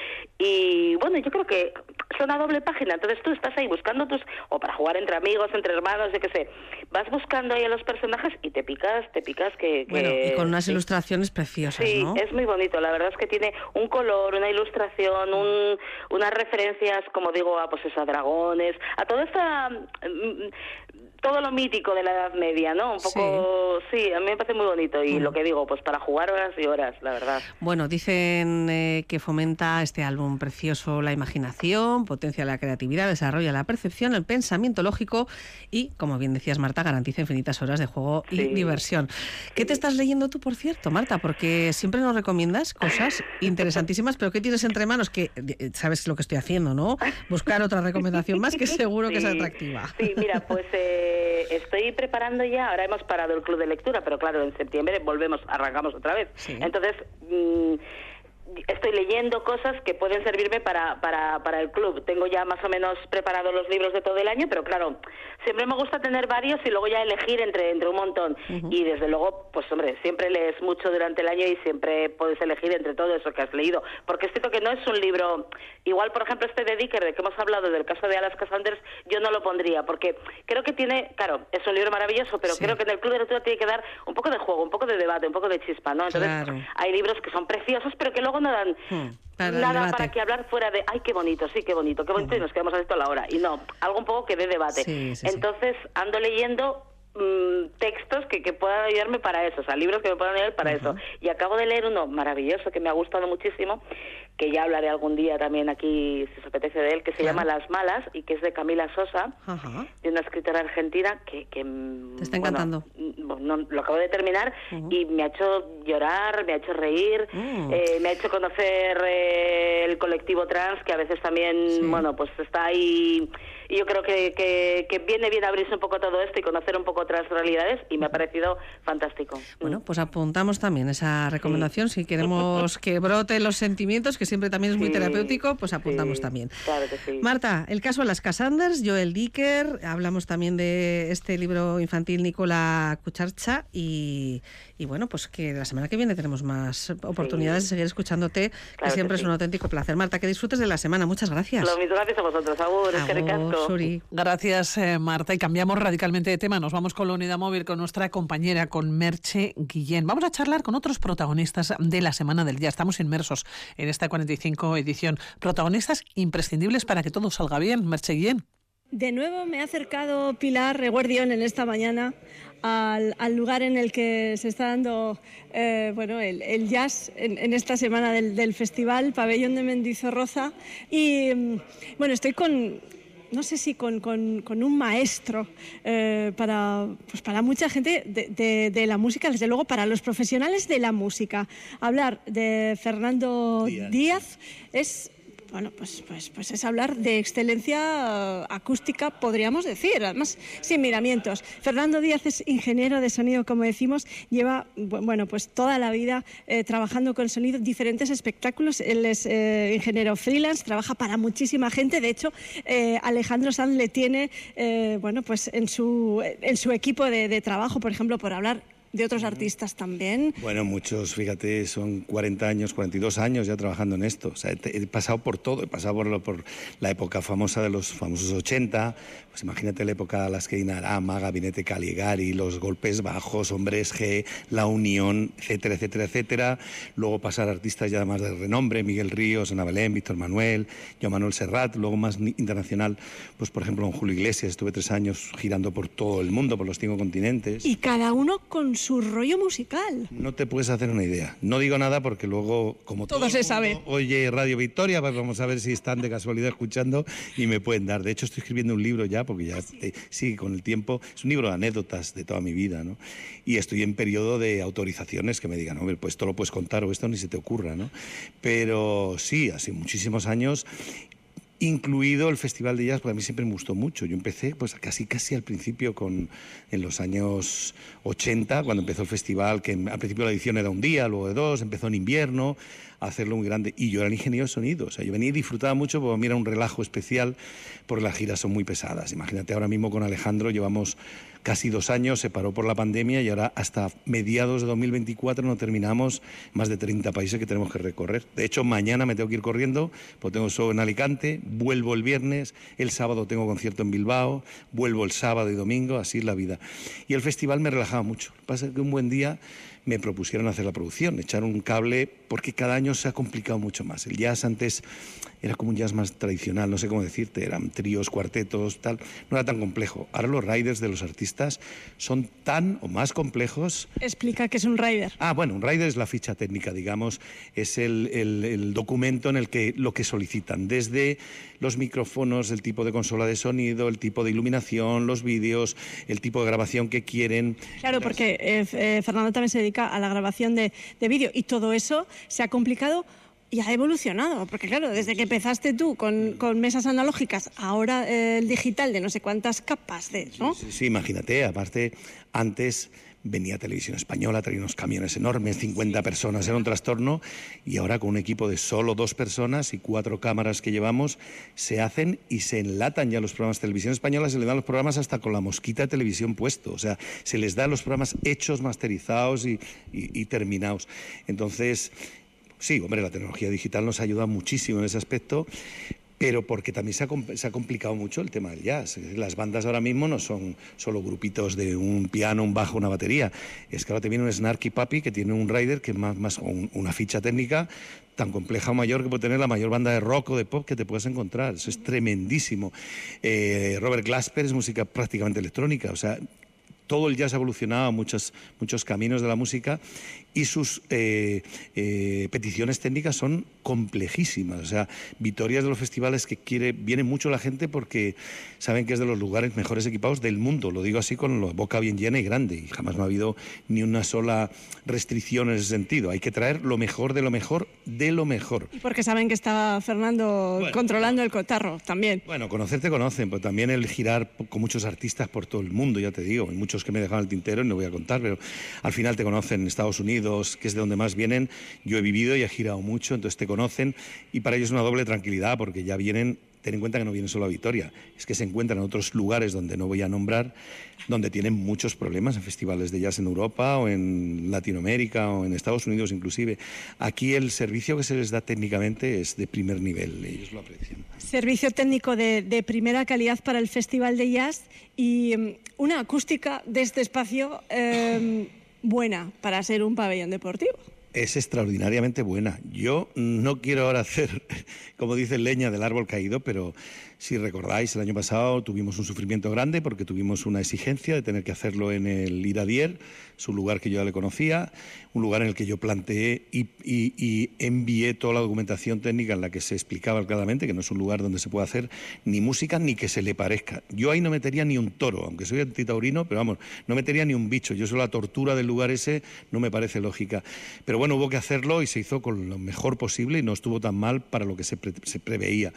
Y bueno, yo creo que son a doble página, entonces tú estás ahí buscando tus, o para jugar entre amigos, entre hermanos, yo qué sé, vas buscando ahí a los personajes y te picas, te picas que... que Bueno, y con unas sí. ilustraciones preciosas, Sí, ¿no? es muy bonito, la verdad es que tiene un color, una ilustración, un, unas referencias, como digo, a pues eso, a dragones, a toda esta mm, todo lo mítico de la Edad Media, ¿no? Un poco, sí, sí a mí me parece muy bonito y Mm. lo que digo, pues para jugar horas y horas, la verdad. Bueno, dicen eh, que fomenta este álbum precioso la imaginación, potencia la creatividad, desarrolla la percepción, el pensamiento lógico y, como bien decías, Marta, garantiza infinitas horas de juego y Sí. diversión. ¿Qué te estás leyendo tú, por cierto, Marta? Porque siempre nos recomiendas cosas interesantísimas, pero ¿qué tienes entre manos? Que eh, sabes lo que estoy haciendo, ¿no? Buscar otra recomendación más que seguro que es Sí. atractiva. Sí, mira, pues eh, estoy preparando ya, ahora hemos parado el club de lectura, pero claro, en septiembre volvemos, arrancamos otra vez. Sí. Entonces, mm, estoy leyendo cosas que pueden servirme para, para, para el club. Tengo ya más o menos preparados los libros de todo el año, pero claro, siempre me gusta tener varios y luego ya elegir entre, entre un montón. Ujú. Y desde luego, pues hombre, siempre lees mucho durante el año y siempre puedes elegir entre todo eso que has leído. Porque es cierto que no es un libro... Igual, por ejemplo, este de Dicker, de que hemos hablado, del caso de Alaska Sanders, yo no lo pondría, porque creo que tiene... Claro, es un libro maravilloso, pero Sí. creo que en el club de lectura tiene que dar un poco de juego, un poco de debate, un poco de chispa, ¿no? Entonces, Claro. hay libros que son preciosos, pero que luego no dan Hmm, para el nada debate. para que hablar fuera de, ay, qué bonito, sí, qué bonito, qué bonito, y nos quedamos a esto a la hora. Y no, algo un poco que dé debate. Sí, sí, sí. Entonces, ando leyendo mm, textos que, que puedan ayudarme para eso, o sea, libros que me puedan ayudar para eso. Y acabo de leer uno maravilloso que me ha gustado muchísimo, que ya hablaré algún día también aquí, si os apetece, de él, que se Claro. llama Las Malas, y que es de Camila Sosa, Ajá. de una escritora argentina que... que Te está encantando. Bueno, no, lo acabo de terminar y me ha hecho llorar, me ha hecho reír, Mm. eh, me ha hecho conocer eh, el colectivo trans, que a veces también, bueno, pues está ahí, y yo creo que, que, que viene bien abrirse un poco todo esto y conocer un poco otras realidades, y me ha parecido fantástico. Bueno, pues apuntamos también esa recomendación. Si queremos que broten los sentimientos, que siempre también es muy Sí, terapéutico, pues apuntamos sí, también. Claro que sí. Marta, el caso de las Sanders, Joel Dicker, hablamos también de este libro infantil Nicola Kucharcha y, y bueno, pues que la semana que viene tenemos más oportunidades de seguir escuchándote, que Claro que siempre es sí. un auténtico placer. Marta, que disfrutes de la semana. Muchas gracias. Lo mismo, gracias a vosotros. Agur, es que recasco. Suri. Gracias, eh, Marta. Y cambiamos radicalmente de tema. Nos vamos con la unidad móvil, con nuestra compañera, con Merche Guillén. Vamos a charlar con otros protagonistas de la Semana del Día. Estamos inmersos en esta cuarenta y cinco edición. Protagonistas imprescindibles para que todo salga bien. Merche Guillén. De nuevo me ha acercado Pilar Reguardión en esta mañana al, al lugar en el que se está dando eh, bueno, el, el jazz en, en esta semana del, del festival, Pabellón de Mendizorroza. Y mm, bueno, estoy con... no sé si con, con, con un maestro eh, para, pues para mucha gente de, de, de la música, desde luego para los profesionales de la música. Hablar de Fernando Díaz, Díaz es... Bueno, pues, pues, pues es hablar de excelencia uh, acústica, podríamos decir, además sin miramientos. Fernando Díaz es ingeniero de sonido, como decimos, lleva bueno, pues toda la vida eh, trabajando con sonido, diferentes espectáculos. Él es eh, ingeniero freelance, trabaja para muchísima gente. De hecho, eh, Alejandro Sanz le tiene eh, bueno, pues en su, en su equipo de, de trabajo, por ejemplo, por hablar de otros artistas también. Bueno, muchos, fíjate, son cuarenta años, cuarenta y dos años ya trabajando en esto. O sea, he, he pasado por todo, he pasado por, lo, por la época famosa de los famosos ochenta, pues imagínate la época de las que Dinarama, Gabinete Caligari, los golpes bajos, Hombres G, La Unión, etcétera, etcétera, etcétera. Luego pasar a artistas ya más de renombre, Miguel Ríos, Ana Belén, Víctor Manuel, Joan Manuel Serrat. Luego más internacional, pues por ejemplo con Julio Iglesias, estuve tres años girando por todo el mundo, por los cinco continentes. Y cada uno con su rollo musical. No te puedes hacer una idea. No digo nada porque luego, como todo, todo se sabe. Oye Radio Victoria, pues vamos a ver si están de casualidad escuchando y me pueden dar. De hecho, estoy escribiendo un libro ya, porque ya, te, sí, con el tiempo, es un libro de anécdotas de toda mi vida, ¿no? Y estoy en periodo de autorizaciones que me digan, hombre, pues esto lo puedes contar o esto ni se te ocurra, ¿no? Pero sí, hace muchísimos años, incluido el Festival de Jazz, porque a mí siempre me gustó mucho. Yo empecé pues casi casi al principio, con, en los años ochenta, cuando empezó el festival, que al principio la edición era un día, luego de dos, empezó en invierno, a hacerlo muy grande. Y yo era el ingeniero de sonido, o sea, yo venía y disfrutaba mucho, porque a mí era un relajo especial, porque las giras son muy pesadas. Imagínate, ahora mismo con Alejandro llevamos casi dos años, se paró por la pandemia y ahora hasta mediados de dos mil veinticuatro no terminamos más de treinta países que tenemos que recorrer. De hecho, mañana me tengo que ir corriendo, porque tengo show en Alicante, vuelvo el viernes, el sábado tengo concierto en Bilbao, vuelvo el sábado y domingo, así es la vida. Y el festival me relajaba mucho. Lo que pasa es que un buen día me propusieron hacer la producción, echar un cable, porque cada año se ha complicado mucho más. El jazz antes era como un jazz más tradicional, no sé cómo decirte, eran tríos, cuartetos, tal, no era tan complejo. Ahora los riders de los artistas son tan o más complejos. Explica qué es un rider. Ah, bueno, un rider es la ficha técnica, digamos, es el, el, el documento en el que lo que solicitan, desde los micrófonos, el tipo de consola de sonido, el tipo de iluminación, los vídeos, el tipo de grabación que quieren. Claro, porque eh, eh, Fernando también se dedica a la grabación de, de vídeo, y todo eso se ha complicado y ha evolucionado, porque claro, desde que empezaste tú con, con mesas analógicas, ahora eh, el digital de no sé cuántas capas de, ¿no? Sí, sí, sí, imagínate, aparte, antes venía Televisión Española, traía unos camiones enormes, cincuenta personas, era un trastorno, y ahora con un equipo de solo dos personas y cuatro cámaras que llevamos, se hacen y se enlatan ya los programas. Televisión Española se le dan los programas hasta con la mosquita de televisión puesto, o sea, se les da los programas hechos, masterizados y, y, y terminados. Entonces, sí, hombre, la tecnología digital nos ayuda muchísimo en ese aspecto, pero porque también se ha, se ha complicado mucho el tema del jazz. Las bandas ahora mismo no son solo grupitos de un piano, un bajo, una batería. Es que ahora te viene un Snarky Puppy que tiene un rider que es más, más un, una ficha técnica tan compleja o mayor que puede tener la mayor banda de rock o de pop que te puedes encontrar. Eso es tremendísimo. Eh, Robert Glasper es música prácticamente electrónica, o sea, todo el jazz ha evolucionado a muchos, muchos caminos de la música, y sus eh, eh, peticiones técnicas son complejísimas. O sea, victorias de los festivales que quiere, viene mucho la gente porque saben que es de los lugares mejores equipados del mundo. Lo digo así con la boca bien llena y grande, y jamás no ha habido ni una sola restricción en ese sentido. Hay que traer lo mejor de lo mejor de lo mejor. Y porque saben que está Fernando bueno, controlando el cotarro también. Bueno, conocerte conocen, pero también el girar con muchos artistas por todo el mundo, ya te digo. Hay muchos que me dejan el tintero y no voy a contar, pero al final te conocen en Estados Unidos, que es de donde más vienen. Yo he vivido y he girado mucho, entonces te conocen, y para ellos es una doble tranquilidad, porque ya vienen. Ten en cuenta que no vienen solo a Vitoria, es que se encuentran en otros lugares donde no voy a nombrar, donde tienen muchos problemas en festivales de jazz en Europa o en Latinoamérica o en Estados Unidos inclusive. Aquí el servicio que se les da técnicamente es de primer nivel, ellos lo aprecian. Servicio técnico de, de primera calidad para el Festival de Jazz, y um, una acústica de este espacio eh, buena para ser un pabellón deportivo. Es extraordinariamente buena. Yo no quiero ahora hacer, como dicen, leña del árbol caído, pero si recordáis, el año pasado tuvimos un sufrimiento grande porque tuvimos una exigencia de tener que hacerlo en el Iradier, su lugar que yo ya le conocía, un lugar en el que yo planteé y, y, y envié toda la documentación técnica en la que se explicaba claramente que no es un lugar donde se puede hacer ni música ni que se le parezca. Yo ahí no metería ni un toro, aunque soy antitaurino, pero vamos, no metería ni un bicho. Yo solo la tortura del lugar ese no me parece lógica. Pero bueno, hubo que hacerlo y se hizo con lo mejor posible y no estuvo tan mal para lo que se, pre se preveía.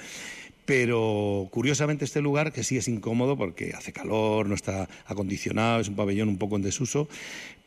Pero curiosamente este lugar, que sí es incómodo porque hace calor, no está acondicionado, es un pabellón un poco en desuso,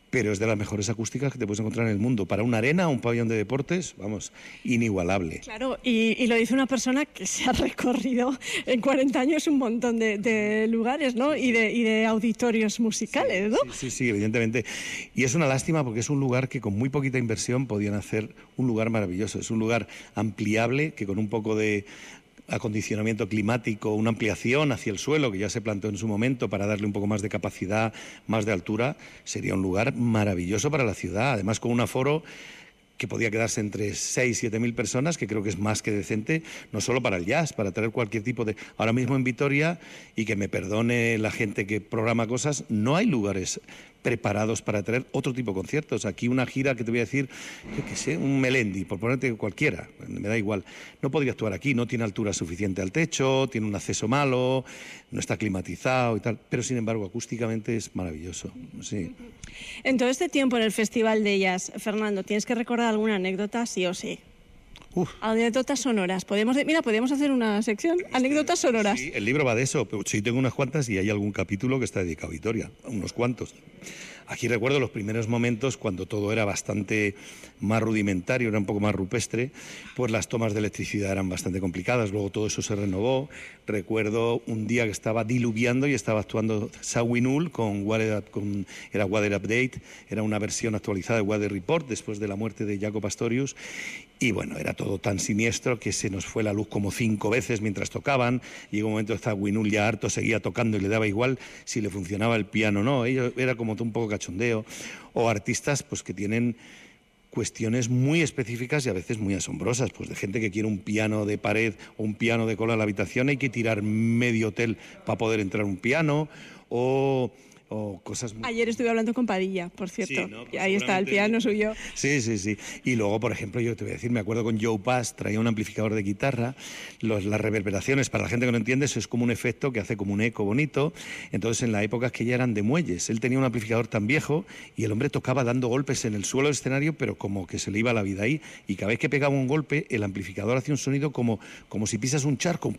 pero es de las mejores acústicas que te puedes encontrar en el mundo. Para una arena o un pabellón de deportes, vamos, inigualable. Claro, y, y lo dice una persona que se ha recorrido en cuarenta años un montón de, de lugares, ¿no? Y de, y de auditorios musicales, ¿no? Sí, sí, sí, evidentemente. Y es una lástima porque es un lugar que con muy poquita inversión podían hacer un lugar maravilloso. Es un lugar ampliable que con un poco de acondicionamiento climático, una ampliación hacia el suelo que ya se planteó en su momento para darle un poco más de capacidad, más de altura, sería un lugar maravilloso para la ciudad, además con un aforo que podía quedarse entre seis y siete mil personas, que creo que es más que decente, no solo para el jazz, para traer cualquier tipo de... Ahora mismo en Vitoria, y que me perdone la gente que programa cosas, no hay lugares preparados para traer otro tipo de conciertos. Aquí una gira que te voy a decir, yo qué sé, un Melendi, por ponerte cualquiera, me da igual. No podría actuar aquí, no tiene altura suficiente al techo, tiene un acceso malo, no está climatizado y tal, pero sin embargo acústicamente es maravilloso. Sí. En todo este tiempo en el Festival de Jazz, Fernando, ¿tienes que recordar alguna anécdota, sí o sí? Uf. Anécdotas sonoras. Podemos, mira, podemos hacer una sección, anécdotas sonoras. Sí, el libro va de eso, pero sí tengo unas cuantas y hay algún capítulo que está dedicado a Vitoria, unos cuantos. Aquí recuerdo los primeros momentos cuando todo era bastante más rudimentario, era un poco más rupestre, pues las tomas de electricidad eran bastante complicadas, luego todo eso se renovó. Recuerdo un día que estaba diluviando y estaba actuando Sawinul con Weather, con, era Weather Update, era una versión actualizada de Weather Report después de la muerte de Jaco Pastorius. Y bueno, era todo tan siniestro que se nos fue la luz como cinco veces mientras tocaban. Llegó un momento que Zawinul ya harto seguía tocando y le daba igual si le funcionaba el piano o no. Ello era como un poco cachondeo. O artistas pues que tienen cuestiones muy específicas y a veces muy asombrosas, pues de gente que quiere un piano de pared o un piano de cola en la habitación, hay que tirar medio hotel para poder entrar un piano, o... o cosas muy... Ayer estuve hablando con Padilla, por cierto. Sí, ¿no? Pues ahí está, el piano suyo. Sí, sí, sí. Y luego, por ejemplo, yo te voy a decir, me acuerdo con Joe Pass, traía un amplificador de guitarra, los, las reverberaciones, para la gente que no entiende, eso es como un efecto que hace como un eco bonito. Entonces, en la época que ya eran de muelles, él tenía un amplificador tan viejo y el hombre tocaba dando golpes en el suelo del escenario, pero como que se le iba la vida ahí. Y cada vez que pegaba un golpe, el amplificador hacía un sonido como, como si pisas un charco.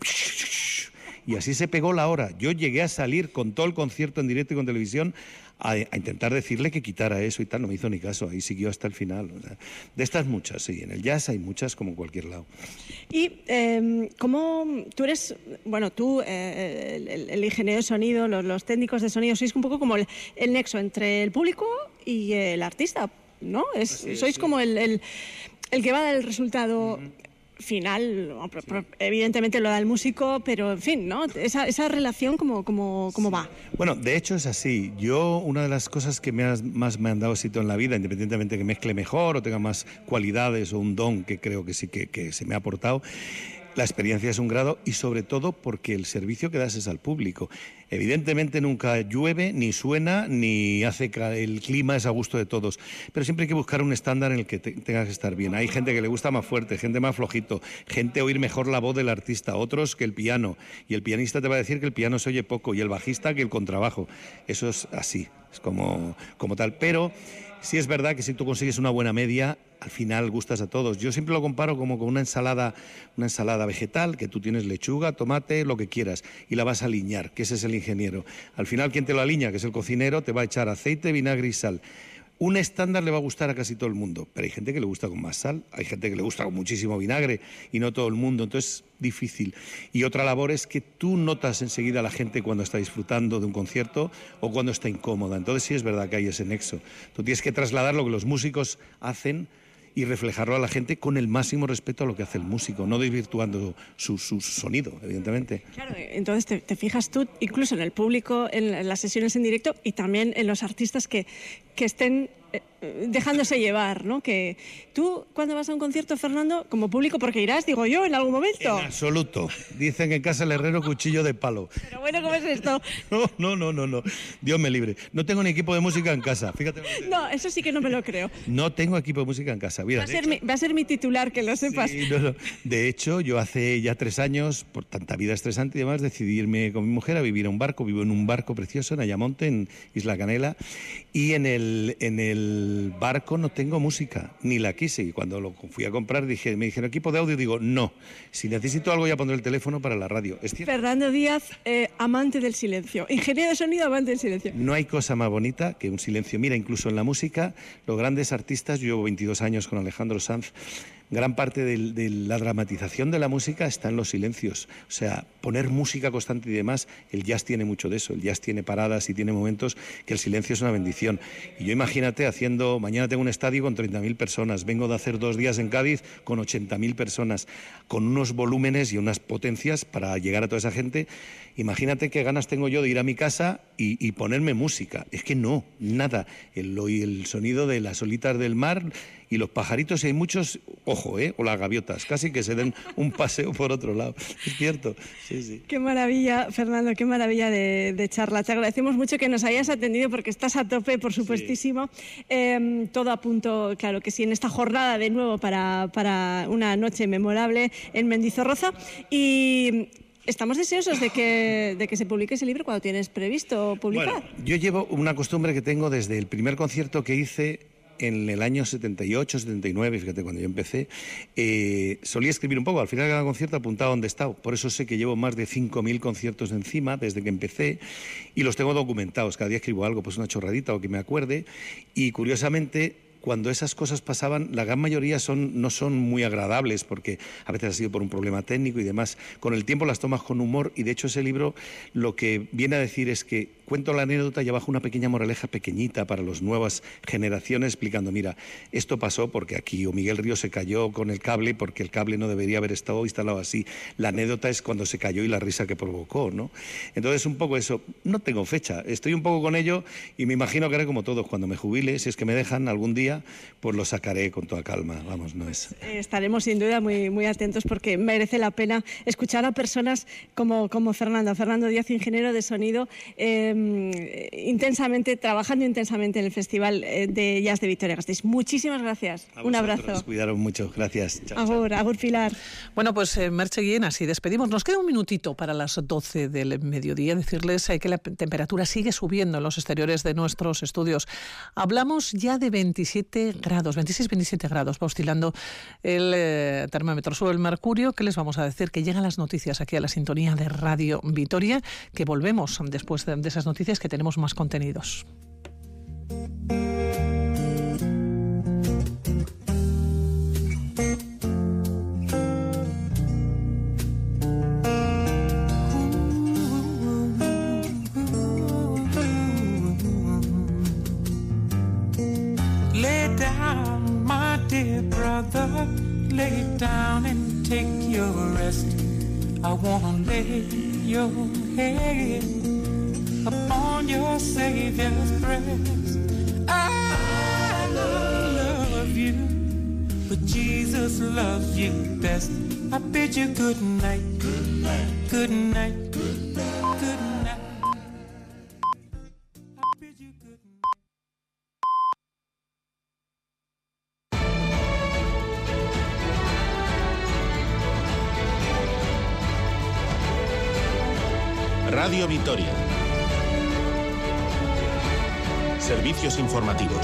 Y así se pegó la hora. Yo llegué a salir con todo el concierto en directo y con televisión a, a intentar decirle que quitara eso y tal. No me hizo ni caso, ahí siguió hasta el final. O sea, de estas muchas, sí, en el jazz hay muchas como en cualquier lado. Y eh, ¿cómo tú eres, bueno, tú, eh, el, el, el ingeniero de sonido, los, los técnicos de sonido, sois un poco como el, el nexo entre el público y el artista, ¿no? Es, sí, sois sí. como el, el, el que va a dar el resultado... Uh-huh. final, sí. Evidentemente lo da el músico, pero en fin, ¿no? Esa, esa relación, ¿cómo, cómo, cómo va? Bueno, de hecho es así. Yo, una de las cosas que me has, más me han dado éxito en la vida, independientemente que mezcle mejor o tenga más cualidades o un don que creo que sí que, que se me ha aportado, la experiencia es un grado y sobre todo porque el servicio que das es al público. Evidentemente nunca llueve, ni suena, ni hace que el clima es a gusto de todos, pero siempre hay que buscar un estándar en el que te, tengas que estar bien. Hay gente que le gusta más fuerte, gente más flojito, gente oír mejor la voz del artista, otros que el piano, y el pianista te va a decir que el piano se oye poco y el bajista que el contrabajo. Eso es así, es como, como tal, pero... sí es verdad que si tú consigues una buena media, al final gustas a todos. Yo siempre lo comparo como con una ensalada, una ensalada vegetal, que tú tienes lechuga, tomate, lo que quieras, y la vas a aliñar, que ese es el ingeniero. Al final, quien te lo alinea, que es el cocinero, te va a echar aceite, vinagre y sal. Un estándar le va a gustar a casi todo el mundo, pero hay gente que le gusta con más sal, hay gente que le gusta con muchísimo vinagre y no todo el mundo, entonces es difícil. Y otra labor es que tú notas enseguida a la gente cuando está disfrutando de un concierto o cuando está incómoda, entonces sí es verdad que hay ese nexo. Tú tienes que trasladar lo que los músicos hacen y reflejarlo a la gente con el máximo respeto a lo que hace el músico, no desvirtuando su, su sonido, evidentemente. Claro, entonces te, te fijas tú incluso en el público, en, en las sesiones en directo y también en los artistas que, que estén eh, dejándose llevar, ¿no? Que tú, cuando vas a un concierto, Fernando, como público, porque irás, digo yo, en algún momento. En absoluto. Dicen que en casa el herrero cuchillo de palo. Pero bueno, ¿cómo es esto? No, no, no, no, no. Dios me libre. No tengo ni equipo de música en casa, fíjate. No, eso sí que no me lo creo. No tengo equipo de música en casa. Mira, va, a ser mi, va a ser mi titular, que lo sepas. Sí, no, no. De hecho, yo hace ya tres años, por tanta vida estresante y demás, decidí irme con mi mujer a vivir a un barco. Vivo en un barco precioso en Ayamonte, en Isla Canela, y en el, en el el barco no tengo música, ni la quise. Y cuando lo fui a comprar dije, me dijeron equipo de audio, digo, no. Si necesito algo ya pondré el teléfono para la radio. ¿Es cierto? Fernando Díaz, eh, amante del silencio. Ingeniero de sonido, amante del silencio. No hay cosa más bonita que un silencio. Mira, incluso en la música, los grandes artistas, yo llevo veintidós años con Alejandro Sanz, gran parte de, de la dramatización de la música está en los silencios. O sea, poner música constante y demás, el jazz tiene mucho de eso. El jazz tiene paradas y tiene momentos que el silencio es una bendición. Y yo imagínate haciendo, mañana tengo un estadio con treinta mil personas, vengo de hacer dos días en Cádiz con ochenta mil personas, con unos volúmenes y unas potencias para llegar a toda esa gente. Imagínate qué ganas tengo yo de ir a mi casa y, y ponerme música. Es que no, nada. El, el sonido de las olitas del mar y los pajaritos, y hay muchos, ojo, ¿eh? O las gaviotas, casi que se den un paseo por otro lado. Es cierto, sí, sí. Qué maravilla, Fernando, qué maravilla de, de charla. Te agradecemos mucho que nos hayas atendido porque estás a tope, por supuestísimo. Sí. Eh, todo a punto, claro que sí, en esta jornada de nuevo para, para una noche memorable en Mendizorroza. Y estamos deseosos de que, de que se publique ese libro cuando tienes previsto publicar. Bueno, yo llevo una costumbre que tengo desde el primer concierto que hice en el año setenta y ocho, setenta y nueve, fíjate, cuando yo empecé, eh, solía escribir un poco. Al final de cada concierto apuntaba dónde estaba. Por eso sé que llevo más de cinco mil conciertos encima desde que empecé y los tengo documentados. Cada día escribo algo, pues una chorradita o que me acuerde. Y curiosamente, cuando esas cosas pasaban, la gran mayoría son, no son muy agradables, porque a veces ha sido por un problema técnico y demás. Con el tiempo las tomas con humor y, de hecho, ese libro lo que viene a decir es que cuento la anécdota y abajo una pequeña moraleja pequeñita para las nuevas generaciones, explicando, mira, esto pasó porque aquí o Miguel Río se cayó con el cable porque el cable no debería haber estado instalado así. La anécdota es cuando se cayó y la risa que provocó, ¿no? Entonces, un poco eso. No tengo fecha, estoy un poco con ello y me imagino que haré como todos. Cuando me jubile, si es que me dejan algún día, pues lo sacaré con toda calma. Vamos, no es. Estaremos sin duda muy, muy atentos porque merece la pena escuchar a personas como, como Fernando, Fernando Díaz, ingeniero de sonido, eh, intensamente, trabajando intensamente en el Festival de Jazz de Vitoria-Gasteiz. Muchísimas gracias. Un abrazo. Cuidaron mucho. Gracias. Chao, agur, chao. agur, Pilar. Bueno, pues eh, Merche Guillén, así despedimos. Nos queda un minutito para las doce del mediodía. Decirles eh, que la temperatura sigue subiendo en los exteriores de nuestros estudios. Hablamos ya de veintisiete grados, veintiséis, veintisiete grados. Va oscilando el eh, termómetro. Sube el mercurio. ¿Qué les vamos a decir? Que llegan las noticias aquí a la sintonía de Radio Vitoria, que volvemos después de, de esas noticias, que tenemos más contenidos. Lay down, my dear brother, lay down and take your rest. I wanna lay your head upon your Savior's breast. I love you, but Jesus loves you best. I bid you good night, good night, good night, good night, good night. I bid you good night. Radio Vitoria. Servicios informativos.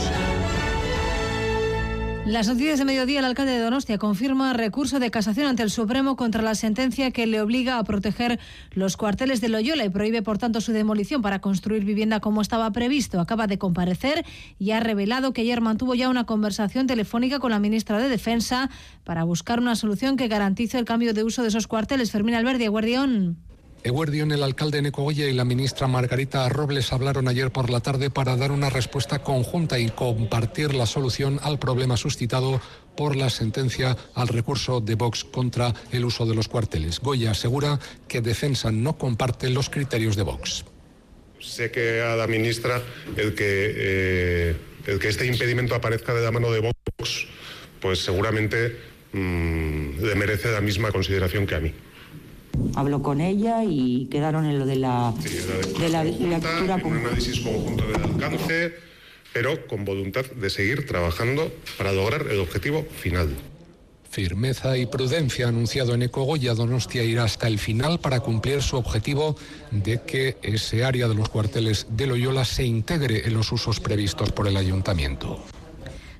Las noticias de mediodía. El alcalde de Donostia confirma recurso de casación ante el Supremo contra la sentencia que le obliga a proteger los cuarteles de Loyola y prohíbe, por tanto, su demolición para construir vivienda como estaba previsto. Acaba de comparecer y ha revelado que ayer mantuvo ya una conversación telefónica con la ministra de Defensa para buscar una solución que garantice el cambio de uso de esos cuarteles. Fermín Alberdi, Guardión. Eguerdión, el alcalde Eneko Goya y la ministra Margarita Robles hablaron ayer por la tarde para dar una respuesta conjunta y compartir la solución al problema suscitado por la sentencia al recurso de Vox contra el uso de los cuarteles. Goya asegura que Defensa no comparte los criterios de Vox. Sé que a la ministra el que, eh, el que este impedimento aparezca de la mano de Vox, pues seguramente mmm, le merece la misma consideración que a mí. Habló con ella y quedaron en lo de la, sí, la, de la conjunta, lectura en un análisis conjunto del alcance, pero con voluntad de seguir trabajando para lograr el objetivo final. Firmeza y prudencia ha anunciado Eneko Goya. Donostia irá hasta el final para cumplir su objetivo de que ese área de los cuarteles de Loyola se integre en los usos previstos por el ayuntamiento.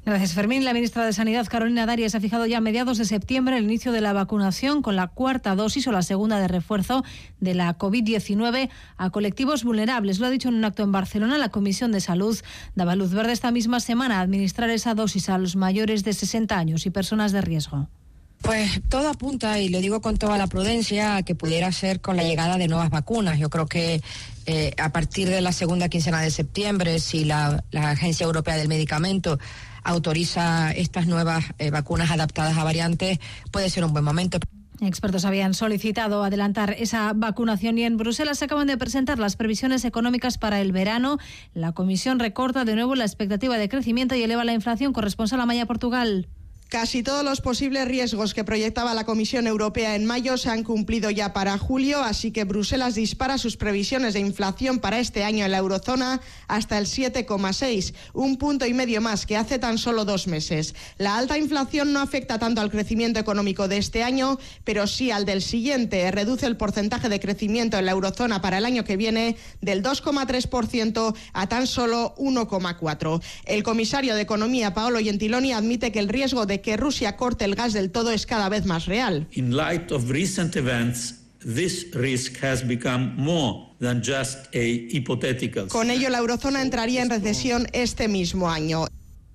Gracias, Fermín. La ministra de Sanidad, Carolina Darias, ha fijado ya a mediados de septiembre el inicio de la vacunación con la cuarta dosis o la segunda de refuerzo de la covid diecinueve a colectivos vulnerables. Lo ha dicho en un acto en Barcelona. La Comisión de Salud daba luz verde esta misma semana a administrar esa dosis a los mayores de sesenta años y personas de riesgo. Pues todo apunta, y lo digo con toda la prudencia, a que pudiera ser con la llegada de nuevas vacunas. Yo creo que eh, a partir de la segunda quincena de septiembre, si la, la Agencia Europea del Medicamento autoriza estas nuevas eh, vacunas adaptadas a variantes, puede ser un buen momento. Expertos habían solicitado adelantar esa vacunación y en Bruselas se acaban de presentar las previsiones económicas para el verano. La Comisión recorta de nuevo la expectativa de crecimiento y eleva la inflación. Corresponsal Amaya, Portugal. Casi todos los posibles riesgos que proyectaba la Comisión Europea en mayo se han cumplido ya para julio, así que Bruselas dispara sus previsiones de inflación para este año en la eurozona hasta el siete coma seis, un punto y medio más que hace tan solo dos meses. La alta inflación no afecta tanto al crecimiento económico de este año, pero sí al del siguiente. Reduce el porcentaje de crecimiento en la eurozona para el año que viene del dos coma tres por ciento a tan solo uno coma cuatro por ciento. El comisario de Economía, Paolo Gentiloni, admite que el riesgo de que Rusia corte el gas del todo es cada vez más real. In light of recent events, this risk has become more than just a hypothetical. Con ello, la eurozona entraría en recesión este mismo año.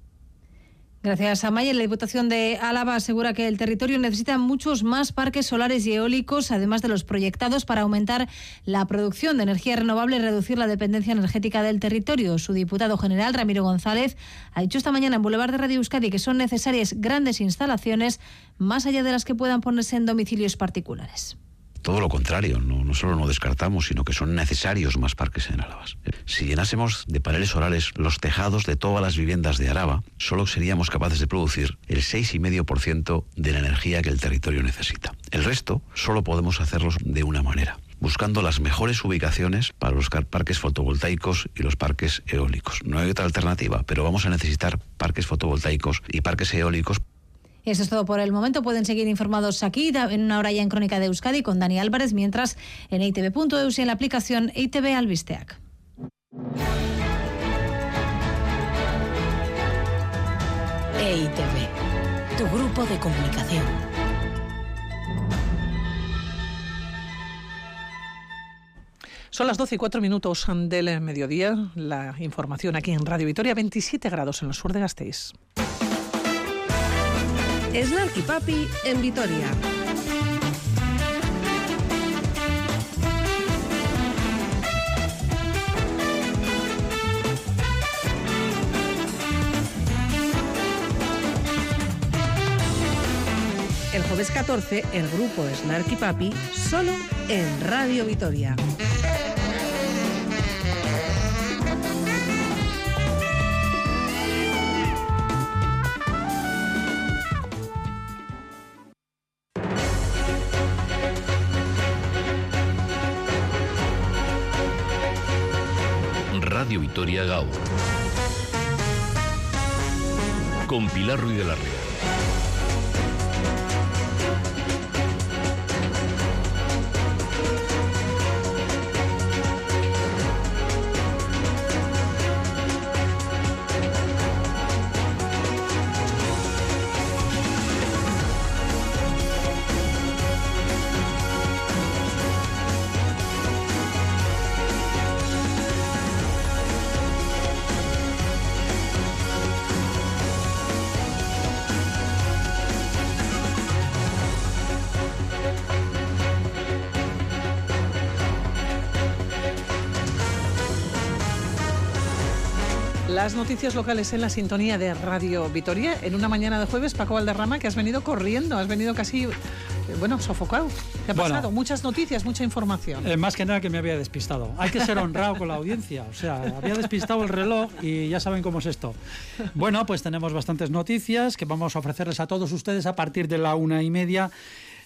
Gracias, Amaya. La Diputación de Álava asegura que el territorio necesita muchos más parques solares y eólicos, además de los proyectados para aumentar la producción de energía renovable y reducir la dependencia energética del territorio. Su diputado general, Ramiro González, ha dicho esta mañana en Boulevard de Radio Euskadi que son necesarias grandes instalaciones, más allá de las que puedan ponerse en domicilios particulares. Todo lo contrario, no, no solo no descartamos, sino que son necesarios más parques en Álava. Si llenásemos de paneles solares los tejados de todas las viviendas de Álava, solo seríamos capaces de producir el seis coma cinco por ciento de la energía que el territorio necesita. El resto solo podemos hacerlos de una manera, buscando las mejores ubicaciones para los parques fotovoltaicos y los parques eólicos. No hay otra alternativa, pero vamos a necesitar parques fotovoltaicos y parques eólicos. Eso es todo por el momento. Pueden seguir informados aquí en una hora ya en Crónica de Euskadi con Dani Álvarez, mientras en e i te be punto eus y en la aplicación E I T B Albisteak. E I T B, tu grupo de comunicación. Son las doce y cuatro minutos del mediodía. La información aquí en Radio Vitoria, veintisiete grados en el sur de Gasteiz. Snarky Papi en Vitoria. El jueves catorce, el grupo Snarky Papi, solo en Radio Vitoria. Radio Vitoria Gaur, con Pilar Ruiz de la Ría. Las noticias locales en la sintonía de Radio Vitoria. En una mañana de jueves, Paco Valderrama, que has venido corriendo, has venido casi, bueno, sofocado. ¿Qué ha pasado? Bueno, muchas noticias, mucha información. Eh, más que nada que me había despistado. Hay que ser honrado con la audiencia. O sea, había despistado el reloj y ya saben cómo es esto. Bueno, pues tenemos bastantes noticias que vamos a ofrecerles a todos ustedes a partir de la una y media.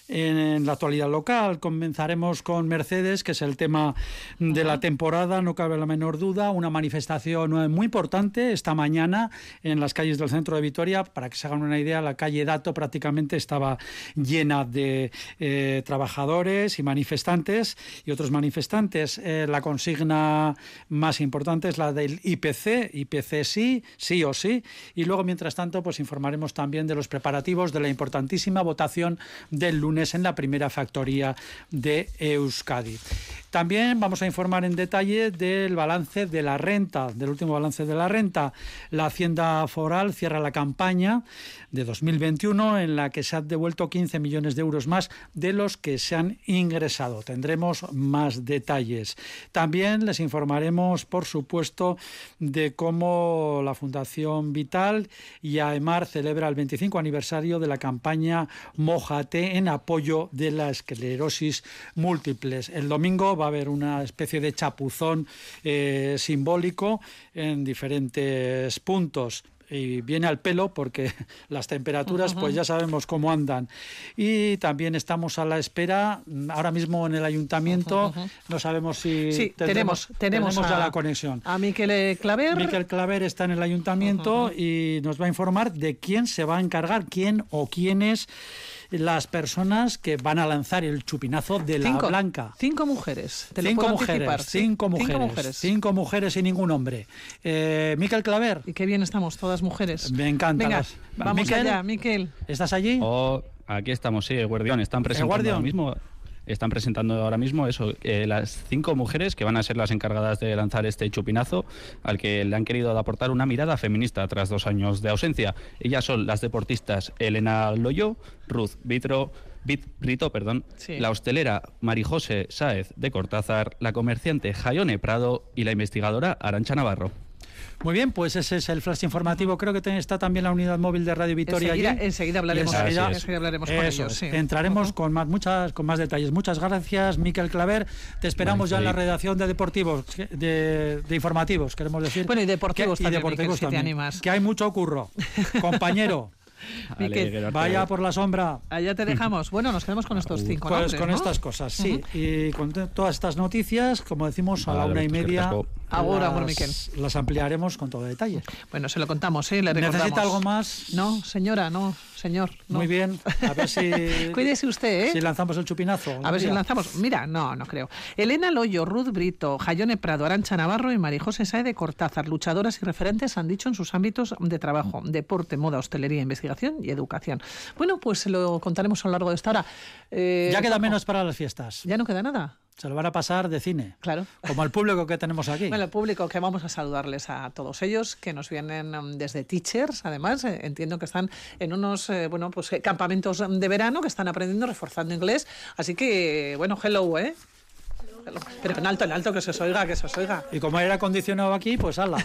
En la actualidad local comenzaremos con Mercedes, que es el tema de la temporada, no cabe la menor duda, una manifestación muy importante esta mañana en las calles del centro de Vitoria. Para que se hagan una idea, la calle Dato prácticamente estaba llena de eh, trabajadores y manifestantes y otros manifestantes. Eh, la consigna más importante es la del I P C, I P C sí, sí o sí, y luego mientras tanto pues informaremos también de los preparativos de la importantísima votación del lunes en la primera factoría de Euskadi. También vamos a informar en detalle del balance de la renta, del último balance de la renta. La Hacienda Foral cierra la campaña de dos mil veintiuno en la que se han devuelto quince millones de euros más de los que se han ingresado. Tendremos más detalles. También les informaremos, por supuesto, de cómo la Fundación Vital y AEMAR celebra el veinticinco aniversario de la campaña Mójate en apoyo de la esclerosis múltiples. El domingo va a haber una especie de chapuzón eh, simbólico en diferentes puntos. Y viene al pelo porque las temperaturas uh-huh. pues ya sabemos cómo andan. Y también estamos a la espera, ahora mismo en el ayuntamiento, uh-huh. no sabemos si sí, tendremos, tenemos, tenemos, tenemos a, ya la conexión. A Miquel Claver. Miquel Claver está en el ayuntamiento uh-huh. y nos va a informar de quién se va a encargar, quién o quiénes las personas que van a lanzar el chupinazo de la cinco, Blanca. Cinco mujeres. Te cinco, lo mujeres ¿sí? cinco mujeres. Cinco mujeres. Cinco mujeres y ningún hombre. Eh, Miquel Claver. Y qué bien estamos, todas mujeres. Me encanta. Venga, las... vamos Miquel, allá, Miquel. ¿Estás allí? Oh, aquí estamos, sí, el Guardián. Están presentando ahora mismo... Están presentando ahora mismo eso, eh, las cinco mujeres que van a ser las encargadas de lanzar este chupinazo, al que le han querido aportar una mirada feminista tras dos años de ausencia. Ellas son las deportistas Elena Loyo, Ruth Vitro, Bit, Brito, perdón, sí. la hostelera Marijose Sáez de Cortázar, la comerciante Jaione Prado y la investigadora Arantxa Navarro. Muy bien, pues ese es el flash informativo. Creo que está también la unidad móvil de Radio Vitoria enseguida, allí. Enseguida hablaremos, enseguida, enseguida hablaremos con ellos. Sí. Entraremos uh-huh. con más muchas con más detalles. Muchas gracias, Miquel Claver. Te esperamos bueno, ya sí. en la redacción de deportivos, de, de informativos, queremos decir. Bueno, y deportivos que, también, y deportivos Miquel, también. Si te animas. Que hay mucho curro. Compañero. Miquel, vaya por la sombra. Allá te dejamos. Bueno, nos quedamos con estos cinco pues nombres, con ¿no? estas cosas, sí. Uh-huh. Y con todas estas noticias, como decimos, a la vale, una y media Agur, las, agur, Miquel. las ampliaremos con todo detalle. Bueno, se lo contamos, ¿eh? Le recordamos. ¿Necesita algo más? No, señora, no, señor. No. Muy bien. A ver si... Cuídese usted, ¿eh? Si lanzamos el chupinazo. A ver día. si lanzamos... Mira, no, no creo. Elena Loyo, Ruth Brito, Jaione Prado, Arantxa Navarro y Marijose Sáez de Cortázar, luchadoras y referentes, han dicho en sus ámbitos de trabajo, deporte, moda, hostelería, investigación y educación. Bueno, pues lo contaremos a lo largo de esta hora. Eh, ya queda Paco, menos para las fiestas. Ya no queda nada. Se lo van a pasar de cine. Claro. Como el público que tenemos aquí. Bueno, el público, que vamos a saludarles a todos ellos, que nos vienen desde Teachers, además. Eh, entiendo que están en unos eh, bueno, pues eh, campamentos de verano, que están aprendiendo, reforzando inglés. Así que, bueno, hello, ¿eh? Hello. Pero en alto, en alto, que se os oiga, que se os oiga. Y como era acondicionado aquí, pues ala.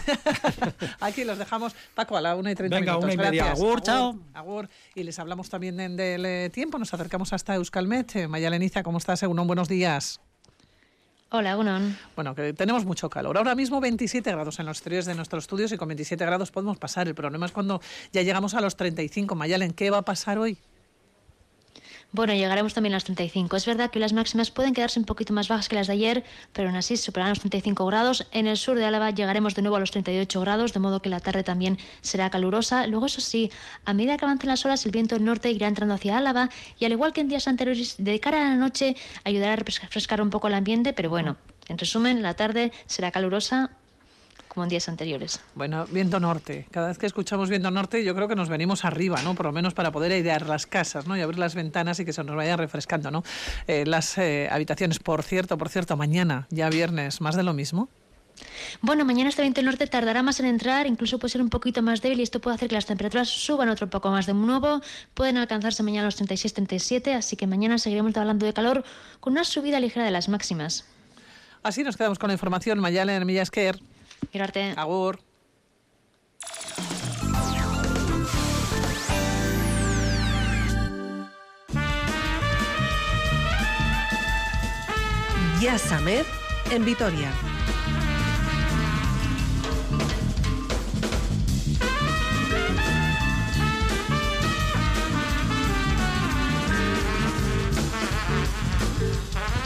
Aquí los dejamos, Paco, a la una y treinta Venga, minutos. una y media. Gracias. Agur, chao. Agur. Y les hablamos también de, del eh, tiempo. Nos acercamos hasta Euskalmet. Eh, Maya Leniza, ¿cómo estás? Egunon, buenos días. Hola, Egunon. Bueno, que tenemos mucho calor. Ahora mismo veintisiete grados en los exteriores de nuestros estudios y con veintisiete grados podemos pasar. El problema es cuando ya llegamos a los treinta y cinco. Mayalen, ¿qué va a pasar hoy? Bueno, llegaremos también a los treinta y cinco. Es verdad que las máximas pueden quedarse un poquito más bajas que las de ayer, pero aún así superarán los treinta y cinco grados. En el sur de Álava llegaremos de nuevo a los treinta y ocho grados, de modo que la tarde también será calurosa. Luego, eso sí, a medida que avancen las horas, el viento del norte irá entrando hacia Álava y, al igual que en días anteriores, de cara a la noche ayudará a refrescar un poco el ambiente, pero bueno, en resumen, la tarde será calurosa como en días anteriores. Bueno, viento norte. Cada vez que escuchamos viento norte, yo creo que nos venimos arriba, ¿no? Por lo menos para poder airear las casas, ¿no? Y abrir las ventanas y que se nos vaya refrescando, ¿no? Eh, las eh, habitaciones. Por cierto, por cierto, mañana, ya viernes, ¿más de lo mismo? Bueno, mañana este viento del norte tardará más en entrar, incluso puede ser un poquito más débil y esto puede hacer que las temperaturas suban otro poco más de nuevo. Pueden alcanzarse mañana los treinta y seis treinta y siete, así que mañana seguiremos hablando de calor con una subida ligera de las máximas. Así nos quedamos con la información. Mayalen Millasker. Mirarte. Agur. Ya Samer en Vitoria.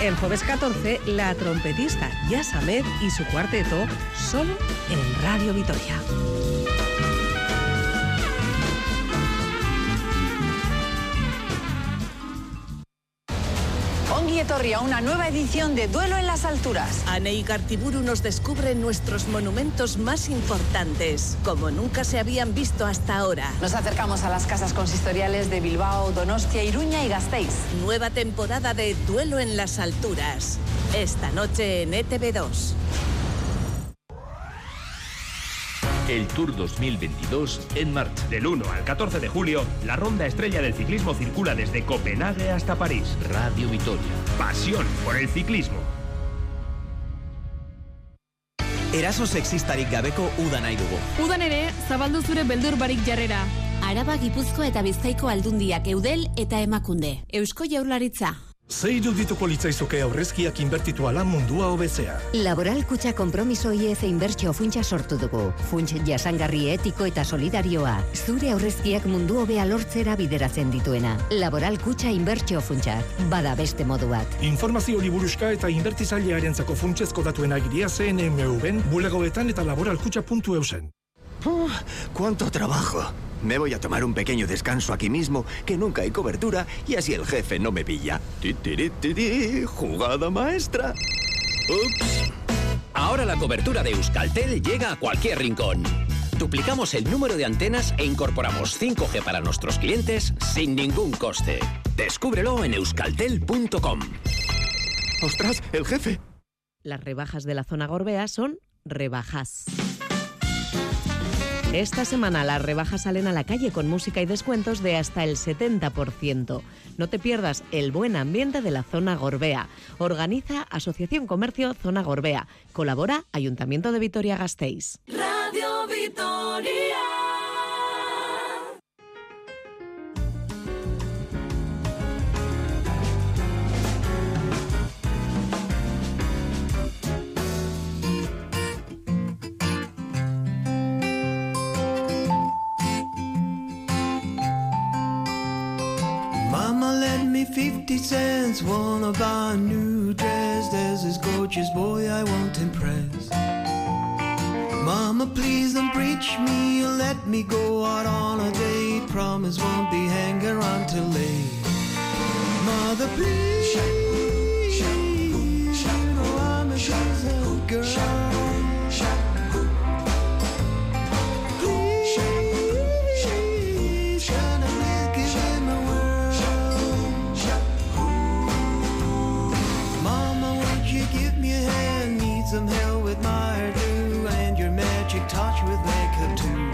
El jueves catorce, la trompetista Yas Ahmed y su cuarteto, solo en Radio Vitoria. Ongi etorri a una nueva edición de Duelo en las Alturas. Ane y Gartiburu nos descubren nuestros monumentos más importantes, como nunca se habían visto hasta ahora. Nos acercamos a las casas consistoriales de Bilbao, Donostia, Iruña y Gasteiz. Nueva temporada de Duelo en las Alturas. Esta noche en E T V dos. El Tour dos mil veintidós en marcha. Del uno al catorce de julio, la ronda estrella del ciclismo circula desde Copenhague hasta París. Radio Vitoria. Pasión por el ciclismo. Eraso sexistarik gabeko uda nahi dugu. Udan ere, zabaldu zure beldur barik jarrera. Araba, Gipuzkoa eta Bizkaiko aldundiak Eudel eta Emakunde. Eusko Jaurlaritza. Ze irudituko litzaizuke aurrezkiak inbertitu ala mundua hobetzea. Laboral Kutxa konpromiso I E Z inbertsio funtsa sortu dugu. Funts jasangarri etiko eta solidarioa. Zure aurrezkiak mundu hobea lortzera bideratzen dituena. Laboral Kutxa inbertsio funtsa. Bada beste modu bat. Informazio liburuska eta inbertizailearentzako funtsezko datuen agiria C N M V-en, bulegoetan eta laboralkutxa puntu eusen. Uh, ¡Cuánto trabajo! Me voy a tomar un pequeño descanso aquí mismo, que nunca hay cobertura y así el jefe no me pilla. Ti, tiri, tiri, jugada maestra. Ups. Ahora la cobertura de Euskaltel llega a cualquier rincón. Duplicamos el número de antenas e incorporamos cinco G para nuestros clientes sin ningún coste. Descúbrelo en euskaltel punto com. ¡Ostras, el jefe! Las rebajas de la zona Gorbea son rebajas. Esta semana las rebajas salen a la calle con música y descuentos de hasta el setenta por ciento. No te pierdas el buen ambiente de la zona Gorbea. Organiza Asociación Comercio Zona Gorbea. Colabora Ayuntamiento de Vitoria-Gasteiz. Radio Vitoria. Mama lent me fifty cents, wanna buy a new dress. There's this gorgeous boy I won't impress. Mama, please don't preach me, let me go out on a date. Promise won't be hanging around till late. Mother, please, you know I'm a decent girl. Some hell with my hairdo and your magic touch with makeup too.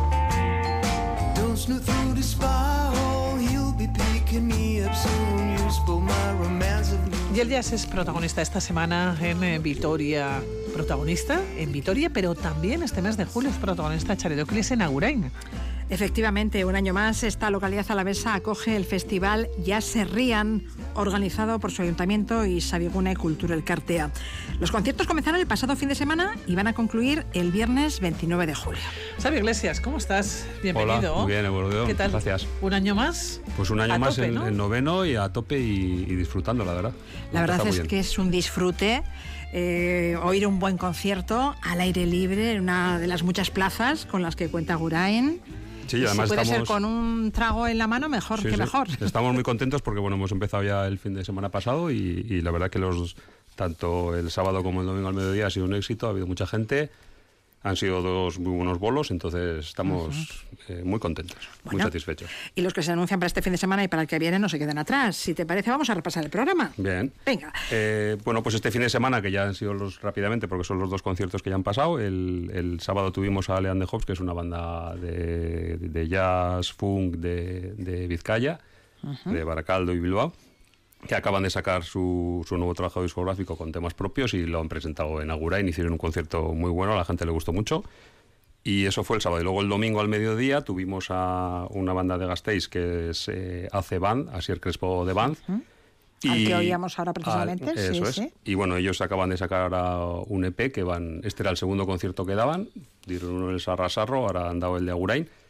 Don't snoop through the spy hole, he'll be picking me up soon. You spoil my romance of me. Y el jazz es protagonista esta semana en eh, Vitoria. Protagonista en Vitoria, pero también este mes de julio es protagonista Charedocles en Agurain. Efectivamente, un año más, esta localidad alavesa acoge el festival Jazz se rían, organizado por su ayuntamiento y Sabigune Cultura Elkartea. Los conciertos comenzaron el pasado fin de semana y van a concluir el viernes veintinueve de julio. Sabio Iglesias, ¿cómo estás? Bienvenido. Hola, muy bien, Eguerdión. ¿Qué tal? Gracias. ¿Un año más? Pues un año a más, tope, el, ¿no? el noveno y a tope y, y disfrutando, la verdad. La verdad Está es muy bien. que es un disfrute. Eh, oír un buen concierto al aire libre en una de las muchas plazas con las que cuenta Agurain. Sí, y si además puede estamos... ser con un trago en la mano, mejor Sí, que sí. mejor. Estamos muy contentos porque bueno, hemos empezado ya el fin de semana pasado y, y la verdad que los tanto el sábado como el domingo al mediodía ha sido un éxito, ha habido mucha gente. Han sido dos muy buenos bolos, entonces estamos uh-huh. eh, muy contentos, Bueno, muy satisfechos. Y los que se anuncian para este fin de semana y para el que viene no se queden atrás. Si te parece, vamos a repasar el programa. Bien. Venga. Eh, bueno, pues este fin de semana, que ya han sido los rápidamente, porque son los dos conciertos que ya han pasado, el, el sábado tuvimos a Leand de Hobbs, que es una banda de, de jazz, funk de, de Vizcaya, uh-huh. de Baracaldo y Bilbao, que acaban de sacar su, su nuevo trabajo discográfico con temas propios y lo han presentado en Agurain. Hicieron un concierto muy bueno, a la gente le gustó mucho. Y eso fue el sábado. Y luego el domingo al mediodía tuvimos a una banda de Gasteiz que es eh, A C Band, Asier Crespo de Band. Uh-huh. Al que oíamos ahora precisamente. Al, eso sí, es. Sí. Y bueno, ellos acaban de sacar ahora un E P que van... Este era el segundo concierto que daban. Dieron uno en el Sarrasarro, ahora han dado el de Agurain.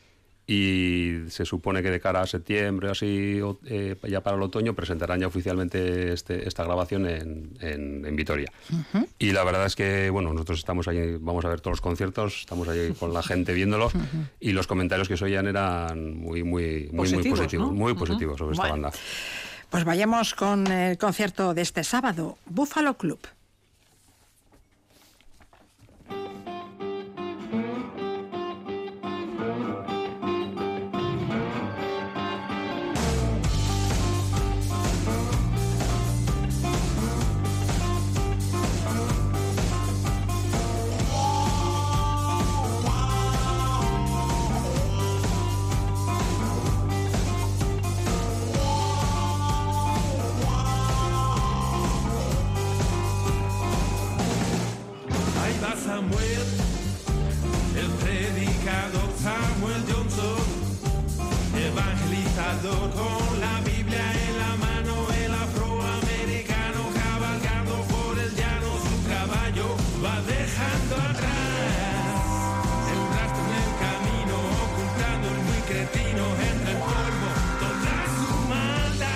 y se supone que de cara a septiembre, así, eh, ya para el otoño, presentarán ya oficialmente este, esta grabación en, en, en Vitoria. Uh-huh. Y la verdad es que, bueno, nosotros estamos ahí, vamos a ver todos los conciertos, estamos ahí con la gente viéndolos, uh-huh. y los comentarios que se oían eran muy, muy, muy positivos, muy positivos, ¿no? Muy positivos uh-huh. sobre esta bueno, banda. Pues vayamos con el concierto de este sábado, Buffalo Club. Samuel, el predicador Samuel Johnson, evangelizador con la Biblia en la mano, el afroamericano cabalgando por el llano, su caballo va dejando atrás el rastro en el camino, ocultando el muy cretino entre el polvo toda su maldad.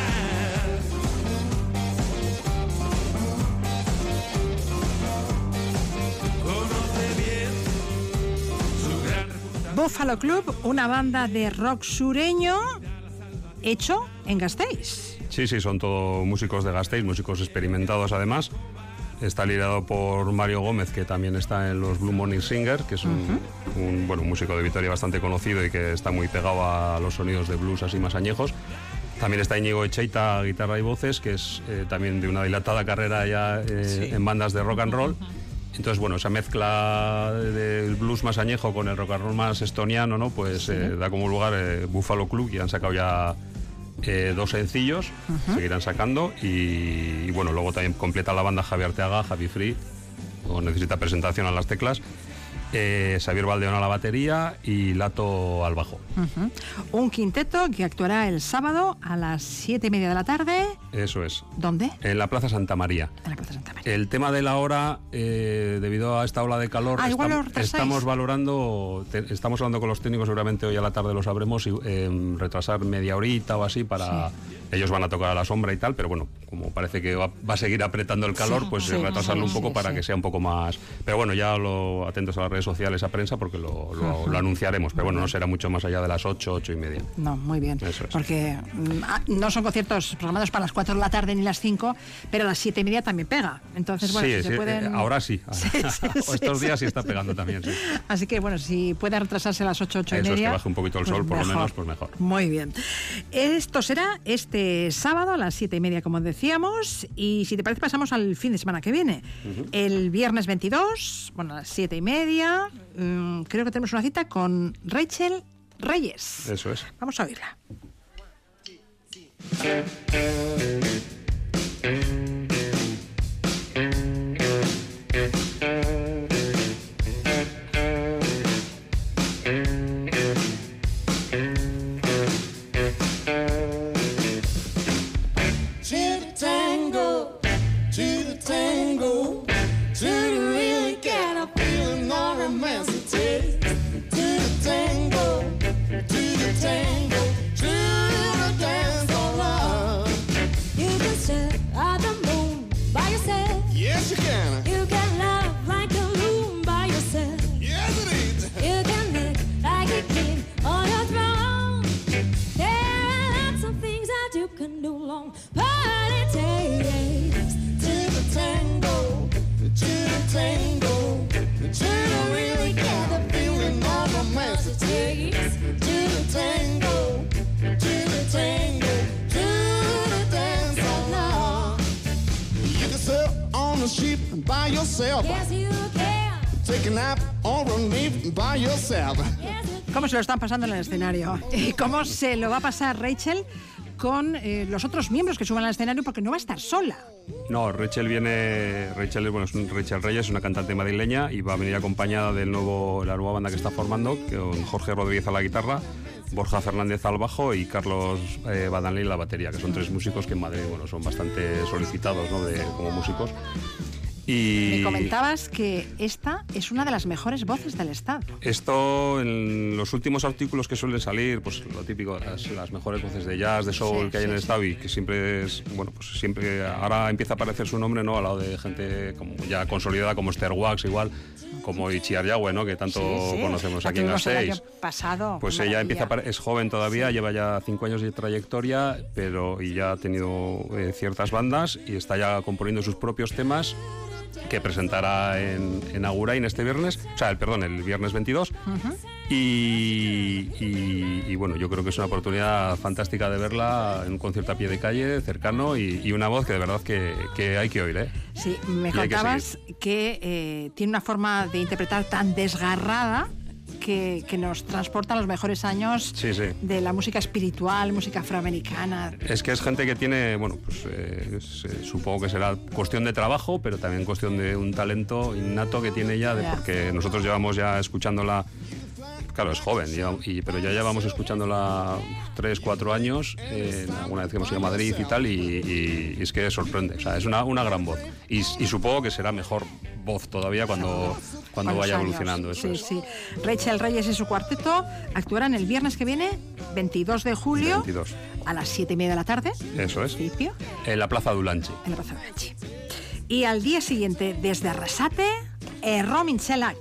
Buffalo Club, una banda de rock sureño hecho en Gasteiz. Sí, sí, son todos músicos de Gasteiz, músicos experimentados además. Está liderado por Mario Gómez, que también está en los Blue Morning Singers, que es un, uh-huh. un, bueno, un músico de Vitoria bastante conocido y que está muy pegado a los sonidos de blues así más añejos. También está Íñigo Echeita, guitarra y voces, que es eh, también de una dilatada carrera ya eh, sí. en bandas de rock and roll. Entonces, bueno, esa mezcla del blues más añejo con el rock and roll más estoniano, ¿no? Pues sí. eh, da como lugar eh, Buffalo Club, y han sacado ya eh, dos sencillos, uh-huh. seguirán sacando, y, y bueno, luego también completa la banda Javier Arteaga, Javi Free, o necesita presentación a las teclas, eh, Xavier Valdeón a la batería y Lato al bajo. Uh-huh. Un quinteto que actuará el sábado a las siete y media de la tarde. Eso es. ¿Dónde? En la Plaza Santa María. En la Plaza Santa María. El tema de la hora, eh, debido a esta ola de calor, ah, estamos, estamos valorando, te, estamos hablando con los técnicos, seguramente hoy a la tarde lo sabremos, y, eh, retrasar media horita o así para... Sí. Ellos van a tocar a la sombra y tal, pero bueno, como parece que va, va a seguir apretando el calor, sí, pues sí, retrasarlo sí, un poco sí, para sí. que sea un poco más... Pero bueno, ya lo atentos a las redes sociales, a prensa, porque lo, lo, uh-huh. lo anunciaremos. Pero bueno, no será mucho más allá de las ocho, ocho y media. No, muy bien. Eso es. Porque mm, no son conciertos programados para las cuatro de la tarde ni las cinco, pero a las siete y media también pega. Entonces, bueno, sí, si sí, se pueden... ahora sí. sí, sí Estos días sí está pegando también, sí. Así que bueno, si puede retrasarse a las ocho, ocho y media... Eso es, que baje un poquito el pues sol, por mejor. lo menos, pues mejor. Muy bien. Esto será este sábado a las siete y media, como decíamos, y si te parece pasamos al fin de semana que viene. Uh-huh. El viernes veintidós, bueno, a las siete y media, um, creo que tenemos una cita con Rachel Reyes. Eso es. Vamos a oírla. By yourself. Yes, you can. Take a nap on a leaf by yourself. ¿Cómo se lo están pasando en el escenario? ¿Y cómo se lo va a pasar Rachel con eh, los otros miembros que suban al escenario? Porque no va a estar sola. No, Rachel viene... Rachel, bueno, es un, Rachel Reyes, es una cantante madrileña, y va a venir acompañada de nuevo, la nueva banda que está formando, con Jorge Rodríguez a la guitarra, Borja Fernández al bajo y Carlos eh, Badanley a la batería, que son tres músicos que en Madrid, bueno, son bastante solicitados, ¿no? de, como músicos. Y me comentabas que esta es una de las mejores voces del Estado. Esto, en los últimos artículos que suelen salir, pues lo típico, las, las mejores voces de jazz, de soul sí, que hay sí, en el Estado, y que siempre es, bueno, pues siempre, ahora empieza a aparecer su nombre, ¿no? Al lado de gente como ya consolidada como Esther Wax, igual, como Itziar Yahweh, ¿no? Que tanto sí, sí. conocemos aquí en Gasteiz. Pasado. Pues ella empieza a, es joven todavía, sí. lleva ya cinco años de trayectoria, pero y ya ha tenido eh, ciertas bandas y está ya componiendo sus propios temas, que presentará en, en Agurain este viernes, o sea, el, perdón, el viernes veintidós. Uh-huh. y, y, y bueno, yo creo que es una oportunidad fantástica de verla en un concierto a pie de calle, cercano, y, y una voz que de verdad que, que hay que oír, ¿eh? Sí, me y contabas que, que eh, tiene una forma de interpretar tan desgarrada Que, que nos transporta a los mejores años sí, sí. de la música espiritual, música afroamericana. Es que es gente que tiene, bueno, pues eh, es, eh, supongo que será cuestión de trabajo, pero también cuestión de un talento innato que tiene ella, de, yeah. porque nosotros llevamos ya escuchándola, claro, es joven, ya, y, pero ya llevamos escuchándola tres, cuatro años, eh, alguna vez que hemos ido a Madrid y tal, y, y, y es que sorprende, o sea, es una, una gran voz. Y, y supongo que será mejor voz todavía cuando, cuando vaya evolucionando. Eso sí, es. sí. Rachel Reyes y su cuarteto actuarán el viernes que viene, veintidós de julio, veintidós. A las siete y media de la tarde. Eso es. Principio. En la Plaza de Ulanchi. En la Plaza de Ulanchi. Y al día siguiente, desde Arrasate, eh, Romin Chelak.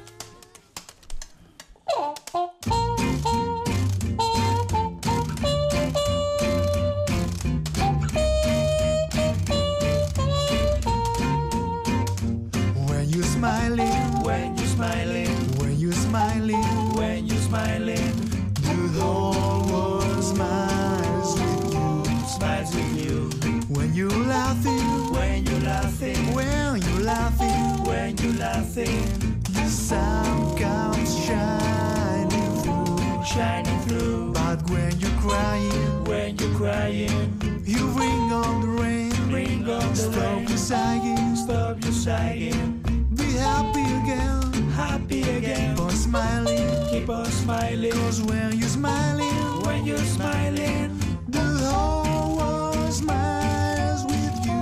Smiling, when you're smiling, when you're smiling, when you're smiling, the whole world smiles with you, smiles with you. When you're laughing, when you're laughing, when you're laughing, when you're laughing, the sun comes shining through, shining through. But when you're crying, when you're crying, you ring on the rain, ring on the stop rain, your sighing, stop your sighing. Be happy again, happy again. Keep on smiling, keep on smiling. Cause when you're smiling, when you're smiling, the whole world smiles with you.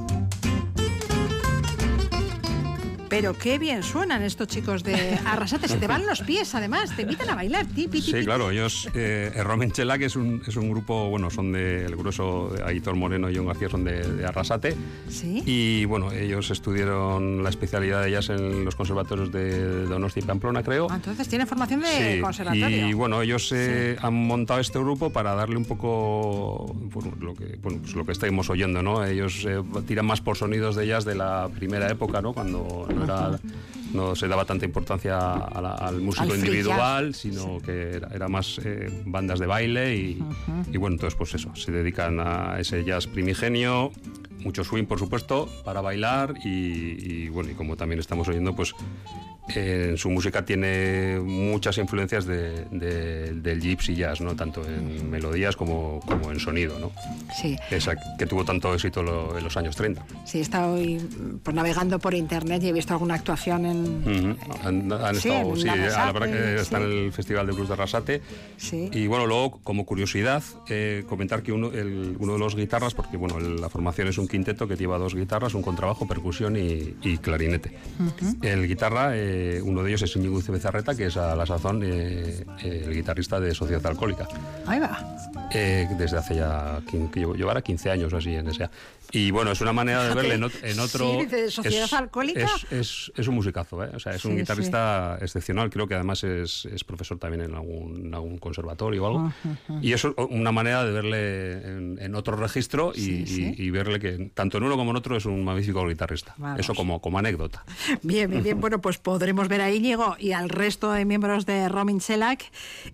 Pero qué bien suenan estos chicos de Arrasate, se te van los pies además, te invitan a bailar. Tipi, tipi, sí, claro, ellos, eh, Romin Chelak es un, es un grupo, bueno, son de, el grueso, de Aitor Moreno y John García son de, de Arrasate. Sí. Y bueno, ellos estudiaron la especialidad de jazz en los conservatorios de Donostia y Pamplona, creo. Ah, entonces tienen formación de sí, conservatorio. Y bueno, ellos eh, sí. han montado este grupo para darle un poco, bueno, lo que, bueno, pues lo que estábamos oyendo, ¿no? Ellos eh, tiran más por sonidos de jazz de la primera época, ¿no? Cuando no era, no se daba tanta importancia a la, al músico al individual, sino sí. que era, era más eh, bandas de baile y, uh-huh. y bueno, entonces pues eso, se dedican a ese jazz primigenio, mucho swing por supuesto, para bailar y, y bueno, y como también estamos oyendo, pues eh, en su música tiene muchas influencias de, de, del gypsy jazz, ¿no? Tanto en melodías como, como en sonido, ¿no? Sí. Esa que tuvo tanto éxito lo, en los años treinta. Sí, he estado hoy pues, navegando por internet y he visto alguna actuación en... Uh-huh. Han, han sí, estado, en sí, Arrasate, la verdad que sí. está en el Festival de Blues de Arrasate. Sí. Y bueno, luego, como curiosidad, eh, comentar que uno, el, uno de los guitarras, porque bueno, el, la formación es un quinteto que lleva dos guitarras, un contrabajo, percusión y, y clarinete. Uh-huh. El guitarra... Eh, uno de ellos es Íñigo Bezarreta, que es a la sazón eh, eh, el guitarrista de Sociedad Alcohólica. Ahí va. Eh, desde hace ya, que llevará quince años o así en ese. Y bueno, es una manera de verle en, en otro... Sí, de Sociedad es, Alcohólica. Es, es, es un musicazo, ¿eh? O sea, es sí, un guitarrista sí. excepcional. Creo que además es, es profesor también en algún, en algún conservatorio o algo. Uh-huh. Y eso es una manera de verle en, en otro registro y, sí, sí. Y, y verle que tanto en uno como en otro es un magnífico guitarrista. Vamos. Eso como, como anécdota. Bien, bien, bien. Bueno, pues podremos ver a Íñigo y al resto de miembros de Romin Chelak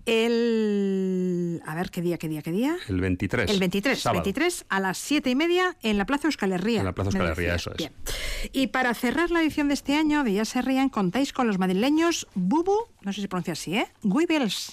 el... A ver, ¿qué día, qué día, qué día? El veintitrés. El veintitrés, sábado. veintitrés a las siete y media en la Plaza Euskal Herria. En la Plaza Euskal Herria, eso es. Bien. Y para cerrar la edición de este año de Ya se rían, contáis con los madrileños Bubu, no sé si se pronuncia así, ¿eh? Weibels.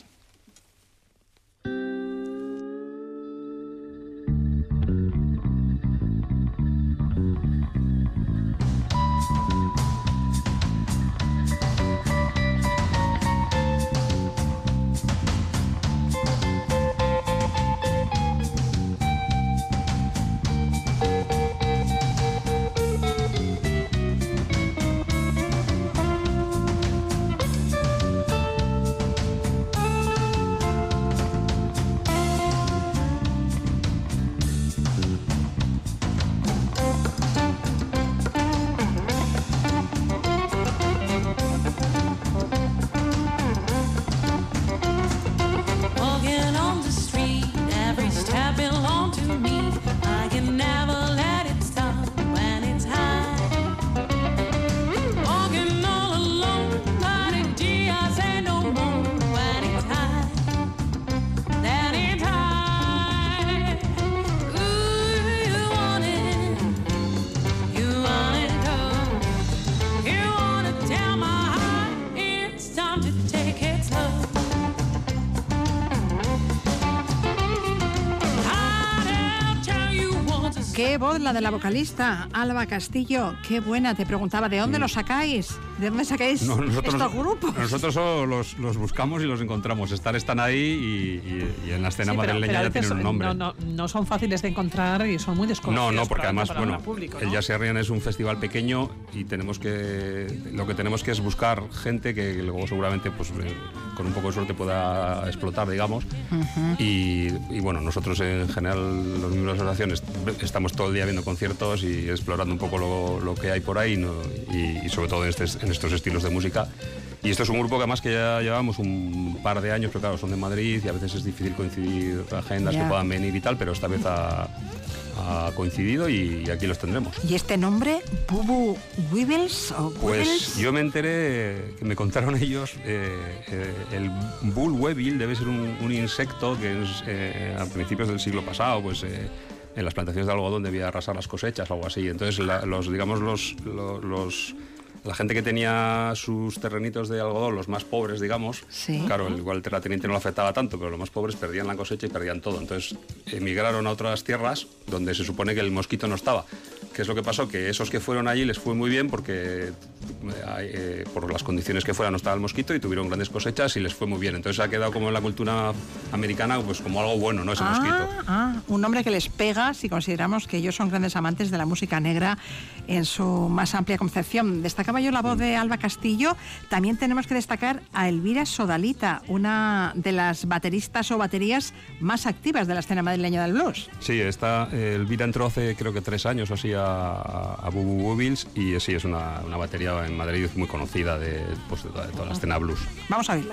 Qué voz la de la vocalista, Alba Castillo, qué buena. Te preguntaba, ¿de dónde Sí. los sacáis? ¿De dónde sacáis No, nosotros, estos grupos? Nosotros solo los, los buscamos y los encontramos. Estar están ahí y, y- y en la escena Sí, pero- madrileña pero a ya veces tienen un nombre. No, no, no son fáciles de encontrar y son muy desconocidos. No, no, porque probablemente además, para el bueno, público, el ¿no? Jazz Serrian es un festival pequeño y tenemos que lo que tenemos que es buscar gente que luego seguramente, pues, eh, con un poco de suerte pueda explotar, digamos. Y, y, bueno, nosotros en general, los miembros de la asociación, est- estamos todo el día viendo conciertos y explorando un poco lo, lo que hay por ahí, ¿no? y, y sobre todo en, estes- en estos estilos de música. Y esto es un grupo que además que ya llevamos un par de años, pero claro, son de Madrid y a veces es difícil coincidir agendas Ya. que puedan venir y tal, pero esta vez ha, ha coincidido y, y aquí los tendremos. ¿Y este nombre, Bubu Weevils o Pues Weevils? yo me enteré, que me contaron ellos, eh, eh, el bullweevil debe ser un, un insecto que es, eh, a principios del siglo pasado, pues eh, en las plantaciones de algodón debía arrasar las cosechas o algo así. Entonces, la- los, digamos, los, los, los- la gente que tenía sus terrenitos de algodón, los más pobres, digamos, Sí. claro, el- igual el terrateniente no lo afectaba tanto, pero los más pobres perdían la cosecha y perdían todo. Entonces, emigraron a otras tierras donde se supone que el mosquito no estaba. ¿Qué es lo que pasó? Que esos que fueron allí les fue muy bien porque eh, por las condiciones que fueran no estaba el mosquito y tuvieron grandes cosechas y les fue muy bien. Entonces ha quedado como en la cultura americana pues como algo bueno, ¿no? Ese Ah, mosquito. ah, un nombre que les pega si consideramos que ellos son grandes amantes de la música negra en su más amplia concepción. Destacaba yo la voz de Alba Castillo. También tenemos que destacar a Elvira Sodalita, una de las bateristas o baterías más activas de la escena madrileña del blues. Sí, está, eh, Elvira entró hace creo que tres años o así a, a Bubu Weevils y eh, sí, es una, una batería en Madrid muy conocida de, pues, de toda, de toda la escena blues. Vamos a oírla.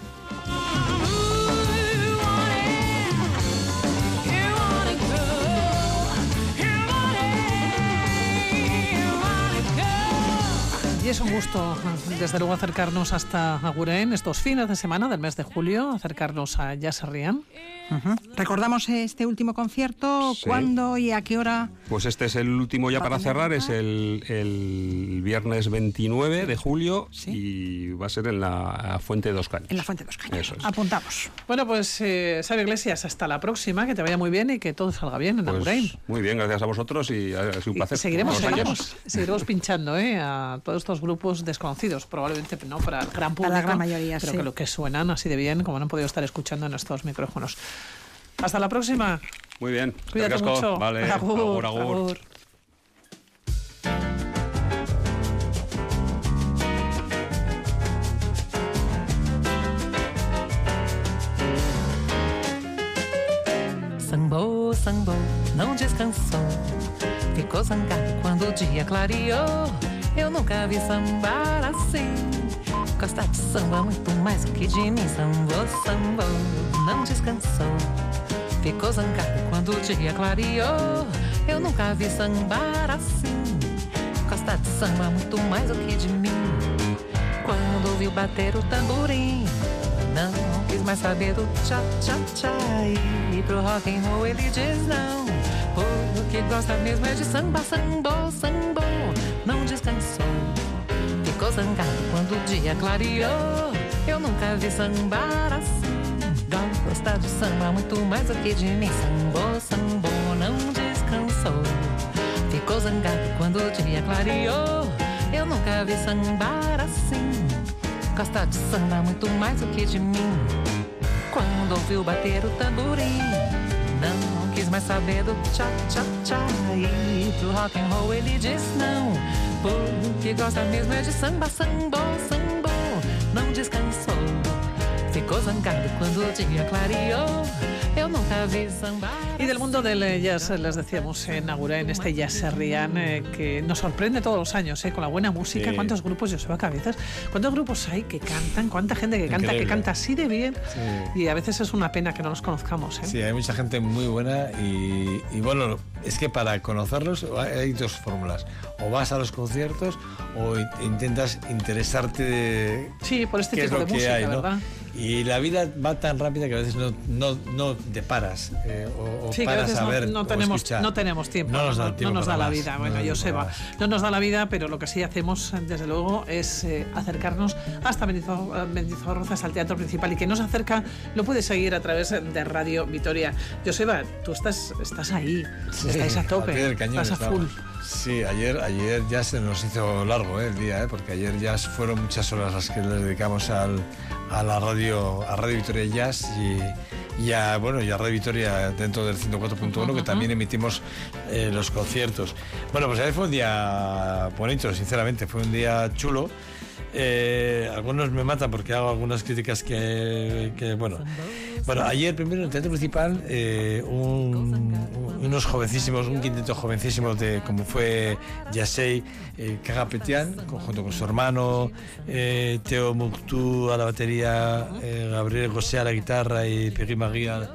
Y es un gusto, desde luego, acercarnos hasta Agurain estos fines de semana del mes de julio, acercarnos a Jazz Serrian. Uh-huh. Recordamos este último concierto, Sí. ¿cuándo y a qué hora? Pues este es el último ya para cerrar, es el, el viernes veintinueve de julio y va a ser en la Fuente de Dos Caños. En la Fuente de Dos Caños. Eso es. Apuntamos. Bueno, pues, eh, Xavi Iglesias, hasta la próxima, que te vaya muy bien y que todo salga bien en Pues, Agurain. muy bien, gracias a vosotros y ha sido un placer. Seguiremos, Buenos años. seguiremos, seguiremos pinchando ¿eh? a todos estos grupos desconocidos, probablemente no para el gran público, Para la gran mayoría, pero sí. que lo que suenan así de bien como no han podido estar escuchando en estos micrófonos. Hasta la próxima. Muy bien. Cuídate Eskerrik asko. mucho. Vale, Agur, agur, agur. agur. Sambou, sambou, não descansou. Ficou zangado quando o dia clareou. Eu nunca vi sambar assim. Gosta de samba muito mais do que de mim. Sambou, sambou, não descansou. Ficou zangado quando o dia clareou. Eu nunca vi sambar assim. Gosta de samba muito mais do que de mim. Quando ouviu bater o tamborim, não quis mais saber do tchá-tchá-tchá. E pro rock and roll ele diz não, porque gosta mesmo é de samba, sambou, sambou. Não descansou, ficou zangado quando o dia clareou. Eu nunca vi sambar assim. Gosta de samba muito mais do que de mim. Sambou, sambou, não descansou. Ficou zangado quando o dia clareou. Eu nunca vi sambar assim. Gosta de samba muito mais do que de mim. Quando ouviu bater o tamborim, não quis mais saber do tchá-tchá-tchá. E pro rock and roll ele diz não, porque gosta mesmo é de samba, sambou, sambou. Não descansou, ficou zangado quando o dia clareou. Eu nunca vi sambar. Y del mundo del eh, jazz, les decíamos en Agurain, este Jazz Serrian, eh, que nos sorprende todos los años, eh, con la buena música. Sí. ¿Cuántos grupos, Joseba Cabezas? ¿Cuántos grupos hay que cantan? ¿Cuánta gente que canta, Increíble. que canta así de bien? Sí. Y a veces es una pena que no los conozcamos. ¿eh? Sí, hay mucha gente muy buena y, y bueno, es que para conocerlos hay dos fórmulas. O vas a los conciertos o in- intentas interesarte de Sí, por este qué es tipo lo de que música, hay, ¿no? ¿verdad? Y la vida va tan rápida que a veces no, no, no te paras eh, o, o Sí, que a paras veces a no, ver no o tenemos, escuchar. no tenemos tiempo. No nos da no, tiempo no nos para da la más, vida. no Bueno, nos da Joseba, tiempo para no nos da la vida, pero lo que sí hacemos, desde luego, es eh, acercarnos hasta Mendizorroza, Mendizorroza, hasta el Teatro Principal. Y que nos acerca lo puedes seguir a través de Radio Vitoria. Joseba, tú estás, estás ahí. Sí, Sí, estáis a tope, al pie del cañón estás a estamos. full. Sí, ayer, ayer ya se nos hizo largo eh, el día, eh, porque ayer ya fueron muchas horas las que le dedicamos al, a la radio, a Radio Vitoria Jazz y, y a, bueno, y a Radio Vitoria dentro del ciento cuatro punto uno, uh-huh. que también emitimos eh, los conciertos. Bueno, pues ayer fue un día bonito, sinceramente, fue un día chulo. Eh, algunos me matan porque hago algunas críticas que, que bueno, bueno, ayer primero en el teatro principal eh, un, unos jovencísimos, un quinteto jovencísimo de como fue Yasei eh, Kagapetian, junto con su hermano eh, Teo Muktu a la batería, eh, Gabriel Gosé a la guitarra y Peggy Maguía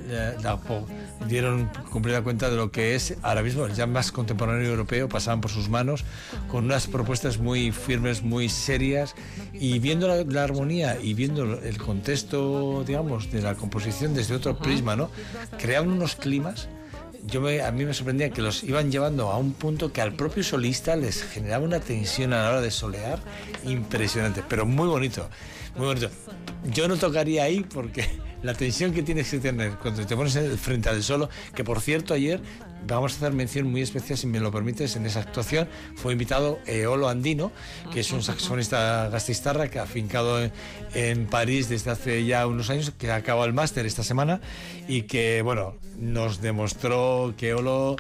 dieron cumplida cuenta de lo que es ahora mismo el jazz más contemporáneo europeo, pasaban por sus manos con unas propuestas muy firmes, muy serias, y viendo la, la armonía y viendo el contexto, digamos, de la composición desde otro prisma, ¿no? Creaban unos climas. Yo me, a mí me sorprendía que los iban llevando a un punto que al propio solista les generaba una tensión a la hora de solear impresionante, pero muy bonito, muy bonito. Yo no tocaría ahí porque la tensión que tienes que tener cuando te pones frente al solo, que por cierto ayer vamos a hacer mención muy especial, si me lo permites, en esa actuación fue invitado Eolo Andino, que es un saxofonista gastistarra que ha afincado en, en París desde hace ya unos años, que ha acabado el máster esta semana y que, bueno, nos demostró que Eolo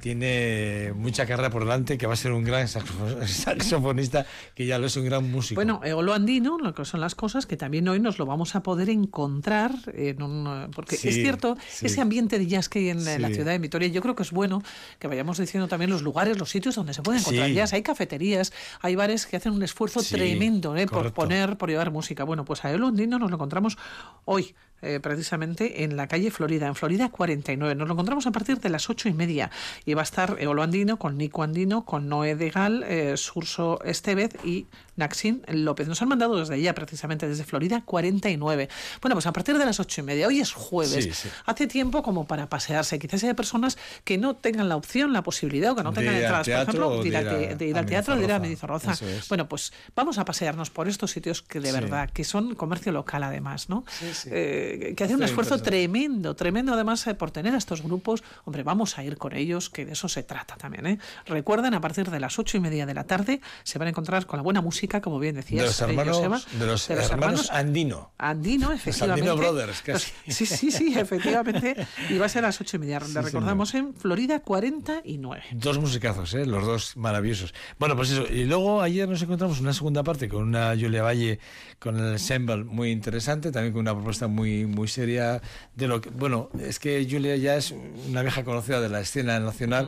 tiene mucha carrera por delante, que va a ser un gran saxofonista, que ya lo es, un gran músico. Bueno, Eolo Andino, lo que son las cosas, que también hoy nos lo vamos a poder encontrar, en un, porque sí, es cierto, sí. ese ambiente de jazz que hay en sí. la ciudad de Vitoria, yo creo que es bueno que vayamos diciendo también los lugares, los sitios donde se puede encontrar sí. jazz. Hay cafeterías, hay bares que hacen un esfuerzo sí, tremendo eh, por poner, por llevar música. Bueno, pues a Eolo Andino nos lo encontramos hoy, Eh, precisamente en la calle Florida, en Florida cuarenta y nueve. Nos lo encontramos a partir de las ocho y media y va a estar Eolo Andino con Nico Andino, con Noé de Gal, eh, Surso Estevez y Naxin López. Nos han mandado desde allá, precisamente desde Florida cuarenta y nueve. Bueno, pues a partir de las ocho y media. Hoy es jueves. Sí, sí. Hace tiempo como para pasearse. Quizás haya personas que no tengan la opción, la posibilidad o que no tengan de entradas, por ejemplo, de ir, a, de de ir al teatro, de ir a Mendizorroza. Bueno, pues vamos a pasearnos por estos sitios que de sí. verdad, que son comercio local además, ¿no? Sí, sí. Eh, que hace un esfuerzo tremendo, tremendo además eh, por tener a estos grupos. Hombre, vamos a ir con ellos, que de eso se trata también, ¿eh? Recuerden, a partir de las ocho y media de la tarde se van a encontrar con la buena música, como bien decías, de los hermanos, Joseba, de los, de los hermanos, hermanos Andino. Andino, efectivamente. Los Andino Brothers, casi. Sí, sí, sí, efectivamente. Y va a ser a las ocho y media. Sí, Le recordamos señor. En Florida cuarenta y nueve. Dos musicazos, ¿eh? Los dos maravillosos. Bueno, pues eso. Y luego ayer nos encontramos una segunda parte con una Julia Valle, con el ensemble muy interesante, también con una propuesta muy, muy seria. De lo que, bueno, es que Julia ya es una vieja conocida de la escena nacional,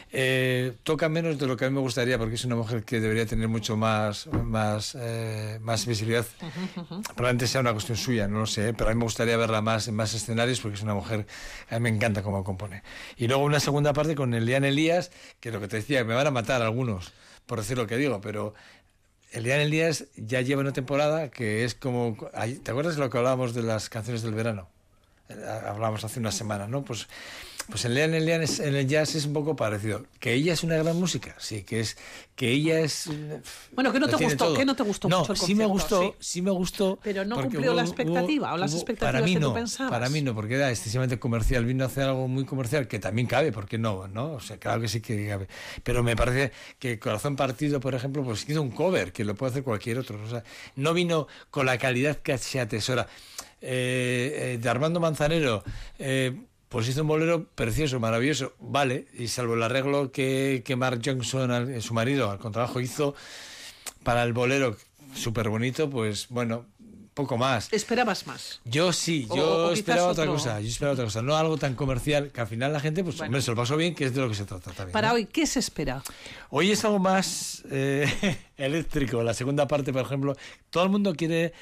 eh, toca menos de lo que a mí me gustaría, porque es una mujer que debería tener mucho más más, eh, más visibilidad. Probablemente sea una cuestión suya, no lo sé, pero a mí me gustaría verla más en más escenarios, porque es una mujer, a mí me encanta cómo compone. Y luego una segunda parte con Elian Elías, que lo que te decía, me van a matar algunos por decir lo que digo, pero Elian Elías ya lleva una temporada que es como, ¿te acuerdas de lo que hablábamos de las canciones del verano? Hablábamos hace una semana, ¿no? Pues, pues en Elian Elías en el jazz es un poco parecido. Que ella es una gran música, sí, que es que ella es. Bueno, ¿qué no te gustó? ¿Qué no te gustó no, mucho el sí me gustó, sí. sí me gustó. Pero no cumplió hubo, la expectativa hubo, o las expectativas para mí que no, tú pensabas. Para mí no, porque era excesivamente comercial. Vino a hacer algo muy comercial que también cabe, ¿por qué no? ¿no? O sea, claro que sí que cabe. Pero me parece que Corazón Partido, por ejemplo, pues hizo un cover que lo puede hacer cualquier otro. O sea, no vino con la calidad que se atesora. Eh, eh, de Armando Manzanero, eh, pues hizo un bolero precioso, maravilloso, vale, y salvo el arreglo que, que Mark Johnson, su marido, al contrabajo hizo para el bolero súper bonito, pues bueno, poco más. ¿Esperabas más? Yo sí, yo o, o esperaba otro... otra cosa, yo esperaba otra cosa, no algo tan comercial, que al final la gente, pues bueno, hombre, se lo pasó bien, que es de lo que se trata también. Para ¿no? hoy, ¿qué se espera? Hoy es algo más eh, eléctrico, la segunda parte, por ejemplo, todo el mundo quiere,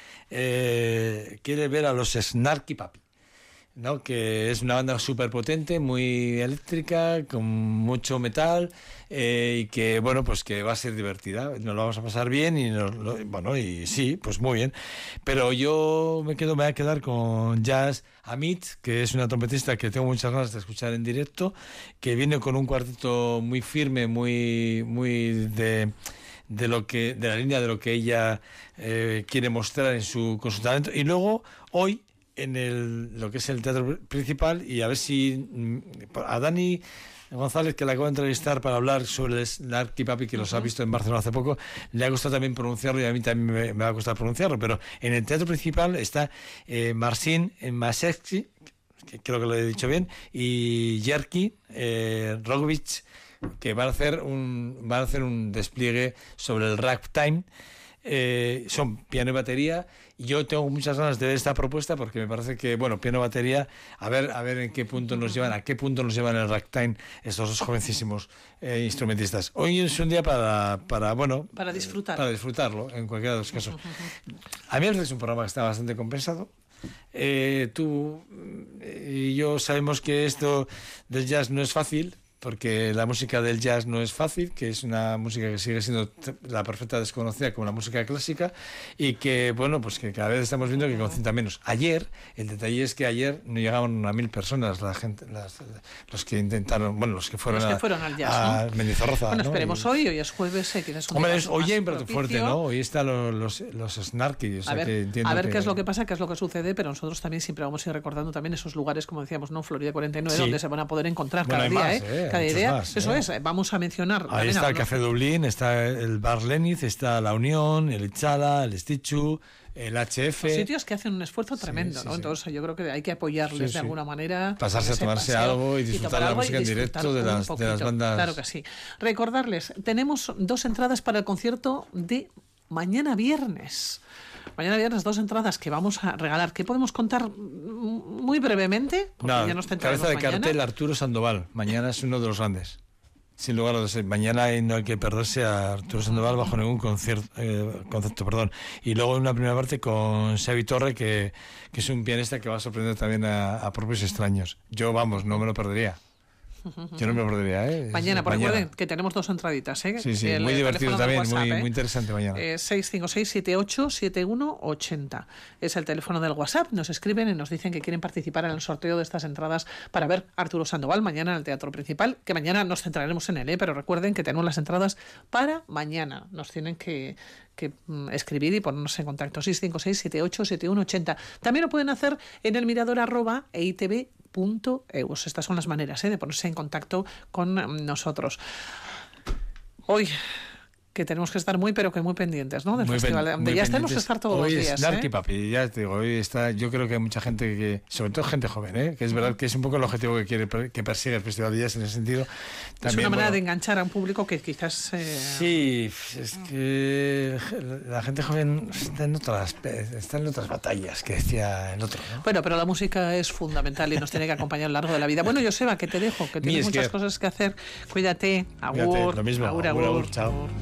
eh, quiere ver a los Snarky Puppy, ¿no? Que es una banda súper potente, muy eléctrica, con mucho metal, eh, y que, bueno, pues que va a ser divertida, nos lo vamos a pasar bien, y nos, lo, bueno, y sí, pues muy bien, pero yo me quedo, me voy a quedar con Jazz Amit, que es una trompetista que tengo muchas ganas de escuchar en directo, que viene con un cuarteto muy firme, muy, muy de... de lo que de la línea de lo que ella eh, quiere mostrar en su con su talento, y luego hoy en el lo que es el teatro principal, y a ver si a Dani González, que la acabo de entrevistar para hablar sobre el Arqui Papi, que los uh-huh. ha visto en Barcelona hace poco, le ha costado también pronunciarlo y a mí también me, me va a costar pronunciarlo, pero en el teatro principal está eh, Marcin Masecki, que creo que lo he dicho bien, y Jerky eh, Rogovic, que van a hacer un van a hacer un despliegue sobre el ragtime. Eh, son piano y batería, y yo tengo muchas ganas de ver esta propuesta porque me parece que, bueno, piano y batería, a ver a ver en qué punto nos llevan, a qué punto nos llevan el ragtime estos dos jovencísimos eh, instrumentistas. Hoy es un día para, para bueno, para disfrutar. Para disfrutar,lo en cualquiera de los casos. A mí me parece que es un programa que está bastante compensado. Eh, tú y yo sabemos que esto del jazz no es fácil, porque la música del jazz no es fácil, que es una música que sigue siendo la perfecta desconocida como la música clásica, y que, bueno, pues que cada vez estamos viendo que concentran menos. Ayer, el detalle es que ayer no llegaban a mil personas la gente, las, los que intentaron, bueno, los que fueron, los que fueron a, al jazz, a ¿no? Mendizorroza. Bueno, ¿no? esperemos y, hoy, hoy es jueves, eh, quizás un hombre, día es, hoy ya hay plato fuerte, ¿no? Hoy están los, los, los snarky, o sea, a ver, que entiendo a ver que... qué es lo que pasa, qué es lo que sucede, pero nosotros también siempre vamos a ir recordando también esos lugares, como decíamos, ¿no? Florida cuarenta y nueve, sí, donde se van a poder encontrar bueno, cada día, más, ¿eh? ¿eh? Cada idea, más, eso ¿eh? es, vamos a mencionar. Ahí está el Café Dublín, está el Bar Leniz, está la Unión, el Ichala, el Stichu, el H F. Los sitios que hacen un esfuerzo tremendo, sí, sí, ¿no? Sí. Entonces yo creo que hay que apoyarles sí, sí. de alguna manera. Pasarse a tomarse paseo, algo y disfrutar de la música en directo de las, de las bandas. Claro que sí. Recordarles, tenemos dos entradas para el concierto de mañana viernes. Mañana viernes, dos entradas que vamos a regalar. ¿Qué podemos contar muy brevemente? Porque no, ya nos cabeza de mañana. Cartel Arturo Sandoval. Mañana es uno de los grandes. Sin lugar a dudas, mañana no hay que perderse a Arturo Sandoval bajo ningún concierto, eh, concepto. Perdón. Y luego en una primera parte con Xavi Torre, que, que es un pianista que va a sorprender también a, a propios extraños. Yo, vamos, no me lo perdería. Yo no me lo perdería, ¿eh? Mañana, pues recuerden que tenemos dos entraditas, ¿eh? Sí, sí, el, muy divertido también, WhatsApp, muy, ¿eh? muy interesante mañana. Eh, seis cinco seis, siete ocho, siete uno ocho cero es el teléfono del WhatsApp. Nos escriben y nos dicen que quieren participar en el sorteo de estas entradas para ver a Arturo Sandoval mañana en el Teatro Principal, que mañana nos centraremos en él, ¿eh? Pero recuerden que tenemos las entradas para mañana. Nos tienen que... que mm, escribir y ponernos en contacto. seis cinco seis, siete ocho, siete uno ocho cero. También lo pueden hacer en el mirador arroba e i te be punto e u. Estas son las maneras, ¿eh? de ponerse en contacto con nosotros. Hoy que tenemos que estar muy pero que muy pendientes, ¿no? Del muy festival. Pen, Donde ya tenemos que estar todos hoy los días. Es Narqui, ¿eh? Papi, ya te digo, hoy está, yo creo que hay mucha gente que, sobre todo gente joven, ¿eh? Que es verdad que es un poco el objetivo que quiere que persigue el Festival de Jazz en ese sentido. También, es una manera bueno, de enganchar a un público que quizás... Eh... Sí, es que la gente joven está en otras, está en otras batallas, que decía el otro, ¿no? Bueno, pero la música es fundamental y nos tiene que acompañar a lo largo de la vida. Bueno, Joseba, que te dejo, que tienes muchas cosas que hacer. Cuídate. Agur. Cuídate, lo mismo. Agur, agur, agur, agur, chao. agur.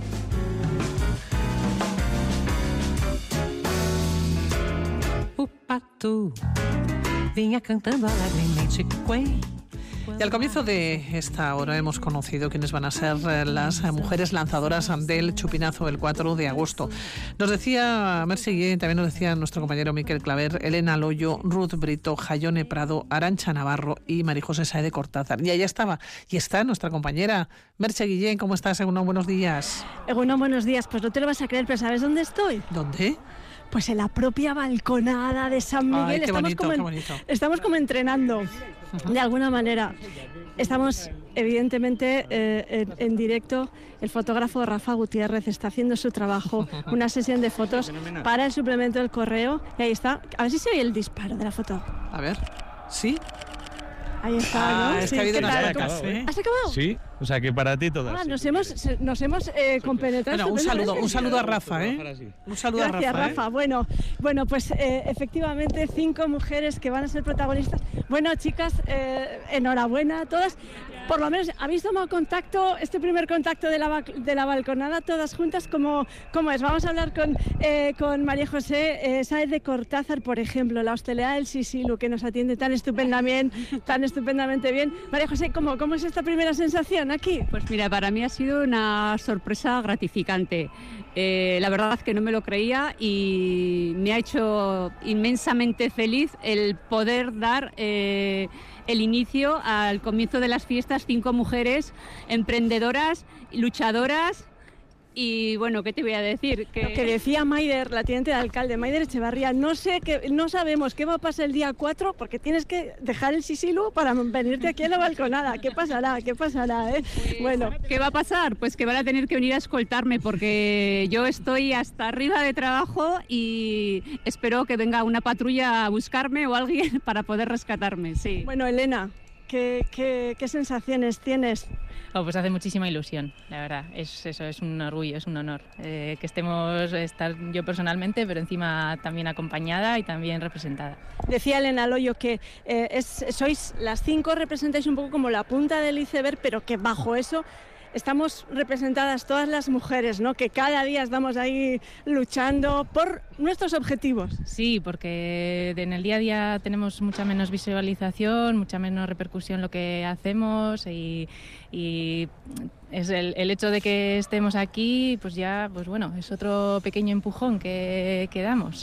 Pato vinha cantando alegremente quen. Y al comienzo de esta hora hemos conocido quiénes van a ser las mujeres lanzadoras del Chupinazo el cuatro de agosto. Nos decía Mercy Guillén, también nos decía nuestro compañero Miquel Claver, Elena Loyo, Ruth Brito, Jayone Prado, Arantxa Navarro y Marijose Saede Cortázar. Y allá estaba, y está nuestra compañera Mercy Guillén. ¿Cómo estás, Egunon? Buenos días. Egunon, buenos días. Pues no te lo vas a creer, pero ¿sabes dónde estoy? ¿Dónde? Pues en la propia balconada de San Miguel. Ay, qué estamos, bonito, como en, qué bonito. estamos como entrenando, de alguna manera. Estamos, evidentemente, eh, en, en directo. El fotógrafo Rafa Gutiérrez está haciendo su trabajo, una sesión de fotos para el suplemento del Correo. Y ahí está. A ver si se oye el disparo de la foto. A ver. ¿Sí? Ahí está, ah, ¿no? Es sí, que ha habido ¿qué una tal? acabado, ¿eh? ¿Has acabado? Sí, o sea que para ti todo. Ah, nos hemos, nos hemos eh, compenetrado. Bueno, un saludo, un saludo a Rafa, ¿eh? Un saludo Gracias, a Rafa. Rafa. ¿eh? Bueno, bueno, pues eh, efectivamente cinco mujeres que van a ser protagonistas. Bueno, chicas, eh, enhorabuena a todas. Por lo menos, ¿habéis tomado contacto, este primer contacto de la, de la balconada, todas juntas? ¿Cómo, cómo es? Vamos a hablar con, eh, con María José eh, Saez de Cortázar, por ejemplo, la hostelera del Sisilu, que nos atiende tan estupendamente, tan estupendamente bien. María José, ¿cómo, ¿cómo es esta primera sensación aquí? Pues mira, para mí ha sido una sorpresa gratificante. Eh, la verdad es que no me lo creía y me ha hecho inmensamente feliz el poder dar eh, el inicio al comienzo de las fiestas cinco mujeres emprendedoras, luchadoras Y bueno, ¿qué te voy a decir? Que... Lo que decía Maider, la teniente de alcalde, Maider Echevarría, no sé que, no sabemos qué va a pasar el día cuatro porque tienes que dejar el Sisilu para venirte aquí a la balconada. ¿Qué pasará? ¿Qué pasará? ¿eh? Pues, bueno, ¿qué va a pasar? Pues que van a tener que venir a escoltarme porque yo estoy hasta arriba de trabajo y espero que venga una patrulla a buscarme o alguien para poder rescatarme, sí. Bueno, Elena, ¿qué, qué, qué sensaciones tienes? Oh, pues hace muchísima ilusión, la verdad. Es eso, es un orgullo, es un honor eh, que estemos, estar yo personalmente, pero encima también acompañada y también representada. Decía Elena Loyo que eh, es, sois las cinco, representáis un poco como la punta del iceberg, pero que bajo eso estamos representadas todas las mujeres, ¿no? Que cada día estamos ahí luchando por nuestros objetivos. Sí, porque en el día a día tenemos mucha menos visualización, mucha menos repercusión lo que hacemos y, y es el, el hecho de que estemos aquí, pues ya, pues bueno, es otro pequeño empujón que, que damos.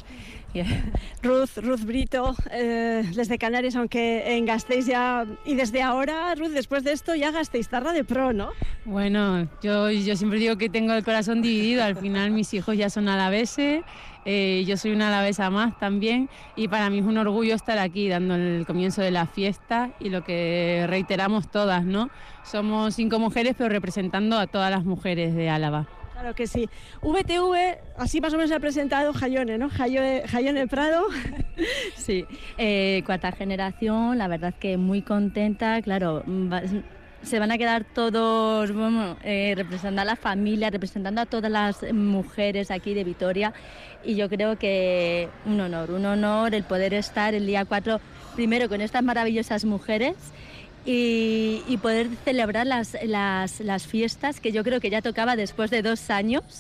Ruth, Ruth Brito, eh, desde Canarias, aunque en Gasteiz ya, y desde ahora, Ruth, después de esto ya Gasteiztarra de pro, ¿no? Bueno, yo, yo siempre digo que tengo el corazón dividido, al final mis hijos ya son alaveses, eh, yo soy una alavesa más también, y para mí es un orgullo estar aquí dando el comienzo de la fiesta y lo que reiteramos todas, ¿no? Somos cinco mujeres, pero representando a todas las mujeres de Álava. Claro que sí. V T V, así más o menos ha presentado Jaione, ¿no? Jaione, Jaione Prado. Sí, eh, cuarta generación, la verdad que muy contenta, claro, va, se van a quedar todos, bueno, eh, representando a la familia, representando a todas las mujeres aquí de Vitoria y yo creo que un honor, un honor el poder estar el día cuatro, primero con estas maravillosas mujeres. Y, y poder celebrar las, las, las fiestas que yo creo que ya tocaba después de dos años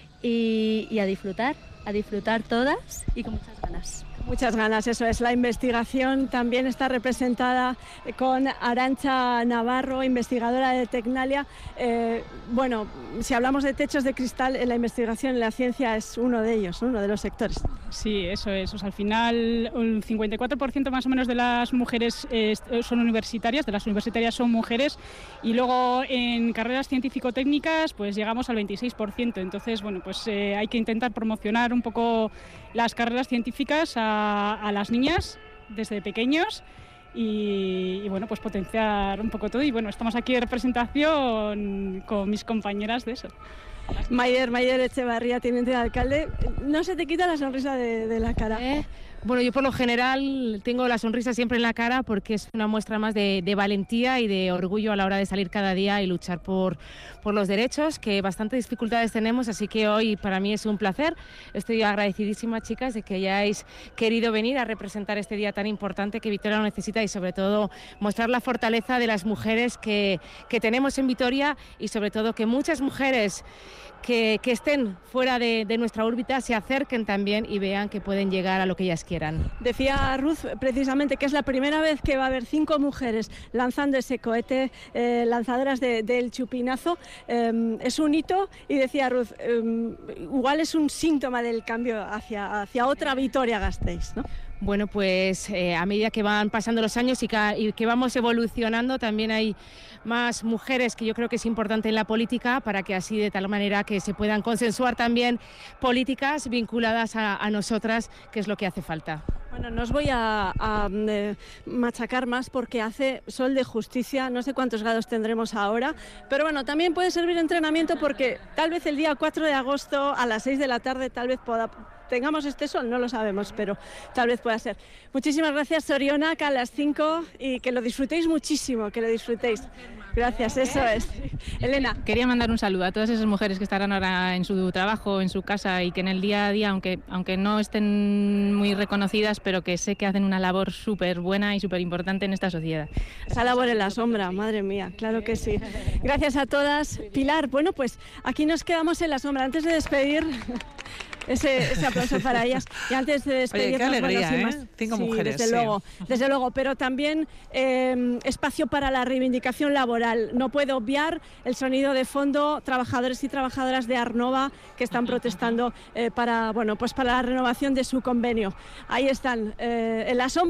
y, y a disfrutar, a disfrutar todas y con muchas ganas. Muchas ganas, eso es. La investigación también está representada con Arantxa Navarro, investigadora de Tecnalia. Eh, bueno, si hablamos de techos de cristal, en la investigación, en la ciencia es uno de ellos, ¿no? Uno de los sectores. Sí, eso es. O sea, al final, un cincuenta y cuatro por ciento más o menos de las mujeres eh, son universitarias, de las universitarias son mujeres, y luego en carreras científico-técnicas, pues llegamos al veintiséis por ciento. Entonces, bueno, pues eh, hay que intentar promocionar un poco las carreras científicas a, a las niñas desde pequeños y, y bueno, pues potenciar un poco todo y bueno, estamos aquí en representación con mis compañeras de eso. Maider, Maider Echevarría, teniente de alcalde, no se te quita la sonrisa de, de la cara. ¿Eh? Bueno, yo por lo general tengo la sonrisa siempre en la cara porque es una muestra más de, de valentía y de orgullo a la hora de salir cada día y luchar por, por los derechos, que bastantes dificultades tenemos, así que hoy para mí es un placer. Estoy agradecidísima, chicas, de que hayáis querido venir a representar este día tan importante que Vitoria lo necesita y sobre todo mostrar la fortaleza de las mujeres que, que tenemos en Vitoria y sobre todo que muchas mujeres Que, que estén fuera de, de nuestra órbita se acerquen también y vean que pueden llegar a lo que ellas quieran. Decía Ruth precisamente que es la primera vez que va a haber cinco mujeres lanzando ese cohete, eh, lanzadoras de, del chupinazo. Eh, es un hito y decía Ruth, eh, igual es un síntoma del cambio hacia, hacia otra Vitoria-Gasteiz, ¿no? Bueno, pues eh, a medida que van pasando los años y que, y que vamos evolucionando, también hay más mujeres que yo creo que es importante en la política para que así de tal manera que se puedan consensuar también políticas vinculadas a, a nosotras, que es lo que hace falta. Bueno, no os voy a, a eh, machacar más porque hace sol de justicia, no sé cuántos grados tendremos ahora, pero bueno, también puede servir de entrenamiento porque tal vez el día cuatro de agosto a las seis de la tarde tal vez pueda... tengamos este sol, no lo sabemos, pero tal vez pueda ser. Muchísimas gracias, Sorionak, a las cinco y que lo disfrutéis muchísimo, que lo disfrutéis. Gracias, eso es. Elena. Quería mandar un saludo a todas esas mujeres que estarán ahora en su trabajo, en su casa y que en el día a día, aunque, aunque no estén muy reconocidas, pero que sé que hacen una labor súper buena y súper importante en esta sociedad. Esa labor en la sombra, madre mía, claro que sí. Gracias a todas. Pilar, bueno, pues aquí nos quedamos en la sombra. Antes de despedir... Ese, ese aplauso para ellas. Y antes de despedirnos, Oye, qué alegría, bueno, ¿eh? más, Cinco sí, mujeres. Desde sí. luego, desde luego, pero también eh, espacio para la reivindicación laboral. No puedo obviar el sonido de fondo, trabajadores y trabajadoras de Arnova que están protestando eh, para, bueno, pues para la renovación de su convenio. Ahí están, eh, en la sombra,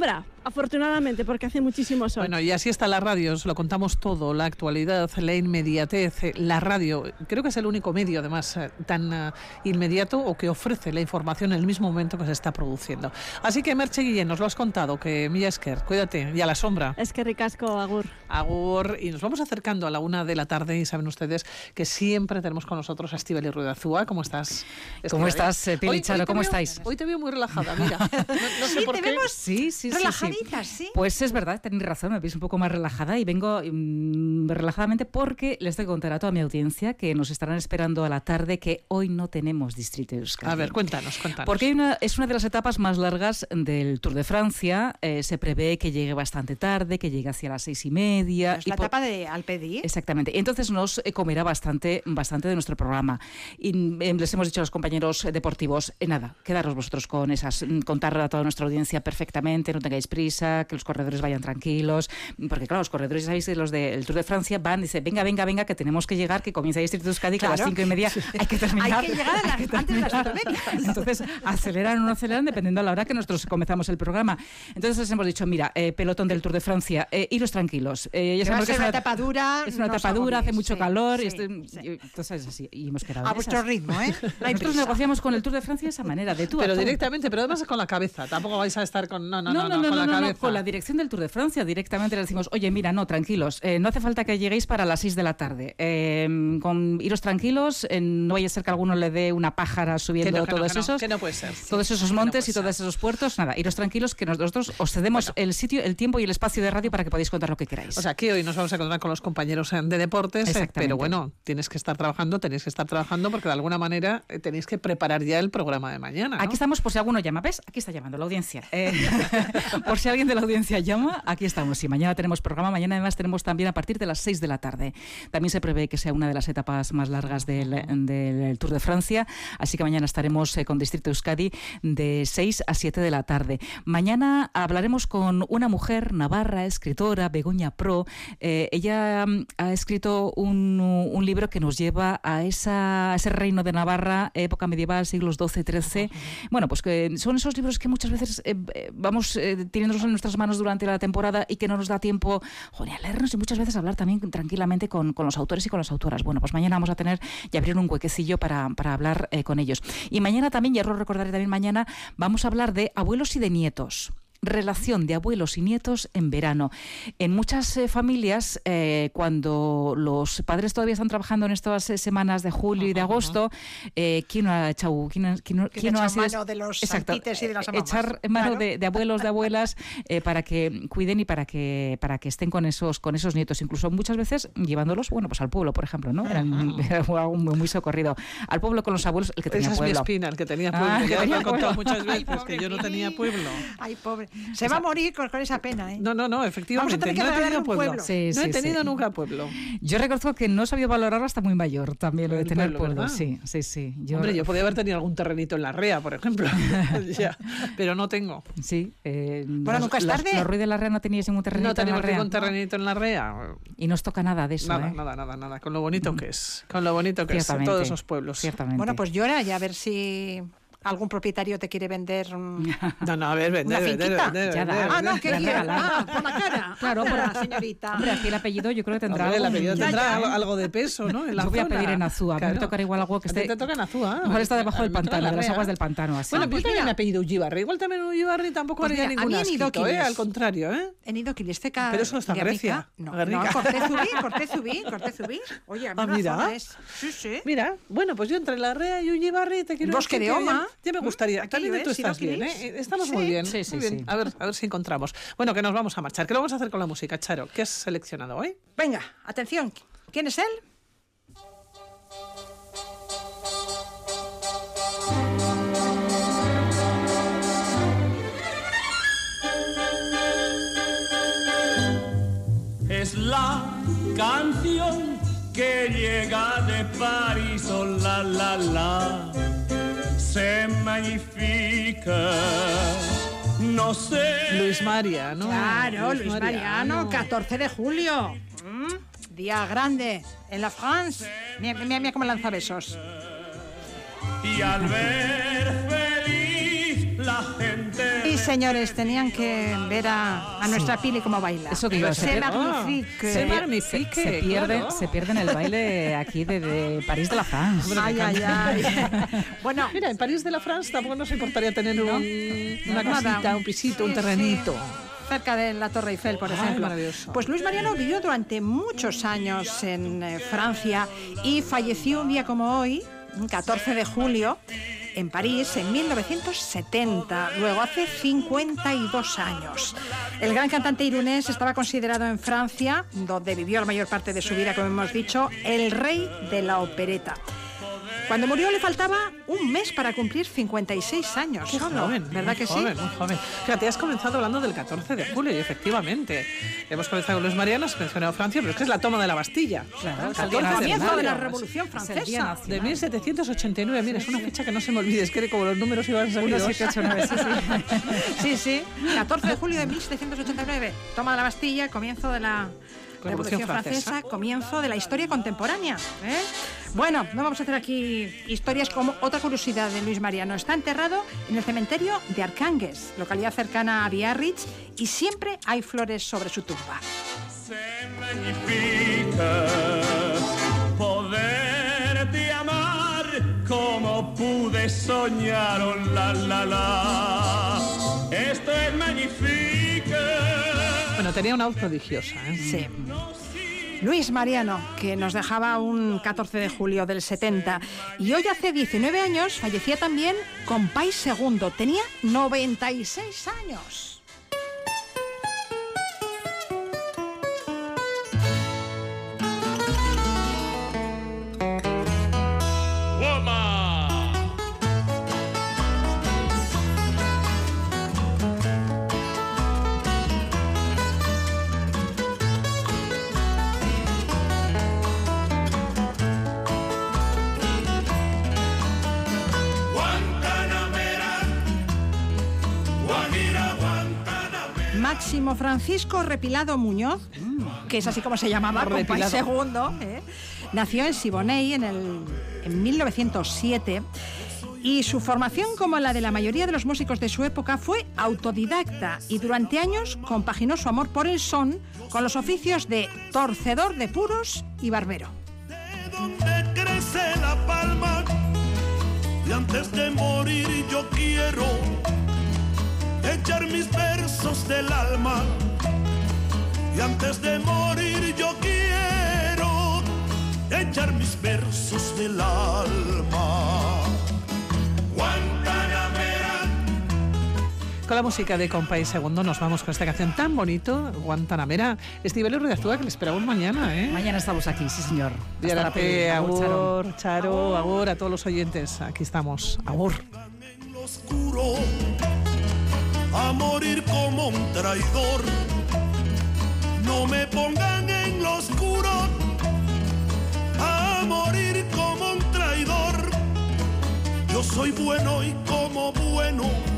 afortunadamente, porque hace muchísimo sol. Bueno, y así está la radio, os lo contamos todo, la actualidad, la inmediatez. La radio, creo que es el único medio, además, tan uh, inmediato o que ofrece la información en el mismo momento que se está produciendo. Así que, Merche Guillén, nos lo has contado, que Milla Esker, cuídate, y a la sombra. Es que ricasco, agur. Agur, y nos vamos acercando a la una de la tarde, y saben ustedes que siempre tenemos con nosotros a Estíbaliz Ruiz de Azúa. ¿Cómo estás? ¿Cómo estás, eh, Pili Charo? ¿Cómo veo, estáis? Hoy te veo muy relajada, mira. No, no sé sí, por te qué. vemos sí, sí, relajaditas, sí, sí. Pues es verdad, tenéis razón, me veis un poco más relajada y vengo mmm, relajadamente porque les tengo que contar a toda mi audiencia que nos estarán esperando a la tarde, que hoy no tenemos Distrito de Euskadi. A ver, cuéntanos, cuéntanos. Porque hay una, es una de las etapas más largas del Tour de Francia. Eh, se prevé que llegue bastante tarde, que llegue hacia las seis y media. Es y la por... etapa de Alpedí. Exactamente. Entonces nos eh, comerá bastante, bastante de nuestro programa. Y eh, les hemos dicho a los compañeros deportivos, eh, nada, quedaros vosotros con esas, contar a toda nuestra audiencia perfectamente, no tengáis prisa, que los corredores vayan tranquilos, porque claro, los corredores, ya sabéis, los del Tour de Francia van y dicen, venga, venga, venga, que tenemos que llegar, que comienza Distrito de Euskadi, que claro, a las cinco y media hay que terminar. Hay que llegar a la, que antes de las cinco y media. Entonces, aceleran o no aceleran dependiendo a la hora que nosotros comenzamos el programa. Entonces les hemos dicho, mira, eh, pelotón del Tour de Francia, eh, iros tranquilos. Eh, ya sabemos que es una una etapa dura. Es una no etapa dura, hace mucho sí, calor, sí, y, esto, sí. y entonces así, y hemos quedado. A vuestro ritmo, ¿eh? No hay Nosotros prisa. negociamos con el Tour de Francia de esa manera, de tú Pero a tú. directamente, pero además con la cabeza, tampoco vais a estar con... No, no, no, No, no, no, con no, la no, cabeza. no, con la dirección del Tour de Francia directamente les decimos, oye, mira, no, tranquilos, eh, no hace falta que lleguéis para las seis de la tarde. Eh, con iros tranquilos, eh, no vaya a ser que alguno le dé una pájara subiendo Que no, que no, todos que no, esos, que no puede ser. todos esos Que no montes puede y todos ser. esos puertos. Nada, iros tranquilos, que nosotros os cedemos Bueno. el sitio, el tiempo y el espacio de radio para que podáis contar lo que queráis. O sea, aquí hoy nos vamos a encontrar con los compañeros de deportes, eh, Exactamente. pero bueno, tienes que estar trabajando, tenéis que estar trabajando porque de alguna manera eh, tenéis que preparar ya el programa de mañana, ¿no? Aquí estamos por si alguno llama, ¿ves? Aquí está llamando la audiencia. Eh, por si alguien de la audiencia llama, aquí estamos. Y mañana tenemos programa, mañana además tenemos también a partir de las seis de la tarde. También se prevé que sea una de las etapas más largas del, del Tour de Francia, así que mañana estaremos eh, con Distrito Euskadi de seis a siete de la tarde. Mañana hablaremos con una mujer navarra, escritora, Begoña Pro. Eh, ella mm, ha escrito un, un libro que nos lleva a, esa, a ese reino de Navarra, época medieval, siglos doce trece. Bueno, pues que son esos libros que muchas veces eh, eh, vamos eh, teniéndolos en nuestras manos durante la temporada y que no nos da tiempo, joder, a leernos y muchas veces hablar también tranquilamente con, con los autores y con las autoras. Bueno, pues mañana vamos a tener y abrir un huequecillo para, para hablar eh, con ellos. Y mañana también, ya os lo recordaré también mañana, vamos a hablar de abuelos y de nietos. Relación de abuelos y nietos en verano. En muchas eh, familias, eh, cuando los padres todavía están trabajando en estas eh, semanas de julio y de agosto, eh, ¿quién no ha echado? ¿Quién, quién, no- Que se quién no ha echa sido- mano de los Exacto, santites y de las amamas. echar mano Claro. de, de abuelos, de abuelas, eh, para que cuiden y para que para que estén con esos con esos nietos, incluso muchas veces llevándolos, bueno, pues al pueblo, por ejemplo, ¿no? Era, era algo muy, muy socorrido. Al pueblo con los abuelos, el que tenía Esa es mi pueblo. espina, el que tenía pueblo. Ah, ya que os lo tenía he contado pueblo. muchas veces, que yo no tenía pueblo. Ay, pobre. Se va a morir con, con esa pena, ¿eh? No, no, no, efectivamente. Vamos a tener que no he regalarle tenido un pueblo. pueblo. Sí, no he sí, tenido sí. nunca pueblo. Yo reconozco que no he sabido valorarlo hasta muy mayor, también lo de El tener pueblo, pueblo. ¿verdad? Sí, sí, sí. Yo, Hombre, yo podía haber tenido algún terrenito en la Rea, por ejemplo. Ya, pero no tengo. Sí. Eh, Bueno, los- nunca es los- tarde. Los Ruiz de la Rea no teníais ningún terrenito No en la tenemos Rea. ningún terrenito en la Rea. Y no os toca nada de eso, Nada, ¿eh? nada, nada, nada. Con lo bonito que es. Con lo bonito que es Ciertamente. todos esos pueblos. Ciertamente. Bueno, pues llora y a ver si algún propietario te quiere vender mm, No, no, a ver, vender, una vender, finquita. vender, Ya da. vender, Ah, no, vender. ¿qué Ya quiere? regalar. Ah, por la cara. Claro, por Anda, señorita. Hombre, aquí el apellido yo creo que tendrá Hombre, el algún- apellido Ya, tendrá ya. algo, algo de peso, ¿no? En la Yo voy a zona. pedir en Azúa. A mí Claro. me tocará igual algo que A ti esté... te toca en Azúa. Igual está debajo A del mí me toca pantano, en de las Rea. aguas del pantano, así. Bueno, Ah, pues yo también mira. apellido Ullibarri. Igual también Ullibarri tampoco Pues haría mira, ningún a mí en asquito, ¿eh? Idoquiles. Al contrario, ¿eh? En Idoquilesteca. Pero eso está en Grecia. No, Guernica. no, Cortezubí, Cortezubí, Cortezubí. Oye, a mí Ah, me mira. zona es. Sí, sí. Mira, bueno, pues yo entre la Rea y Ullibarri te quiero Bosque decir de que Oma. Ya, ya me gustaría. Aquí También ves, tú estás bien, Idoquiles. ¿eh? Estamos Sí. muy bien. Sí, sí, muy bien. sí. A ver, a ver si encontramos. Bueno, que nos vamos a marchar. ¿Qué lo vamos a hacer con la música, Charo? ¿Qué has seleccionado hoy? Venga, atención. ¿Quién es él? Es la canción que llega de París, oh la la la, c'est magnifique, no sé. Luis María, ¿no? Claro, Luis Mariano, catorce de julio. Mm, Día grande en la France. Mira, mira, mira cómo lanza besos. Y al ver feliz la gente. Y señores, tenían que ver a, a nuestra sí. Pili cómo baila. Eso que iba, se, se magnifique. Se, magnifique, se, se, pierde, claro. se pierde en el baile aquí de, de París de la France. Ay, ay, ay. Bueno, mira, en París de la France tampoco nos importaría tener ¿no? un, una casita, Nada. un pisito, sí, un terrenito. Sí. Cerca de la Torre Eiffel, por ejemplo. Ay, pues Luis Mariano vivió durante muchos años en eh, Francia y falleció un día como hoy, catorce de julio, en París en mil novecientos setenta, luego hace cincuenta y dos años. El gran cantante irunés estaba considerado en Francia, donde vivió la mayor parte de su vida, como hemos dicho, el rey de la opereta. Cuando murió le faltaba un mes para cumplir cincuenta y seis años. Qué solo, joven, ¿verdad que joven, sí? Muy joven. Fíjate, has comenzado hablando del catorce de julio y efectivamente hemos comenzado con Luis Mariano, has mencionado Francia, pero es que es la toma de la Bastilla. Claro, el comienzo de, de la Revolución Francesa. De mil setecientos ochenta y nueve, mira, es una fecha que no se me olvide, es que como los números iban seguidos. uno, siete, ocho, nueve, sí, sí. sí, sí. catorce de julio de mil setecientos ochenta y nueve, toma de la Bastilla, comienzo de la Revolución, Revolución Francesa, Francesa, comienzo de la historia contemporánea. ¿eh? Bueno, no vamos a hacer aquí historias como otra curiosidad de Luis Mariano. Está enterrado en el cementerio de Arcángues, localidad cercana a Biarritz, y siempre hay flores sobre su tumba. Se magnifica poderte amar como pude soñar, oh, la la la. Esto es magnífica. Bueno, tenía una voz prodigiosa, ¿eh? Sí. Luis Mariano, que nos dejaba un catorce de julio del setenta. Y hoy hace diecinueve años fallecía también Compay segundo. Tenía noventa y seis años. Máximo Francisco Repilado Muñoz, que es así como se llamaba, Compay segundo, ¿eh? nació en Siboney en, el, en mil novecientos siete y su formación, como la de la mayoría de los músicos de su época, fue autodidacta y durante años compaginó su amor por el son con los oficios de torcedor de puros y barbero. De donde crece la palma y antes de morir yo quiero echar mis versos del alma y antes de morir yo quiero echar mis versos del alma. Guantanamera. Con la música de Compay segundo nos vamos con esta canción tan bonito, Guantanamera. Estíbaliz Ruiz de Azúa, que le esperamos mañana, ¿eh? Mañana estamos aquí, sí señor. Dígate, agur, Charo, agur a todos los oyentes. Aquí estamos, agur. Oscuro, a morir como un traidor. No me pongan en lo oscuro, a morir como un traidor. Yo soy bueno y como bueno